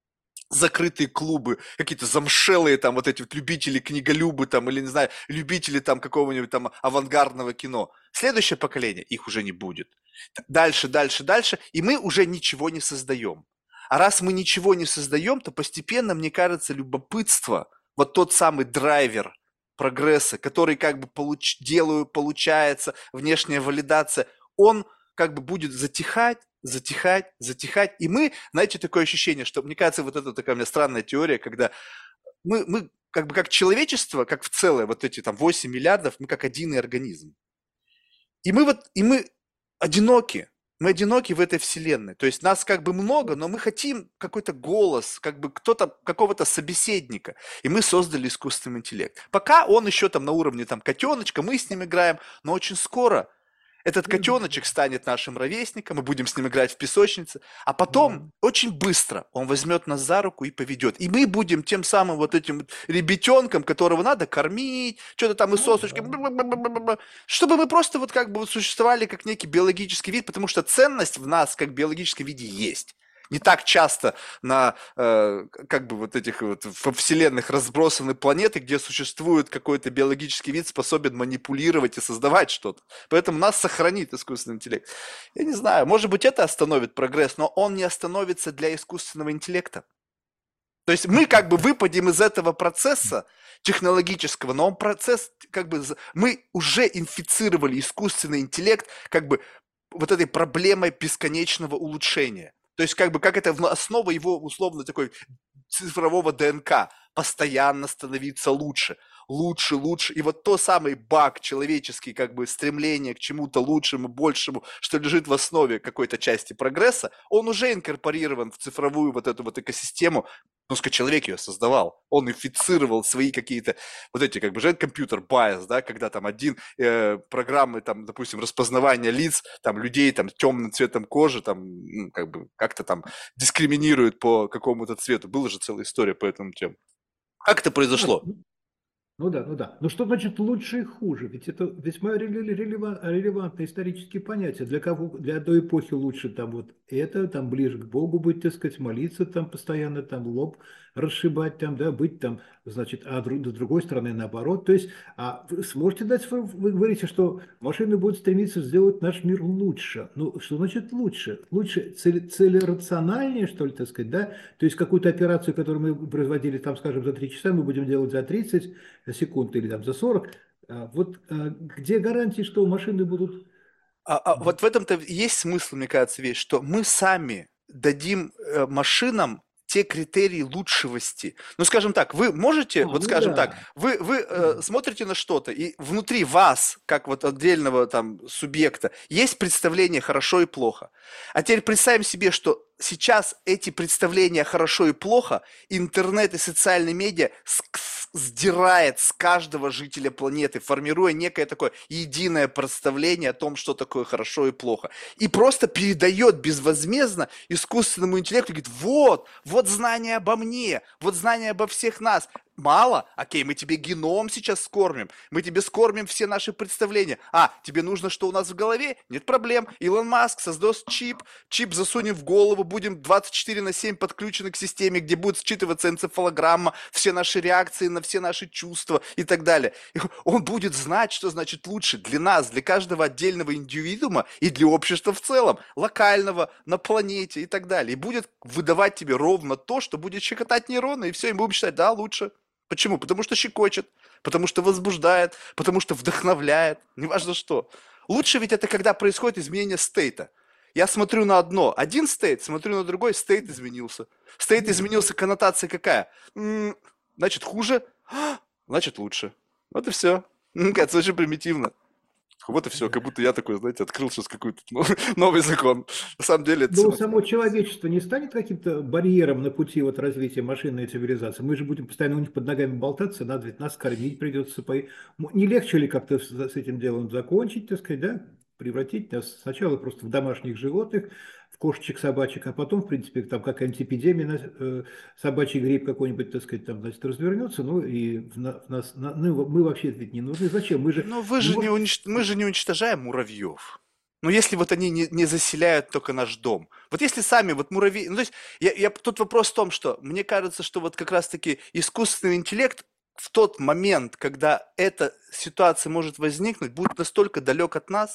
закрытые клубы, какие-то замшелые там вот эти вот любители книголюбы там, или, не знаю, любители там какого-нибудь там авангардного кино. Следующее поколение, их уже не будет. Дальше, дальше, дальше, и мы уже ничего не создаем. А раз мы ничего не создаем, то постепенно, мне кажется, любопытство, вот тот самый драйвер прогресса, который как бы получ, делаю, получается, внешняя валидация, он как бы будет затихать, затихать, затихать. И мы, знаете, такое ощущение, что, мне кажется, вот это такая у меня странная теория, когда мы, мы как бы как человечество, как в целое, вот эти там восемь миллиардов, мы как единый организм. И мы вот, и мы одиноки, мы одиноки в этой вселенной. То есть нас как бы много, но мы хотим какой-то голос, как бы кто-то, какого-то собеседника. И мы создали искусственный интеллект. Пока он еще там на уровне там котеночка, мы с ним играем, но очень скоро этот котеночек станет нашим ровесником, мы будем с ним играть в песочнице, а потом Да. очень быстро он возьмет нас за руку и поведет. И мы будем тем самым вот этим вот ребятенком, которого надо кормить, что-то там и Ну, сосочки, да. б-б-б-б-б-б, чтобы мы просто вот как бы вот существовали как некий биологический вид, потому что ценность в нас как биологическом виде есть. Не так часто на э, как бы вот этих вот во вселенных разбросаны планеты, где существует какой-то биологический вид, способен манипулировать и создавать что-то. Поэтому нас сохранит искусственный интеллект. Я не знаю, может быть, это остановит прогресс, но он не остановится для искусственного интеллекта. То есть мы как бы выпадем из этого процесса технологического, но он процесс, как бы, мы уже инфицировали искусственный интеллект как бы вот этой проблемой бесконечного улучшения. То есть как бы как это основа его условно такой цифрового ДНК, постоянно становиться лучше, лучше, лучше. И вот то самый баг человеческий, как бы стремление к чему-то лучшему, большему, что лежит в основе какой-то части прогресса, он уже инкорпорирован в цифровую вот эту вот экосистему. Ну, сказать, человек ее создавал, он инфицировал свои какие-то, вот эти, как бы, же компьютер bias, да, когда там один э, программы, там, допустим, распознавания лиц, там, людей, там, темным цветом кожи, там, ну, как бы, как-то там дискриминируют по какому-то цвету. Была же целая история по этому тему. Как это А, произошло? ну да, ну да. Но что значит лучше и хуже? Ведь это весьма реле- релева- релевантные исторические понятия. Для кого, для одной эпохи лучше там вот это, там ближе к Богу быть, так сказать, молиться там постоянно, там лоб расшибать, там, да, быть там, значит, а дру- с другой стороны наоборот. То есть, а вы сможете дать, вы, вы говорите, что машины будут стремиться сделать наш мир лучше. Ну, что значит лучше? Лучше цели, целерациональнее, что ли, так сказать, да? То есть какую-то операцию, которую мы производили, там, скажем, за три часа, мы будем делать за тридцать секунд или там за сорок. А, Вот а, где гарантии, что машины будут... А, а вот в этом-то и есть смысл, мне кажется, вещь, что мы сами дадим э, машинам те критерии лучшевости. Ну, скажем так, вы можете, А, вот ну скажем так, да. вы, вы Да. э, смотрите на что-то, и внутри вас, как вот отдельного там субъекта, есть представление хорошо и плохо. А теперь представим себе, что сейчас эти представления хорошо и плохо интернет и социальные медиа с- с- сдирает с каждого жителя планеты, формируя некое такое единое представление о том, что такое хорошо и плохо. И просто передает безвозмездно искусственному интеллекту, говорит, вот, вот знание обо мне, вот знание обо всех нас. Мало? Окей, мы тебе геном сейчас скормим, мы тебе скормим все наши представления. А, тебе нужно, что у нас в голове? Нет проблем. Илон Маск создаст чип, чип засунем в голову, будем двадцать четыре на семь подключены к системе, где будет считываться энцефалограмма, все наши реакции на все наши чувства и так далее. И он будет знать, что значит лучше для нас, для каждого отдельного индивидуума и для общества в целом, локального, на планете и так далее. И будет выдавать тебе ровно то, что будет щекотать нейроны, и все, и мы будем считать, да, лучше. Почему? Потому что щекочет, потому что возбуждает, потому что вдохновляет, неважно что. Лучше ведь это когда происходит изменение стейта. Я смотрю на одно, один стейт, смотрю на другой, стейт изменился. Стейт Ну, изменился, коннотация какая? М, значит, хуже, а, значит, лучше. Вот и все. Кажется, очень примитивно. Вот и все, да. как будто я такой, знаете, открыл сейчас какой-то новый, новый закон. На самом деле это Но само... само человечество не станет каким-то барьером на пути вот развития машинной цивилизации? Мы же будем постоянно у них под ногами болтаться, надо ведь нас кормить придется. По... Не легче ли как-то с с этим делом закончить, так сказать, да? Превратить нас сначала просто в домашних животных, в кошечек, собачек, а потом, в принципе, там какая-нибудь эпидемия, на- э, собачий грипп какой-нибудь, так сказать, там, значит, развернется, ну и в на- в нас, на- ну, мы вообще ведь не нужны. Зачем? Мы же Но вы не же не можем... унич... мы же не уничтожаем муравьев. Но если вот они не, не заселяют только наш дом. Вот если сами, вот муравьи... Ну, то есть, я, я- тут вопрос в том, что мне кажется, что вот как раз-таки искусственный интеллект в тот момент, когда эта ситуация может возникнуть, будет настолько далек от нас,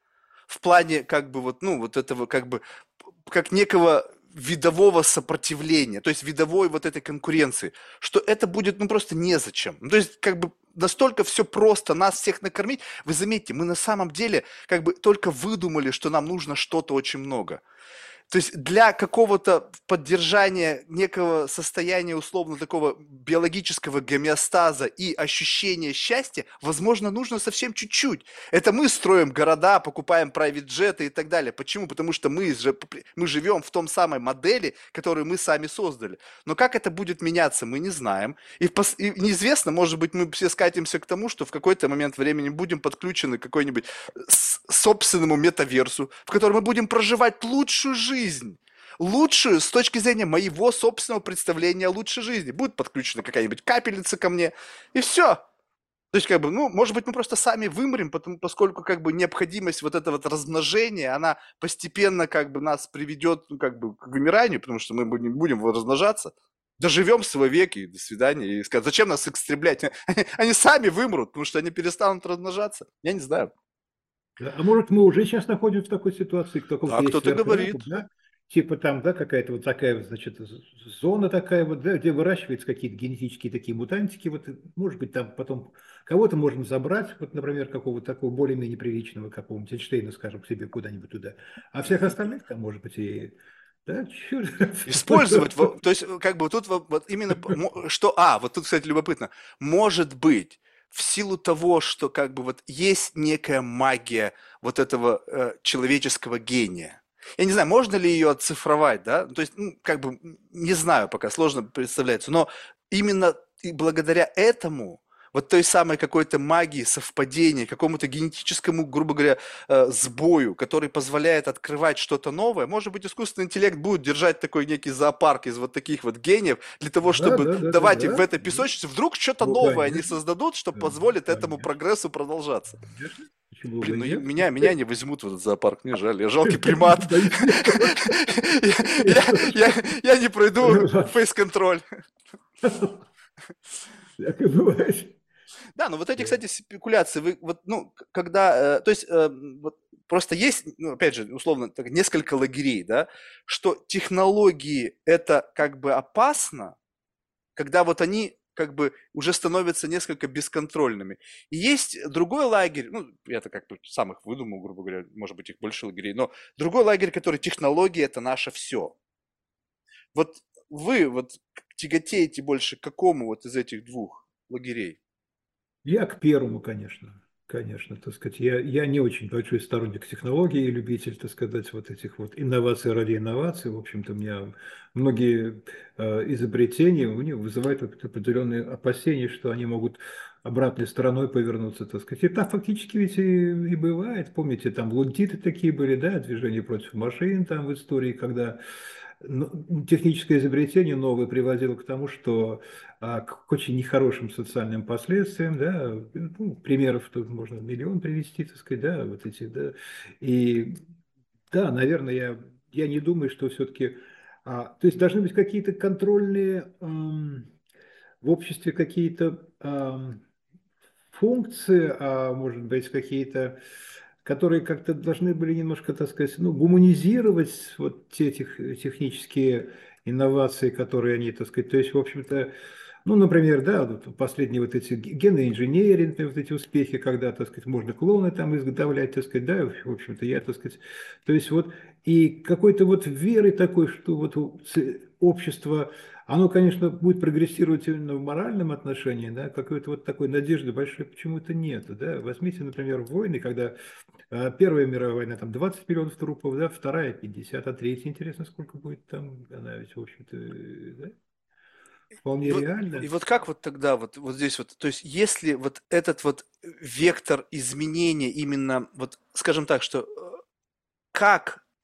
в плане как бы вот, ну, вот этого как бы, как некого видового сопротивления, то есть видовой вот этой конкуренции, что это будет, ну, просто незачем. Ну, то есть, как бы, настолько все просто нас всех накормить. Вы заметьте, мы на самом деле как бы только выдумали, что нам нужно что-то очень много. То есть для какого-то поддержания некого состояния условно такого биологического гомеостаза и ощущения счастья, возможно, нужно совсем чуть-чуть. Это мы строим города, покупаем private джеты и так далее. Почему? Потому что мы, же- мы живем в том самой модели, которую мы сами создали. Но как это будет меняться, мы не знаем. И, в пос- и неизвестно, может быть, мы все скатимся к тому, что в какой-то момент времени будем подключены к какой-нибудь с- собственному метаверсу, в котором мы будем проживать лучшую жизнь. Лучшую с точки зрения моего собственного представления о лучшей жизни. Будет подключена какая-нибудь капельница ко мне, и все. То есть, как бы, ну, может быть, мы просто сами вымрем, потому, поскольку, как бы, необходимость вот этого вот размножения, она постепенно, как бы, нас приведет, ну, как бы, к вымиранию, потому что мы будем, будем размножаться. Доживем свой век, и до свидания. И сказать, зачем нас истреблять? Они, они сами вымрут, потому что они перестанут размножаться. Я не знаю. Да, а может, мы уже сейчас находимся в такой ситуации, какого-то Да, есть кто-то сверхразум, говорит. да? Типа там, да, какая-то вот такая, вот, значит, з- зона такая вот, да, где выращиваются какие-то генетические такие мутантики, вот, и, может быть, там потом кого-то можно забрать, вот, например, какого-то такого более-менее приличного, какого-нибудь Эйнштейна, скажем, к себе куда-нибудь туда, а всех Мгм. остальных там, может быть, и, да, чё- Использовать, во- то есть, э, как бы тут во- вот именно, п- мо- что, а, вот тут, кстати, любопытно, может быть, в силу того, что как бы вот есть некая магия вот этого э, человеческого гения. Я не знаю, можно ли ее оцифровать, да? То есть, ну, как бы, м, не знаю пока, сложно представляется, но именно и благодаря этому, вот той самой какой-то магии, совпадения, какому-то генетическому, грубо говоря, э, сбою, который позволяет открывать что-то новое. Может быть, искусственный интеллект будет держать такой некий зоопарк из вот таких вот гениев для того, Да, чтобы да, да, да, давать им в да, этой да. песочнице, вдруг что-то Ну, новое они конечно, создадут, что да, позволит этому конечно, прогрессу продолжаться. конечно, почему бы Блин, и ну и нет? меня, меня не возьмут в этот зоопарк, мне жаль, я жалкий примат. Боюсь, не тоже. Я, Я тоже. я, я не пройду Ну, фейс-контроль. так и бывает. Да, ну вот эти, Да. кстати, спекуляции, вы вот, ну, к- когда, э, то есть, э, вот просто есть, ну, опять же, условно, так, несколько лагерей, да, что технологии это как бы опасно, когда вот они как бы уже становятся несколько бесконтрольными. И есть другой лагерь, ну, я-то как бы сам их выдумал, грубо говоря, может быть, их больше лагерей, но другой лагерь, который технологии это наше все. Вот вы вот тяготеете больше к какому вот из этих двух лагерей? Я к первому, конечно. Конечно, так сказать, я, я не очень большой сторонник технологий и любитель, так сказать, вот этих вот инноваций ради инноваций. В общем-то, у меня многие э, изобретения у них вызывают определенные опасения, что они могут обратной стороной повернуться, так сказать. И так фактически ведь и, и бывает. Помните, там лудиты такие были, да, движение против машин там в истории, когда ну, техническое изобретение новое приводило к тому, что а, к очень нехорошим социальным последствиям, да, ну, примеров тут можно миллион привести, так сказать, да, вот эти, да, и да, наверное, я, я не думаю, что все-таки, а, то есть должны быть какие-то контрольные ам, в обществе какие-то ам, функции, а может быть какие-то, которые как-то должны были немножко, так сказать, ну, гуманизировать вот те тех, технические инновации, которые они, так сказать, то есть, в общем-то, ну, например, да, вот последние вот эти генные инженеринг, вот эти успехи, когда, так сказать, можно клоны там изготовлять, так сказать, да, в общем-то, я, так сказать, то есть вот, и какой-то вот веры такой, что вот у ц- общество, оно, конечно, будет прогрессировать именно в моральном отношении, да, какой-то вот такой надежды большой почему-то нет, да. Возьмите, например, войны, когда а, Первая мировая война, там двадцать миллионов трупов, да, Вторая пятьдесят, а Третья, интересно, сколько будет там, она ведь, в общем-то, э, да, И вполне вот, реально. и вот как вот тогда, вот, вот здесь вот, то есть если вот этот вот вектор изменения именно, вот скажем так, что э, как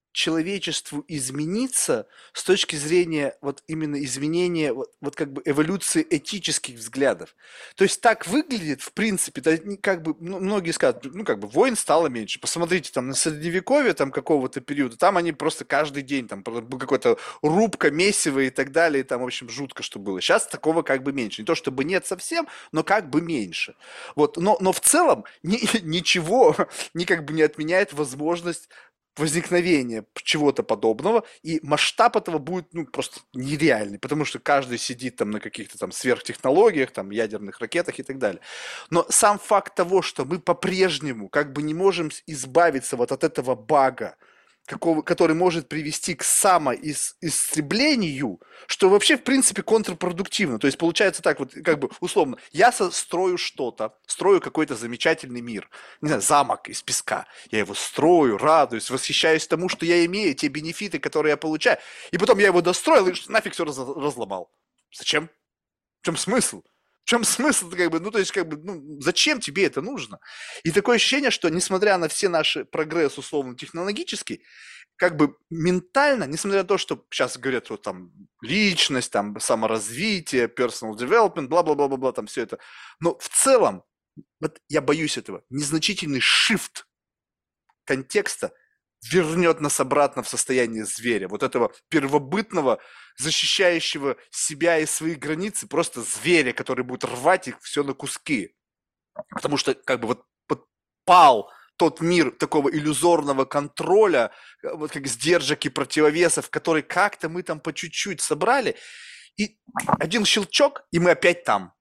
человечеству измениться с точки зрения вот именно изменения, вот, вот как бы эволюции этических взглядов. То есть так выглядит, в принципе, да, не как бы, ну, многие скажут, ну, как бы войн стало меньше. Посмотрите, там, на средневековье там какого-то периода, там они просто каждый день, там, был какой-то рубка, месиво и так далее, и там, в общем, жутко, что было. Сейчас такого как бы меньше. Не то чтобы нет совсем, но как бы меньше. Вот, но, но в целом ни- ничего не как бы не отменяет возможность возникновения чего-то подобного, и масштаб этого будет, ну, просто нереальный, потому что каждый сидит там на каких-то там сверхтехнологиях, там, ядерных ракетах и так далее. Но сам факт того, что мы по-прежнему как бы не можем избавиться вот от этого бага, какого, который может привести к самоистреблению, что вообще, в принципе, контрпродуктивно. То есть получается так, вот как бы условно, я строю что-то, строю какой-то замечательный мир, не знаю, замок из песка. Я его строю, радуюсь, восхищаюсь тому, что я имею, те бенефиты, которые я получаю. И потом я его достроил и нафиг все раз, разломал. Зачем? В чем смысл? В чем смысл? Как бы, ну, то есть, как бы, ну, зачем тебе это нужно? И такое ощущение, что, несмотря на все наши прогресс, условно, технологический, как бы ментально, несмотря на то, что сейчас говорят, вот там личность, там саморазвитие, personal development, бла-бла-бла-бла-бла, там все это, но в целом, вот я боюсь этого, незначительный shift контекста вернет нас обратно в состояние зверя, вот этого первобытного, защищающего себя и свои границы, просто зверя, который будет рвать их все на куски. Потому что как бы вот, вот пал тот мир такого иллюзорного контроля, э, вот как сдержек и противовесов, который как-то мы там по чуть-чуть собрали, и один щелчок, и мы опять там.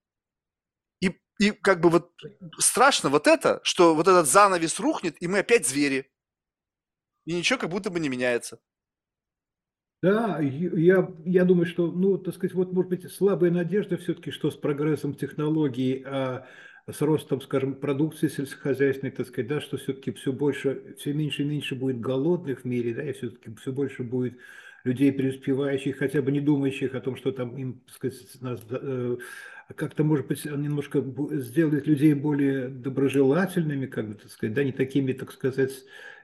И, и как бы вот страшно вот это, что вот этот занавес рухнет, и мы опять звери. И ничего как будто бы не меняется. Да, ю- я, я думаю, что, ну, так сказать, вот, может быть, слабая надежда все-таки, что с прогрессом технологий, а с ростом, скажем, продукции сельскохозяйственной, так сказать, да, что все-таки все больше, все меньше и меньше будет голодных в мире, да, и все-таки все больше будет людей преуспевающих, хотя бы не думающих о том, что там им, так сказать, нас, э, как-то, может быть, немножко бу- сделает людей более доброжелательными, как бы, так сказать, да, не такими, так сказать,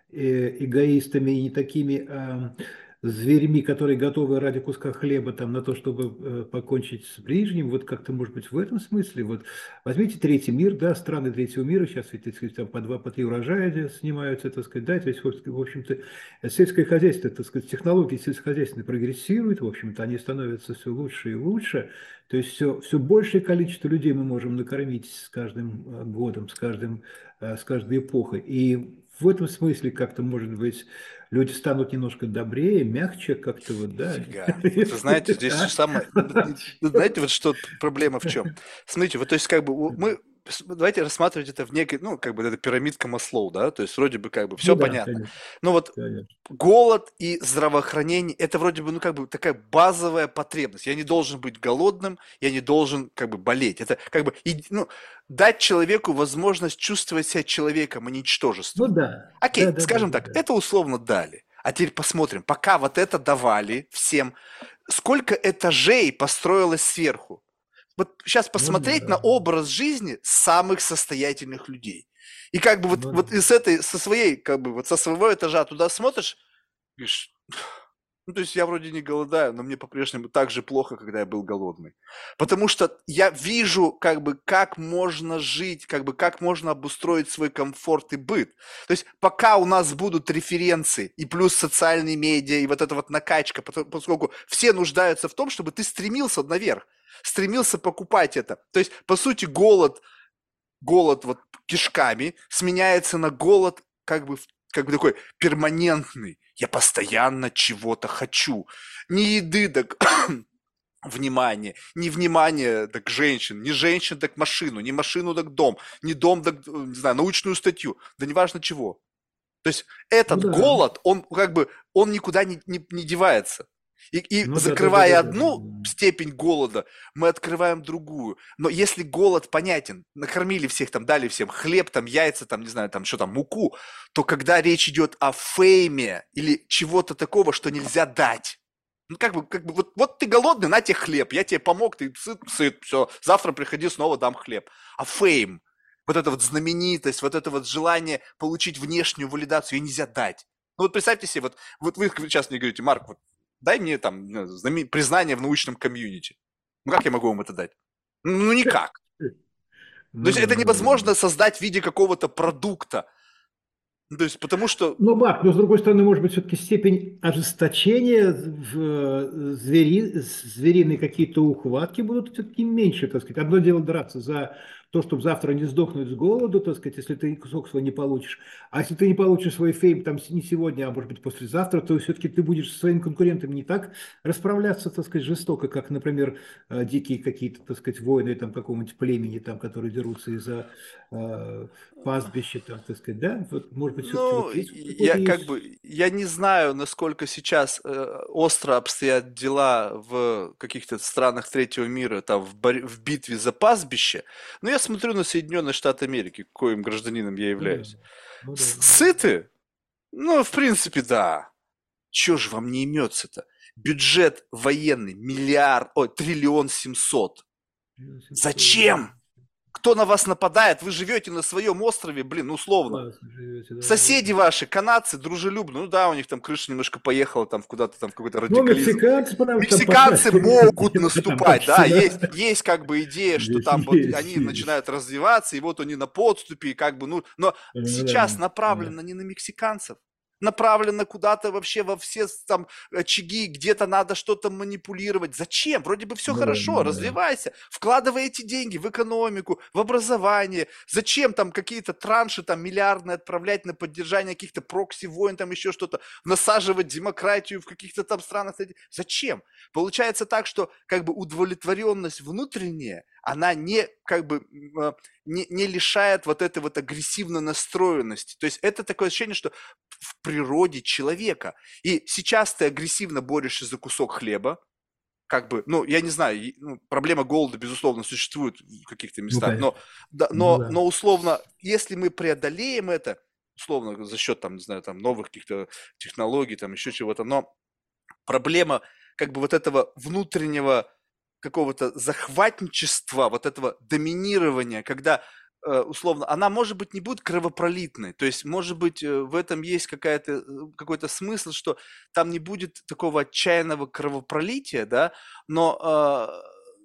э, эгоистами и не такими а, зверьми, которые готовы ради куска хлеба там на то, чтобы э, покончить с ближним, вот как-то, может быть, в этом смысле. Вот возьмите третий мир, да, страны третьего мира, сейчас ведь, так сказать, там по два, по три урожая де- снимаются, так сказать, да, то есть, вот, в общем-то, сельское хозяйство, так сказать, технологии сельскохозяйственные прогрессируют, в общем-то, они становятся все лучше и лучше, то есть все, все большее количество людей мы можем накормить с каждым э, годом, с каждым, э, с каждой эпохой. И в этом смысле как-то, может быть, люди станут немножко добрее, мягче как-то вот, да. Нифига. Вот вы знаете, здесь же самое... вот не- вот знаете, вот что п- проблема в чем? Смотрите, вот то есть как бы у- мы... с- Давайте рассматривать это в некой, ну, как бы это пирамидка Маслоу, да, то есть вроде бы как бы все Ну да, понятно. конечно, Но вот конечно. голод и здравоохранение – это вроде бы, ну, как бы такая базовая потребность. Я не должен быть голодным, я не должен, как бы, болеть. Это, как бы, и, ну, дать человеку возможность чувствовать себя человеком, а не Ну ничтожеством. да, да, Окей, да, да, скажем да, так, да. это условно дали. А теперь посмотрим, пока вот это давали всем, сколько этажей построилось сверху. Вот сейчас Ну посмотреть на да, образ жизни самых состоятельных людей. И как бы вот, ну вот да. из этой, со своей, как бы вот со своего этажа туда смотришь, говоришь, ну, то есть я вроде не голодаю, но мне по-прежнему так же плохо, когда я был голодный. Потому что я вижу, как бы, как можно жить, как бы, как можно обустроить свой комфорт и быт. То есть пока у нас будут референции и плюс социальные медиа, и вот эта вот накачка, пото- поскольку все нуждаются в том, чтобы ты стремился наверх, стремился покупать это. То есть, по сути, голод голод вот кишками сменяется на голод как бы, в- как бы такой перманентный. Я постоянно чего-то хочу. Не еды, так внимание. Не внимание, так женщин. Не женщин, так машину. Не машину, так дом. Не дом, так, э, не знаю, научную статью. Да неважно чего. То есть Ну этот да, голод, он как бы, он никуда не, не, не девается. И, и ну да, да, да, да, закрывая да, да, одну да. степень голода, мы открываем другую. Но если голод понятен, накормили всех там, дали всем хлеб, там, яйца, там, не знаю, там, что там, муку, то когда речь идет о фейме или чего-то такого, что нельзя дать, ну, как бы, как бы вот, вот ты голодный, на тебе хлеб, я тебе помог, ты сыт, сыт, все, завтра приходи, снова дам хлеб. А фейм, вот эта вот знаменитость, вот это вот желание получить внешнюю валидацию, ее нельзя дать. Ну вот представьте себе, вот, вот вы сейчас мне говорите: Марк, вот дай мне там ну, знаме- признание в научном комьюнити. Ну как я могу вам это дать? Ну никак. То Ну есть да, это ну да, ну да. невозможно создать в виде какого-то продукта. Ну, то есть потому что, Ну, Марк, но с другой стороны, может быть, все-таки степень ожесточения в э, звери, звериные какие-то ухватки будут все-таки меньше, так сказать. Одно дело драться за то, чтобы завтра не сдохнуть с голоду, так сказать, если ты кусок свой не получишь. А если ты не получишь свой фейм там с- не сегодня, а может быть послезавтра, то все-таки ты будешь со своим конкурентом не так расправляться, так сказать, жестоко, как, например, э, дикие какие-то, так сказать, воины там какого-нибудь племени, там, которые дерутся из-за э, пастбище, там, так сказать, да? Вот, может быть, все-таки ну, вот есть вот какой-то я как есть... бы, я не знаю, насколько сейчас э, остро обстоят дела в каких-то странах третьего мира, там, в, борь- в битве за пастбище, но я смотрю на Соединенные Штаты Америки, коим гражданином я Ну да, являюсь. ну да, С- ну да. Сыты? Ну, в принципе, да. Чё ж вам не имется-то? Бюджет военный миллиард, ой, триллион семьсот. восемьсот, да. Зачем? Кто на вас нападает? Вы живете на своем острове, блин, ну, условно. Классно живете, да, да, Соседи да. ваши, канадцы, дружелюбны. Ну да, у них там крыша немножко поехала там куда-то там в какой-то Ну, радикализм. мексиканцы, правда, там пока Мексиканцы могут там наступать, да, почти, есть, да. есть как бы идея, что Здесь там вот есть, они есть. начинают развиваться, и вот они на подступе, и как бы, ну, но Ну сейчас да, да. направлено не на мексиканцев, направлено куда-то вообще во все с- там очаги, где-то надо что-то манипулировать. Зачем? Вроде бы все Ну да, хорошо, ну да. развивайся, вкладывай эти деньги в экономику, в образование. Зачем там какие-то транши там миллиардные отправлять на поддержание каких-то прокси-войн, там еще что-то, насаживать демократию в каких-то там странах? Зачем? Получается так, что как бы удовлетворенность внутренняя, она не как бы м, э, не, не лишает вот этой вот агрессивной настроенности. То есть это такое ощущение, что в природе человека. И сейчас ты агрессивно борешься за кусок хлеба, как бы, ну, я не знаю, и, ну, проблема голода, безусловно, существует в каких-то Ну, местах, но, конечно. да, Ну но, да. но условно, если мы преодолеем это, условно, за счет, там, не знаю, там, новых каких-то технологий, там, еще чего-то, но проблема как бы вот этого внутреннего какого-то захватничества, вот этого доминирования, когда э, условно, она, может быть, не будет кровопролитной, то есть, может быть, э, в этом есть какая-то, э, какой-то смысл, что там не будет такого отчаянного кровопролития, да, но а,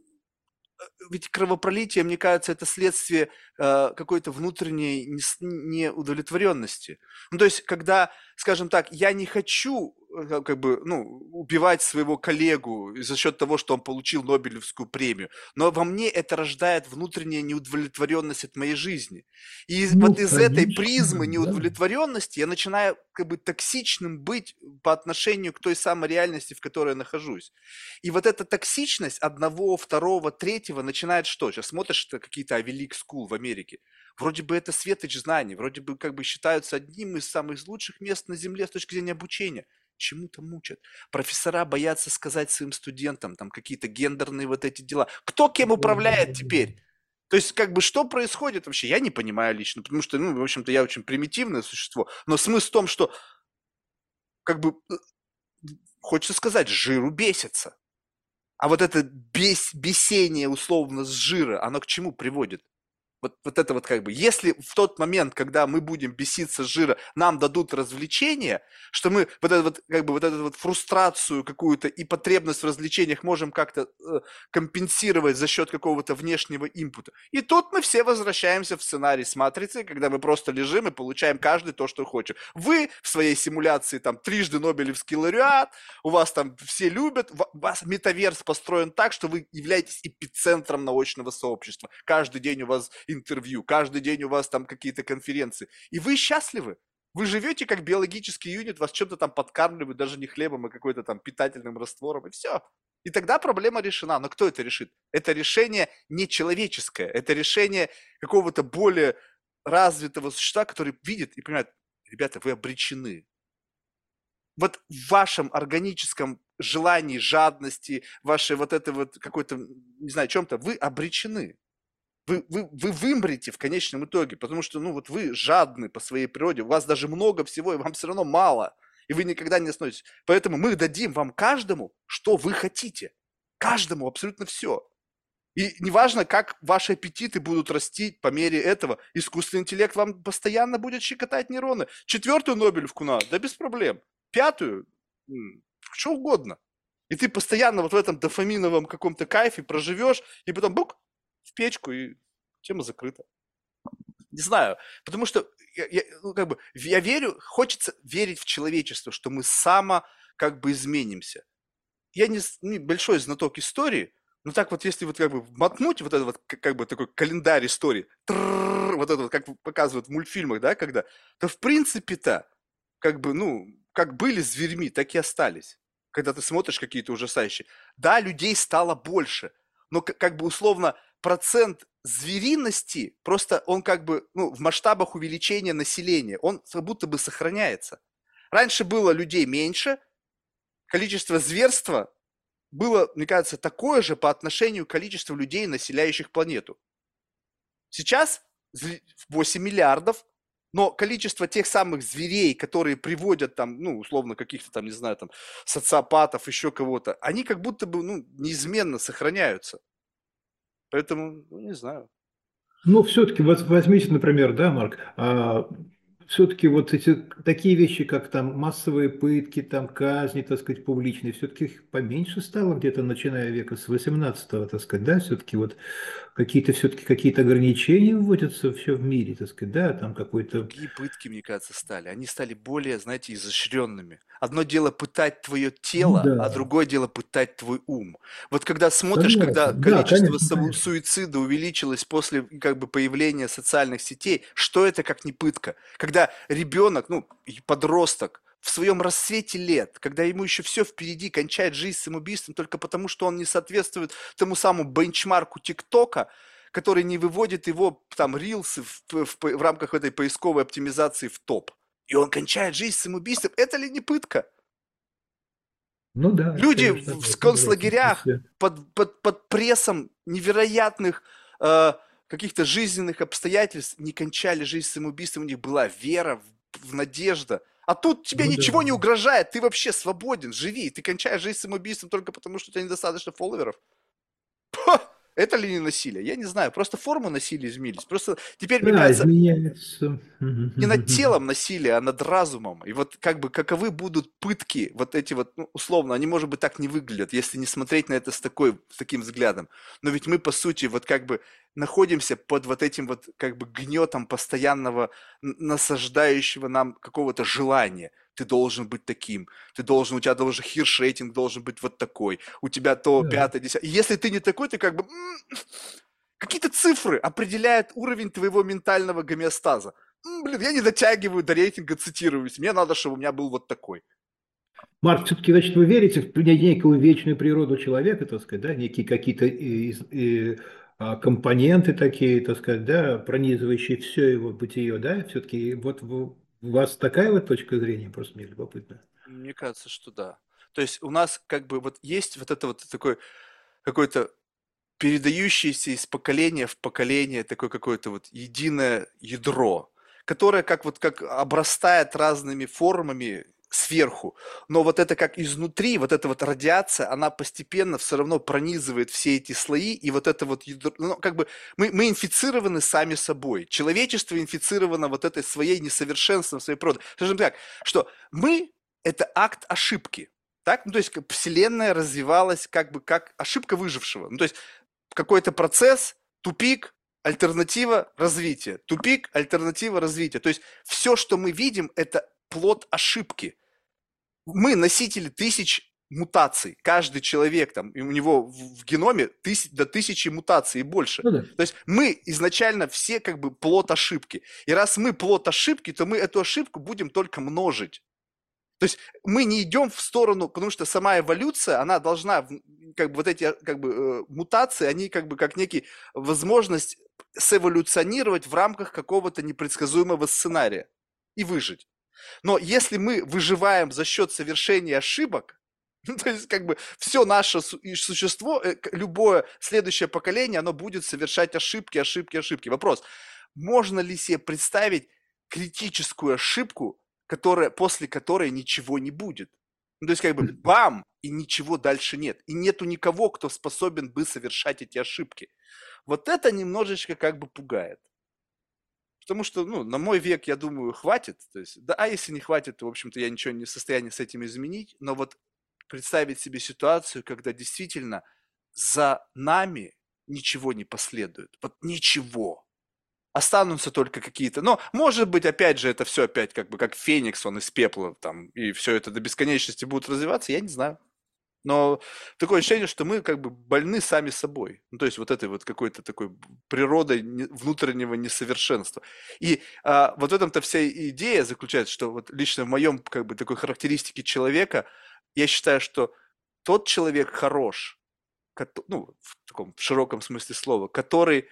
ведь кровопролитие, мне кажется, это следствие э, какой-то внутренней нес- неудовлетворенности. Ну, то есть, когда, скажем так, я не хочу э, как бы, ну, убивать своего коллегу за счет того, что он получил Нобелевскую премию, но во мне это рождает внутренняя неудовлетворенность от моей жизни. И из- вот Ну, из этой конечно, призмы да. неудовлетворенности я начинаю как бы токсичным быть по отношению к той самой реальности, в которой я нахожусь. И вот эта токсичность одного, второго, третьего начинает что? Сейчас смотришь это какие-то Ivy League School в Америке. Вроде бы это светоч знаний, вроде бы как бы считаются одним из самых лучших мест на Земле с точки зрения обучения. Чему-то мучат. Профессора боятся сказать своим студентам там какие-то гендерные вот эти дела. Кто кем Да, да, управляет да, да. теперь? То есть, как бы, что происходит вообще? Я не понимаю лично, потому что, ну, в общем-то, я очень примитивное существо. Но смысл в том, что, как бы, э, хочется сказать, жиру бесится. А вот это бес, бесение условно с жира, оно к чему приводит? Вот, вот это вот как бы, если в тот момент, когда мы будем беситься с жира, нам дадут развлечения, что мы вот эту вот, как бы, вот эту вот фрустрацию какую-то и потребность в развлечениях можем как-то э, компенсировать за счет какого-то внешнего импута. И тут мы все возвращаемся в сценарий с «Матрицы», когда мы просто лежим и получаем каждый то, что хочет. Вы в своей симуляции там трижды Нобелевский лауреат, у вас там все любят, у вас метаверс построен так, что вы являетесь эпицентром научного сообщества. Каждый день у вас интервью, каждый день у вас там какие-то конференции. И вы счастливы. Вы живете как биологический юнит, вас чем-то там подкармливают, даже не хлебом, а какой-то там питательным раствором, и все. И тогда проблема решена. Но кто это решит? Это решение не человеческое, это решение какого-то более развитого существа, который видит и понимает, ребята, вы обречены, вот в вашем органическом желании, жадности, вашей вот этой вот какой-то, не знаю, чем-то, вы обречены. Вы, вы, вы вымрете в конечном итоге, потому что, ну, вот вы жадны по своей природе, у вас даже много всего, и вам все равно мало, и вы никогда не остановитесь. Поэтому мы дадим вам каждому, что вы хотите. Каждому абсолютно все. И неважно, как ваши аппетиты будут расти по мере этого, искусственный интеллект вам постоянно будет щекотать нейроны. Четвертую Нобелевку надо, да без проблем. Пятую, м, что угодно. И ты постоянно вот в этом дофаминовом каком-то кайфе проживешь, и потом бук, в печку, и тема закрыта. Не знаю, потому что я, я, ну, как бы, я верю, хочется верить в человечество, что мы само как бы изменимся. Я не, с- не большой знаток истории, но так вот, если вот как бы мотнуть вот этот вот к- как бы такой календарь истории, трррр, вот это вот, как показывают в мультфильмах, да, когда, то в принципе-то, как бы, ну, как были зверьми, так и остались. Когда ты смотришь какие-то ужасающие. Да, людей стало больше, но к- как бы условно процент звериности, просто он как бы, ну, в масштабах увеличения населения, он как будто бы сохраняется. Раньше было людей меньше, количество зверства было, мне кажется, такое же по отношению к количеству людей, населяющих планету. Сейчас восемь миллиардов, но количество тех самых зверей, которые приводят там, ну, условно, каких-то там, не знаю, там, социопатов, еще кого-то, они как будто бы, ну, неизменно сохраняются. Поэтому, ну, не знаю. Ну, все-таки вот возьмите, например, да, Марк, все-таки вот эти такие вещи, как там массовые пытки, там казни, так сказать, публичные, все-таки их поменьше стало где-то, начиная века с восемнадцатого, так сказать, да, все-таки вот какие-то все-таки какие-то ограничения вводятся все в мире, так сказать, да, там какой-то, Другие пытки, мне кажется, стали. Они стали более, знаете, изощренными. Одно дело пытать твое ну тело, а да, другое дело пытать твой ум. Вот когда смотришь, когда согласен, да, количество конечно, су- конечно. суицида увеличилось после как бы появления социальных сетей, что это как не пытка? Когда ребенок, ну, и подросток, в своем рассвете лет, когда ему еще все впереди, кончает жизнь самоубийством только потому, что он не соответствует тому самому бенчмарку ТикТока, который не выводит его там рилсы в, в, в рамках этой поисковой оптимизации в топ. И он кончает жизнь самоубийством. Это ли не пытка? Ну да, Люди конечно, в да, в в этом концлагерях смысле. под, под, под прессом невероятных э, каких-то жизненных обстоятельств не кончали жизнь самоубийством. У них была вера, в, в надежда. А тут тебе Ну да. ничего не угрожает, ты вообще свободен, живи. Ты кончаешь жизнь самоубийством только потому, что у тебя недостаточно фолловеров. Это ли не насилие? Я не знаю. Просто формы насилия изменились. Просто теперь, мне Да, кажется, изменяется. не над телом насилие, а над разумом. И вот как бы каковы будут пытки, вот эти вот, ну, условно, они, может быть, так не выглядят, если не смотреть на это с такой, с таким взглядом. Но ведь мы, по сути, вот как бы находимся под вот этим вот как бы гнетом постоянного н- насаждающего нам какого-то желания. Ты должен быть таким, ты должен, у тебя должен хирш-рейтинг должен быть вот такой, у тебя то Да. пятое, десятое. И если ты не такой, ты как бы м, какие-то цифры определяют уровень твоего ментального гомеостаза. М, блин, я не дотягиваю до рейтинга, цитируюсь. Мне надо, чтобы у меня был вот такой. Марк, все-таки, значит, вы верите в не- некую вечную природу человека, так сказать, да, некие какие-то и- и, а, компоненты такие, так сказать, да, пронизывающие все его бытие, да, все-таки вот в- у вас такая вот точка зрения, просто мне любопытно. Мне кажется, что да. То есть у нас как бы вот есть вот это вот такой какой-то передающееся из поколения в поколение такое какое-то вот единое ядро, которое как вот как обрастает разными формами сверху, но вот это как изнутри, вот эта вот радиация, она постепенно все равно пронизывает все эти слои, и вот это вот ядро, ну, как бы мы, мы инфицированы сами собой. Человечество инфицировано вот этой своей несовершенством, своей природой. Скажем так, что мы– это акт ошибки. Так? Ну, то есть как Вселенная развивалась как бы как ошибка выжившего. Ну, то есть какой-то процесс, тупик, альтернатива развития, тупик, альтернатива развития. То есть все, что мы видим, это плод ошибки. Мы носители тысяч мутаций. Каждый человек там, и у него в, в геноме тысяч, до тысячи мутаций и больше. Ну да. То есть мы изначально все как бы плод ошибки. И раз мы плод ошибки, то мы эту ошибку будем только множить. То есть мы не идем в сторону, потому что сама эволюция, она должна, как бы вот эти как бы э, мутации, они как бы как некий возможность сэволюционировать в рамках какого-то непредсказуемого сценария и выжить. Но если мы выживаем за счет совершения ошибок, ну, то есть как бы все наше существо, э, любое следующее поколение, оно будет совершать ошибки, ошибки, ошибки. Вопрос, можно ли себе представить критическую ошибку, которая, после которой ничего не будет? Ну, то есть как бы бам! и ничего дальше нет. И нету никого, кто способен бы совершать эти ошибки. Вот это немножечко как бы пугает. Потому что, ну, на мой век, я думаю, хватит. То есть, да, а если не хватит, то, в общем-то, я ничего не в состоянии с этим изменить. Но вот представить себе ситуацию, когда действительно за нами ничего не последует. Вот ничего. Останутся только какие-то. Но, может быть, опять же, это все опять как бы как феникс, он из пепла там, и все это до бесконечности будет развиваться, я не знаю. Но такое ощущение, что мы как бы больны сами собой. Ну, то есть вот этой вот какой-то такой природой не- внутреннего несовершенства. И а, вот в этом-то вся идея заключается, что вот лично в моем как бы такой характеристике человека, я считаю, что тот человек хорош, кото- ну, в таком широком смысле слова, который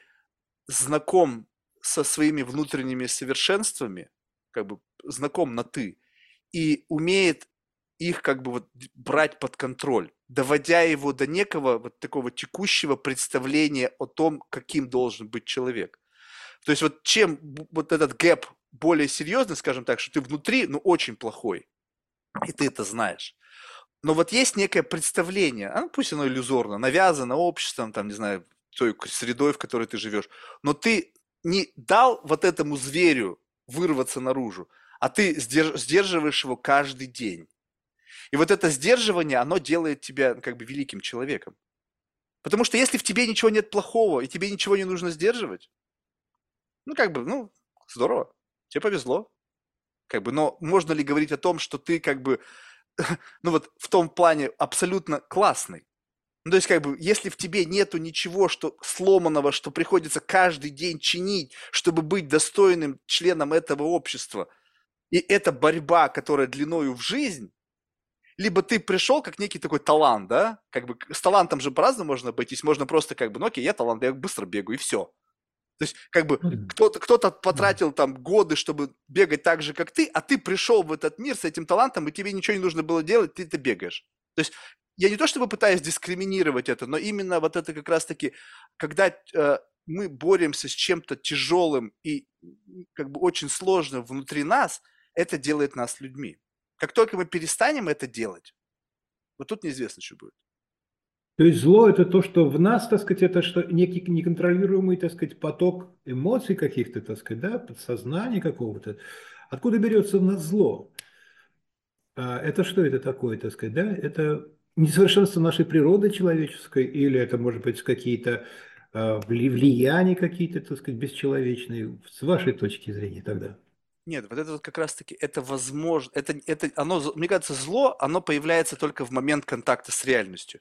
знаком со своими внутренними совершенствами, как бы знаком на «ты», и умеет их как бы вот брать под контроль, доводя его до некого вот такого текущего представления о том, каким должен быть человек. То есть вот чем вот этот гэп более серьезный, скажем так, что ты внутри, ну, очень плохой, и ты это знаешь. Но вот есть некое представление, а, ну, пусть оно иллюзорно, навязано обществом, там, не знаю, той средой, в которой ты живешь, но ты не дал вот этому зверю вырваться наружу, а ты сдерживаешь его каждый день. И вот это сдерживание, оно делает тебя как бы великим человеком. Потому что если в тебе ничего нет плохого, и тебе ничего не нужно сдерживать, ну, как бы, ну, здорово, тебе повезло. Как бы, но можно ли говорить о том, что ты как бы, ну вот в том плане абсолютно классный? Ну, то есть, как бы, если в тебе нету ничего, что сломанного, что приходится каждый день чинить, чтобы быть достойным членом этого общества, и это борьба, которая длиною в жизнь, либо ты пришел как некий такой талант, да, как бы с талантом же по-разному можно обойтись, можно просто как бы, ну окей, я талант, я быстро бегаю, и все. То есть, как бы, Мгм. кто-то кто потратил там годы, чтобы бегать так же, как ты, а ты пришел в этот мир с этим талантом, и тебе ничего не нужно было делать, ты это бегаешь. То есть, я не то чтобы пытаюсь дискриминировать это, но именно вот это как раз-таки, когда э, мы боремся с чем-то тяжелым и как бы очень сложным внутри нас, это делает нас людьми. Как только мы перестанем это делать, вот тут неизвестно, что будет. То есть зло – это то, что в нас, так сказать, это что некий неконтролируемый, так сказать, поток эмоций каких-то, так сказать, да, подсознания какого-то. Откуда берется в нас зло? А это что это такое, так сказать, да? Это несовершенство нашей природы человеческой, или это, может быть, какие-то а, вли- влияния какие-то, так сказать, бесчеловечные, с вашей точки зрения тогда? Нет, вот это вот как раз-таки, это возможно, это, это, оно, з- мне кажется, зло, оно появляется только в момент контакта с реальностью.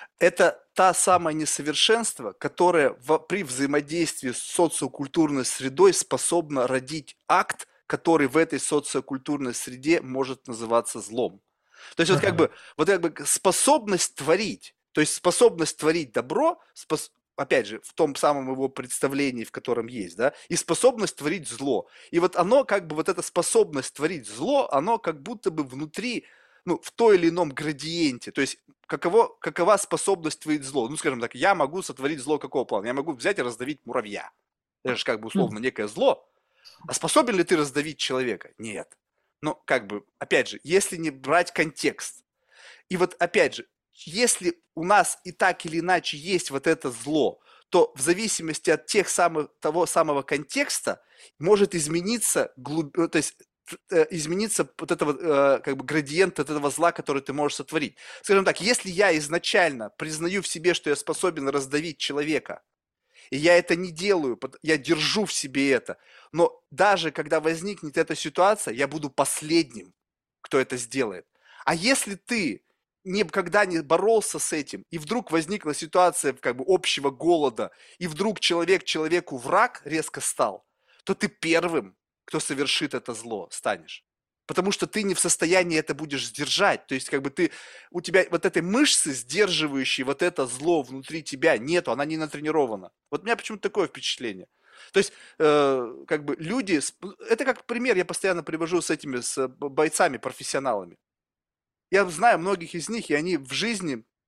Это та самое несовершенство, которое во- при взаимодействии с социокультурной средой способно родить акт, который в этой социокультурной среде может называться злом. То есть вот как Ага. бы, вот как бы способность творить, то есть способность творить добро, спос- опять же, в том самом его представлении, в котором есть, да, и способность творить зло. И вот оно как бы, вот эта способность творить зло, оно как будто бы внутри, ну, в той или ином градиенте. То есть каково, какова способность творить зло? Ну, скажем так, я могу сотворить зло какого плана? Я могу взять и раздавить муравья. Это же как бы условно некое зло. А способен ли ты раздавить человека? Нет. Но как бы, опять же, если не брать контекст, и вот опять же, если у нас и так или иначе есть вот это зло, то в зависимости от тех самых, того самого контекста может измениться, глуб... то есть э, измениться вот этого э, как бы градиент от этого зла, который ты можешь сотворить. Скажем так, если я изначально признаю в себе, что я способен раздавить человека, и я это не делаю, я держу в себе это, но даже когда возникнет эта ситуация, я буду последним, кто это сделает. А если ты никогда не боролся с этим, и вдруг возникла ситуация как бы общего голода, и вдруг человек человеку враг резко стал, то ты первым, кто совершит это зло, станешь. Потому что ты не в состоянии это будешь сдержать. То есть, как бы ты, у тебя вот этой мышцы, сдерживающей вот это зло внутри тебя, нету, она не натренирована. Вот у меня почему-то такое впечатление. То есть, э, как бы люди, это как пример я постоянно привожу с этими, с бойцами, профессионалами. Я знаю многих из них, и они в жизни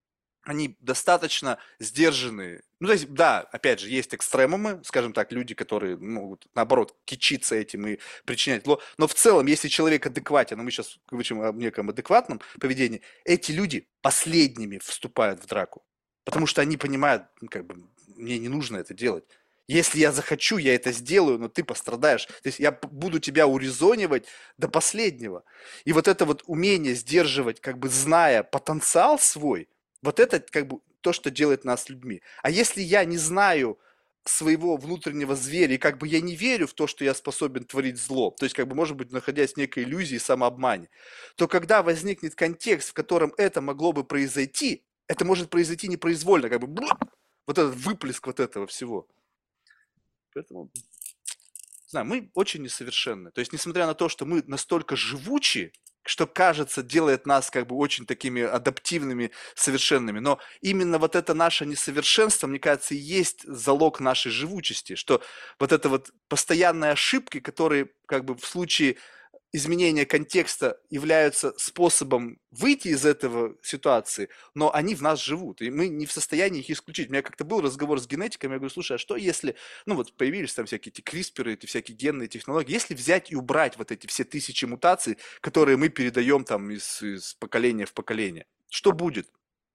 они достаточно сдержанные. Ну, то есть, да, опять же, есть экстремумы, скажем так, люди, которые могут, наоборот, кичиться этим и причинять зло. Но в целом, если человек адекватен, а мы сейчас говорим о неком адекватном поведении, эти люди последними вступают в драку. Потому что они понимают, ну, как бы, мне не нужно это делать. Если я захочу, я это сделаю, но ты пострадаешь. То есть я п- буду тебя урезонивать до последнего. И вот это вот умение сдерживать, как бы зная потенциал свой, вот это как бы то, что делает нас людьми. А если я не знаю своего внутреннего зверя, и как бы я не верю в то, что я способен творить зло, то есть как бы, может быть, находясь в некой иллюзии, самообмане, то когда возникнет контекст, в котором это могло бы произойти, это может произойти непроизвольно, как бы бла, вот этот выплеск вот этого всего. Поэтому, не знаю, мы очень несовершенны. То есть, несмотря на то, что мы настолько живучи, что, кажется, делает нас как бы очень такими адаптивными, совершенными. Но именно вот это наше несовершенство, мне кажется, и есть залог нашей живучести, что вот это вот постоянные ошибки, которые как бы в случае изменения контекста являются способом выйти из этого ситуации, но они в нас живут, и мы не в состоянии их исключить. У меня как-то был разговор с генетиком, я говорю, слушай, а что если, ну вот появились там всякие эти крисперы, эти всякие генные технологии, если взять и убрать вот эти все тысячи мутаций, которые мы передаем там из, из поколения в поколение, что будет?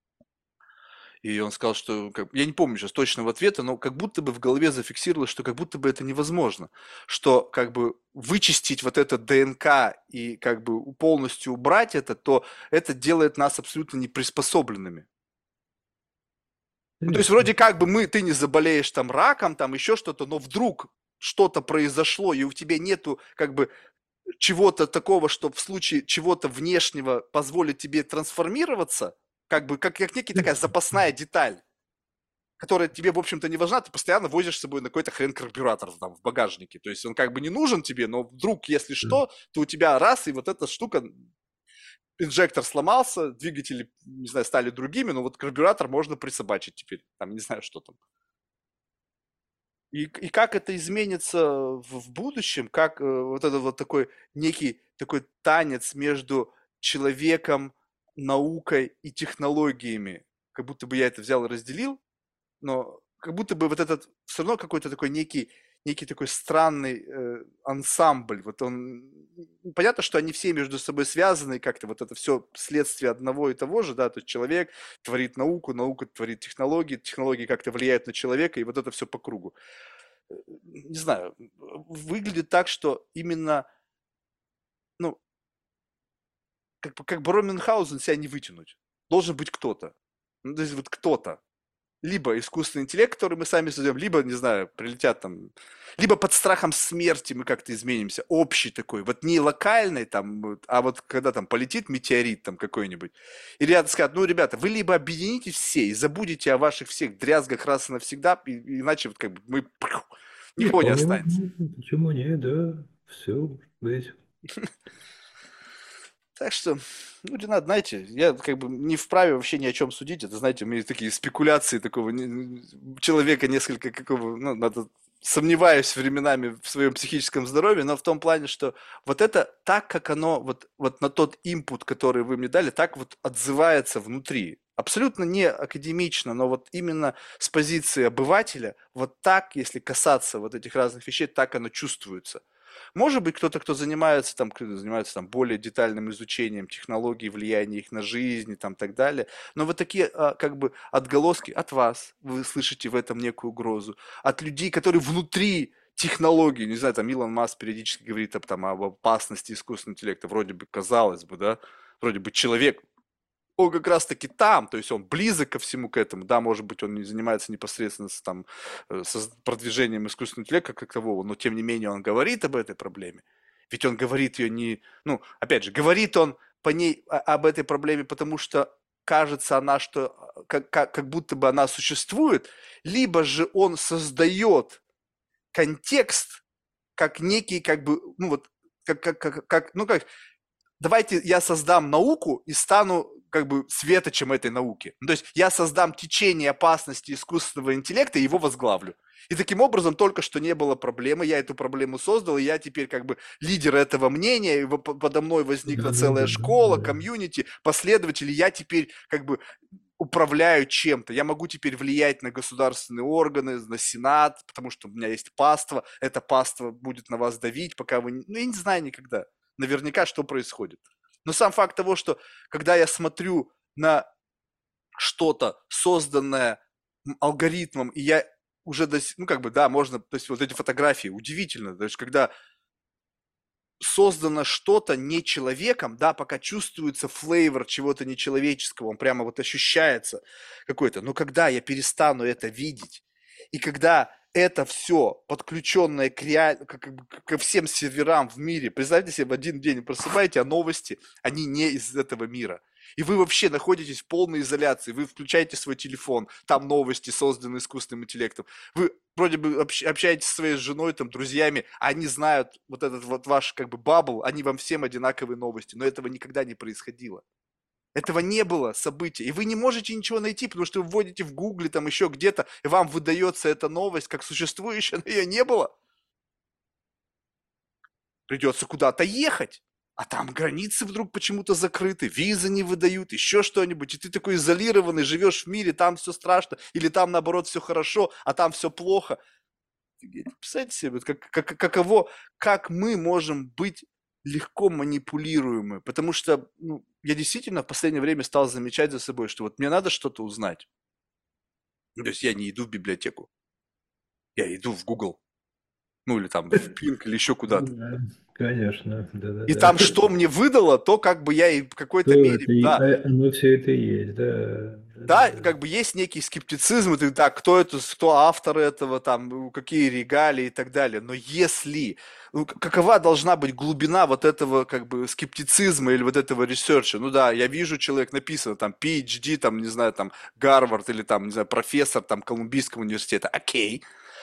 И он сказал, что, как, я не помню сейчас точного ответа, но как будто бы в голове зафиксировалось, что как будто бы это невозможно, что как бы вычистить вот это ДНК и как бы полностью убрать это, то это делает нас абсолютно неприспособленными. Ну, то есть Конечно. вроде как бы мы, ты не заболеешь там раком, там еще что-то, но вдруг что-то произошло, и у тебя нету как бы чего-то такого, что в случае чего-то внешнего позволит тебе трансформироваться, как бы как, как некий такая запасная деталь, которая тебе, в общем-то, не важна, ты постоянно возишь с собой на какой-то хрен карбюратор там в багажнике. То есть он как бы не нужен тебе, но вдруг, если что, то у тебя раз, и вот эта штука, инжектор сломался, двигатели, не знаю, стали другими, но вот карбюратор можно присобачить теперь. Там не знаю, что там. И, и как это изменится в, в будущем, как э, вот это вот такой некий такой танец между человеком, наукой и технологиями, как будто бы я это взял и разделил, но как будто бы вот этот все равно какой-то такой некий, некий такой странный э, ансамбль. Вот он понятно, что они все между собой связаны, и как-то вот это все следствие одного и того же, да, то есть человек творит науку, наука творит технологии, технологии как-то влияют на человека, и вот это все по кругу. Э, Не знаю, выглядит так, что именно, ну, как, бы- как бы Мюнхгаузен себя не вытянуть. Должен быть кто-то. Ну, то есть вот кто-то. Либо искусственный интеллект, который мы сами создаем, либо, не знаю, прилетят там, либо под страхом смерти мы как-то изменимся, общий такой, вот не локальный там, вот, а вот когда там полетит метеорит там какой-нибудь, и ребята скажут, ну, ребята, вы либо объединитесь все и забудете о ваших всех дрязгах раз и навсегда, и- иначе вот как бы мы, Не, никого не вполне останется. возможно. Почему нет, да, все, быть. Так что, ну, Ренат, знаете, я как бы не вправе вообще ни о чем судить. Это, знаете, у меня такие спекуляции такого не- человека несколько какого, ну, надо, сомневаюсь временами в своем психическом здоровье, но в том плане, что вот это так, как оно, вот, вот на тот импут, который вы мне дали, так вот отзывается внутри. Абсолютно не академично, но вот именно с позиции обывателя, вот так, если касаться вот этих разных вещей, так оно чувствуется. Может быть, кто-то, кто занимается там, кто занимается там более детальным изучением технологий, влияния их на жизнь и там так далее. Но вот такие а, как бы отголоски от вас, вы слышите в этом некую угрозу. От людей, которые внутри технологий, не знаю, там Илон Маск периодически говорит об, там, об опасности искусственного интеллекта, вроде бы казалось бы, да, вроде бы человек он как раз-таки там, то есть он близок ко всему к этому, да, может быть, он не занимается непосредственно с, там, э, со продвижением искусственного интеллекта как такового, но тем не менее он говорит об этой проблеме. Ведь он говорит ее не, ну, опять же, говорит он по ней о- об этой проблеме, потому что кажется она, что а, как, как, как будто бы она существует, либо же он создает контекст как некий, как бы, ну вот, как, как, как, как ну как, давайте я создам науку и стану как бы светочем этой науки. Ну, то есть я создам течение опасности искусственного интеллекта и его возглавлю. И таким образом только что не было проблемы, я эту проблему создал, и я теперь как бы лидер этого мнения, и подо мной возникла Да, да, целая да, школа, да. комьюнити, последователи, я теперь как бы управляю чем-то. Я могу теперь влиять на государственные органы, на Сенат, потому что у меня есть паства. Эта паства будет на вас давить, пока вы... Ну, я не знаю никогда. Наверняка, что происходит. Но сам факт того, что когда я смотрю на что-то, созданное алгоритмом, и я уже, до, ну, как бы, да, можно, то есть вот эти фотографии, удивительно, то есть когда создано что-то не человеком, да, пока чувствуется флейвор чего-то нечеловеческого, он прямо вот ощущается какой-то. Но когда я перестану это видеть, и когда это все подключенное к реаль... ко всем серверам в мире, представьте себе, в один день просыпаете, а новости, они не из этого мира. И вы вообще находитесь в полной изоляции, вы включаете свой телефон, там новости, созданные искусственным интеллектом. Вы вроде бы общаетесь со своей женой, там, друзьями, они знают вот этот вот ваш как бы бабл, они вам всем одинаковые новости, но этого никогда не происходило. Этого не было события, и вы не можете ничего найти, потому что вы вводите в гугле, там еще где-то, и вам выдается эта новость как существующая, но ее не было. Придется куда-то ехать. А там границы вдруг почему-то закрыты, визы не выдают, еще что-нибудь. И ты такой изолированный, живешь в мире, там все страшно, или там наоборот все хорошо, а там все плохо. Представьте себе, как, как, каково, как мы можем быть легко манипулируемы. Потому что ну, я действительно в последнее время стал замечать за собой, что вот мне надо что-то узнать. То есть я не иду в библиотеку, я иду в Google, ну или там в Ping, или еще куда-то. Да, конечно, И да-да-да. там что мне выдало, то как бы я и в какой-то То мере, это и, да, а, оно все это и есть, да, да, да-да-да. как бы есть некий скептицизм, и ты так, кто это, кто автор этого, там, ну, какие регалии и так далее. Но если, ну, к- какова должна быть глубина вот этого как бы скептицизма или вот этого ресерча? Ну да, я вижу, человек написано там PhD, там, не знаю, там Гарвард или там, не знаю, профессор там Колумбийского университета, окей.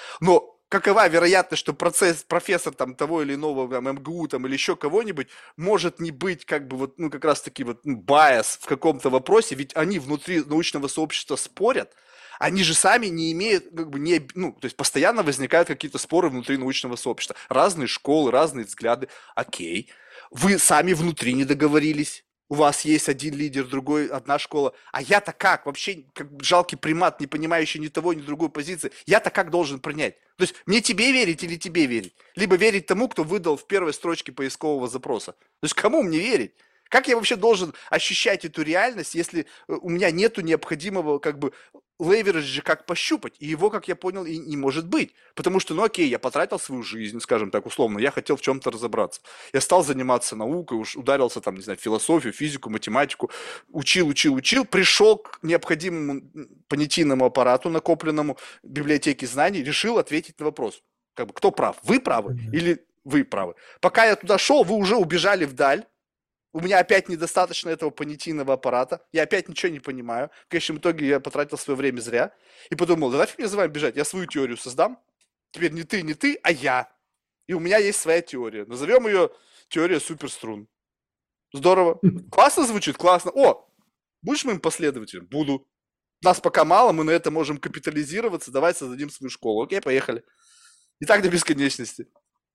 Но какова вероятность, что процесс, профессор там того или иного там, эм гэ у там, или еще кого-нибудь может не быть как бы вот, ну, как раз-таки вот ну, bias в каком-то вопросе, ведь они внутри научного сообщества спорят, они же сами не имеют, как бы, не, ну, то есть постоянно возникают какие-то споры внутри научного сообщества. Разные школы, разные взгляды. Окей. Вы сами внутри не договорились. У вас есть один лидер, другой, одна школа. А я-то как? Вообще, как жалкий примат, не понимающий ни того, ни другой позиции. Я-то как должен принять? То есть мне тебе верить или тебе верить? Либо верить тому, кто выдал в первой строчке поискового запроса. То есть кому мне верить? Как я вообще должен ощущать эту реальность, если э, у меня нету необходимого как бы левериджа, как пощупать? И его, как я понял, и не может быть. Потому что, ну окей, я потратил свою жизнь, скажем так, условно, я хотел в чем-то разобраться. Я стал заниматься наукой, уж ударился там, не знаю, в философию, физику, математику, учил, учил, учил, пришел к необходимому понятийному аппарату, накопленному в библиотеке знаний, решил ответить на вопрос. Как бы, кто прав? Вы правы или вы правы? Пока я туда шел, вы уже убежали вдаль, у меня опять недостаточно этого понятийного аппарата, я опять ничего не понимаю. В конечном итоге я потратил свое время зря и подумал, да нафиг мне за вами бежать, я свою теорию создам, теперь не ты, не ты, а я. И у меня есть своя теория. Назовем ее теория суперструн. Здорово. Классно звучит? Классно. О, будешь моим последователем? Буду. Нас пока мало, мы на это можем капитализироваться, давай создадим свою школу. Окей, поехали. И так до бесконечности.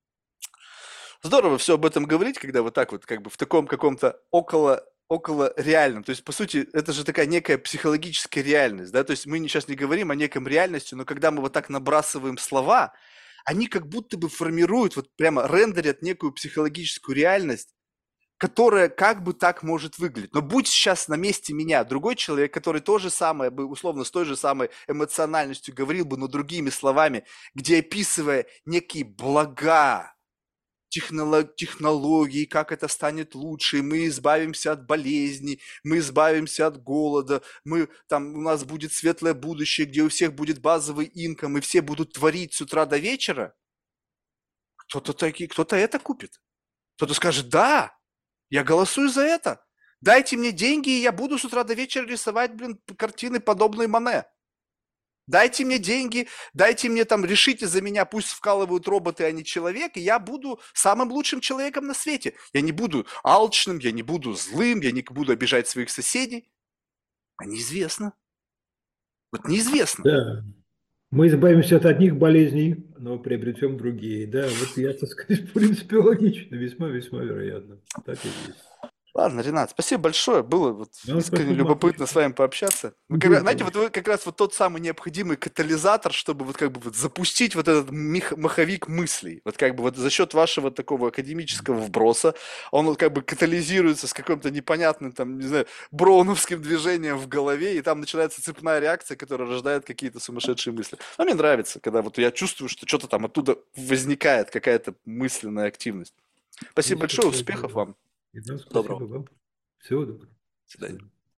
Здорово все об этом говорить, когда вот так вот, как бы в таком каком-то около, около реальном. То есть, по сути, это же такая некая психологическая реальность, да, то есть мы сейчас не говорим о неком реальности, но когда мы вот так набрасываем слова, они как будто бы формируют, вот прямо рендерят некую психологическую реальность, которая как бы так может выглядеть. Но будь сейчас на месте меня другой человек, который то же самое бы, условно, с той же самой эмоциональностью говорил бы, но другими словами, где описывая некие блага, технолог, технологии, как это станет лучше, мы избавимся от болезней, мы избавимся от голода, мы, там, у нас будет светлое будущее, где у всех будет базовый инком, и все будут творить с утра до вечера, кто-то таки, кто-то это купит. Кто-то скажет, да, я голосую за это. Дайте мне деньги, и я буду с утра до вечера рисовать, блин, картины, подобные Мане. Дайте мне деньги, дайте мне там, решите за меня, пусть вкалывают роботы, а не человек, и я буду самым лучшим человеком на свете. Я не буду алчным, я не буду злым, я не буду обижать своих соседей. А неизвестно. Вот неизвестно. Да. Мы избавимся от одних болезней, но приобретем другие. Да, вот я, так сказать, в принципе, логично, весьма-весьма вероятно. Так и есть. Ладно, Ренат, спасибо большое. Было вот Да, искренне спасибо, любопытно с отлично. вами пообщаться. Вы, как раз- знаете, Интересно. вот вы как раз вот тот самый необходимый катализатор, чтобы вот как бы вот запустить вот этот мех- маховик мыслей. Вот как бы вот за счет вашего такого академического вброса он вот как бы катализируется с каким-то непонятным там, не знаю, броуновским движением в голове, и там начинается цепная реакция, которая рождает какие-то сумасшедшие мысли. А мне нравится, когда вот я чувствую, что что-то там оттуда возникает, какая-то мысленная активность. Спасибо Есть большое, такое успехов дело. вам. И да, Доброго. спасибо вам. Всего доброго. До До свидания. свидания.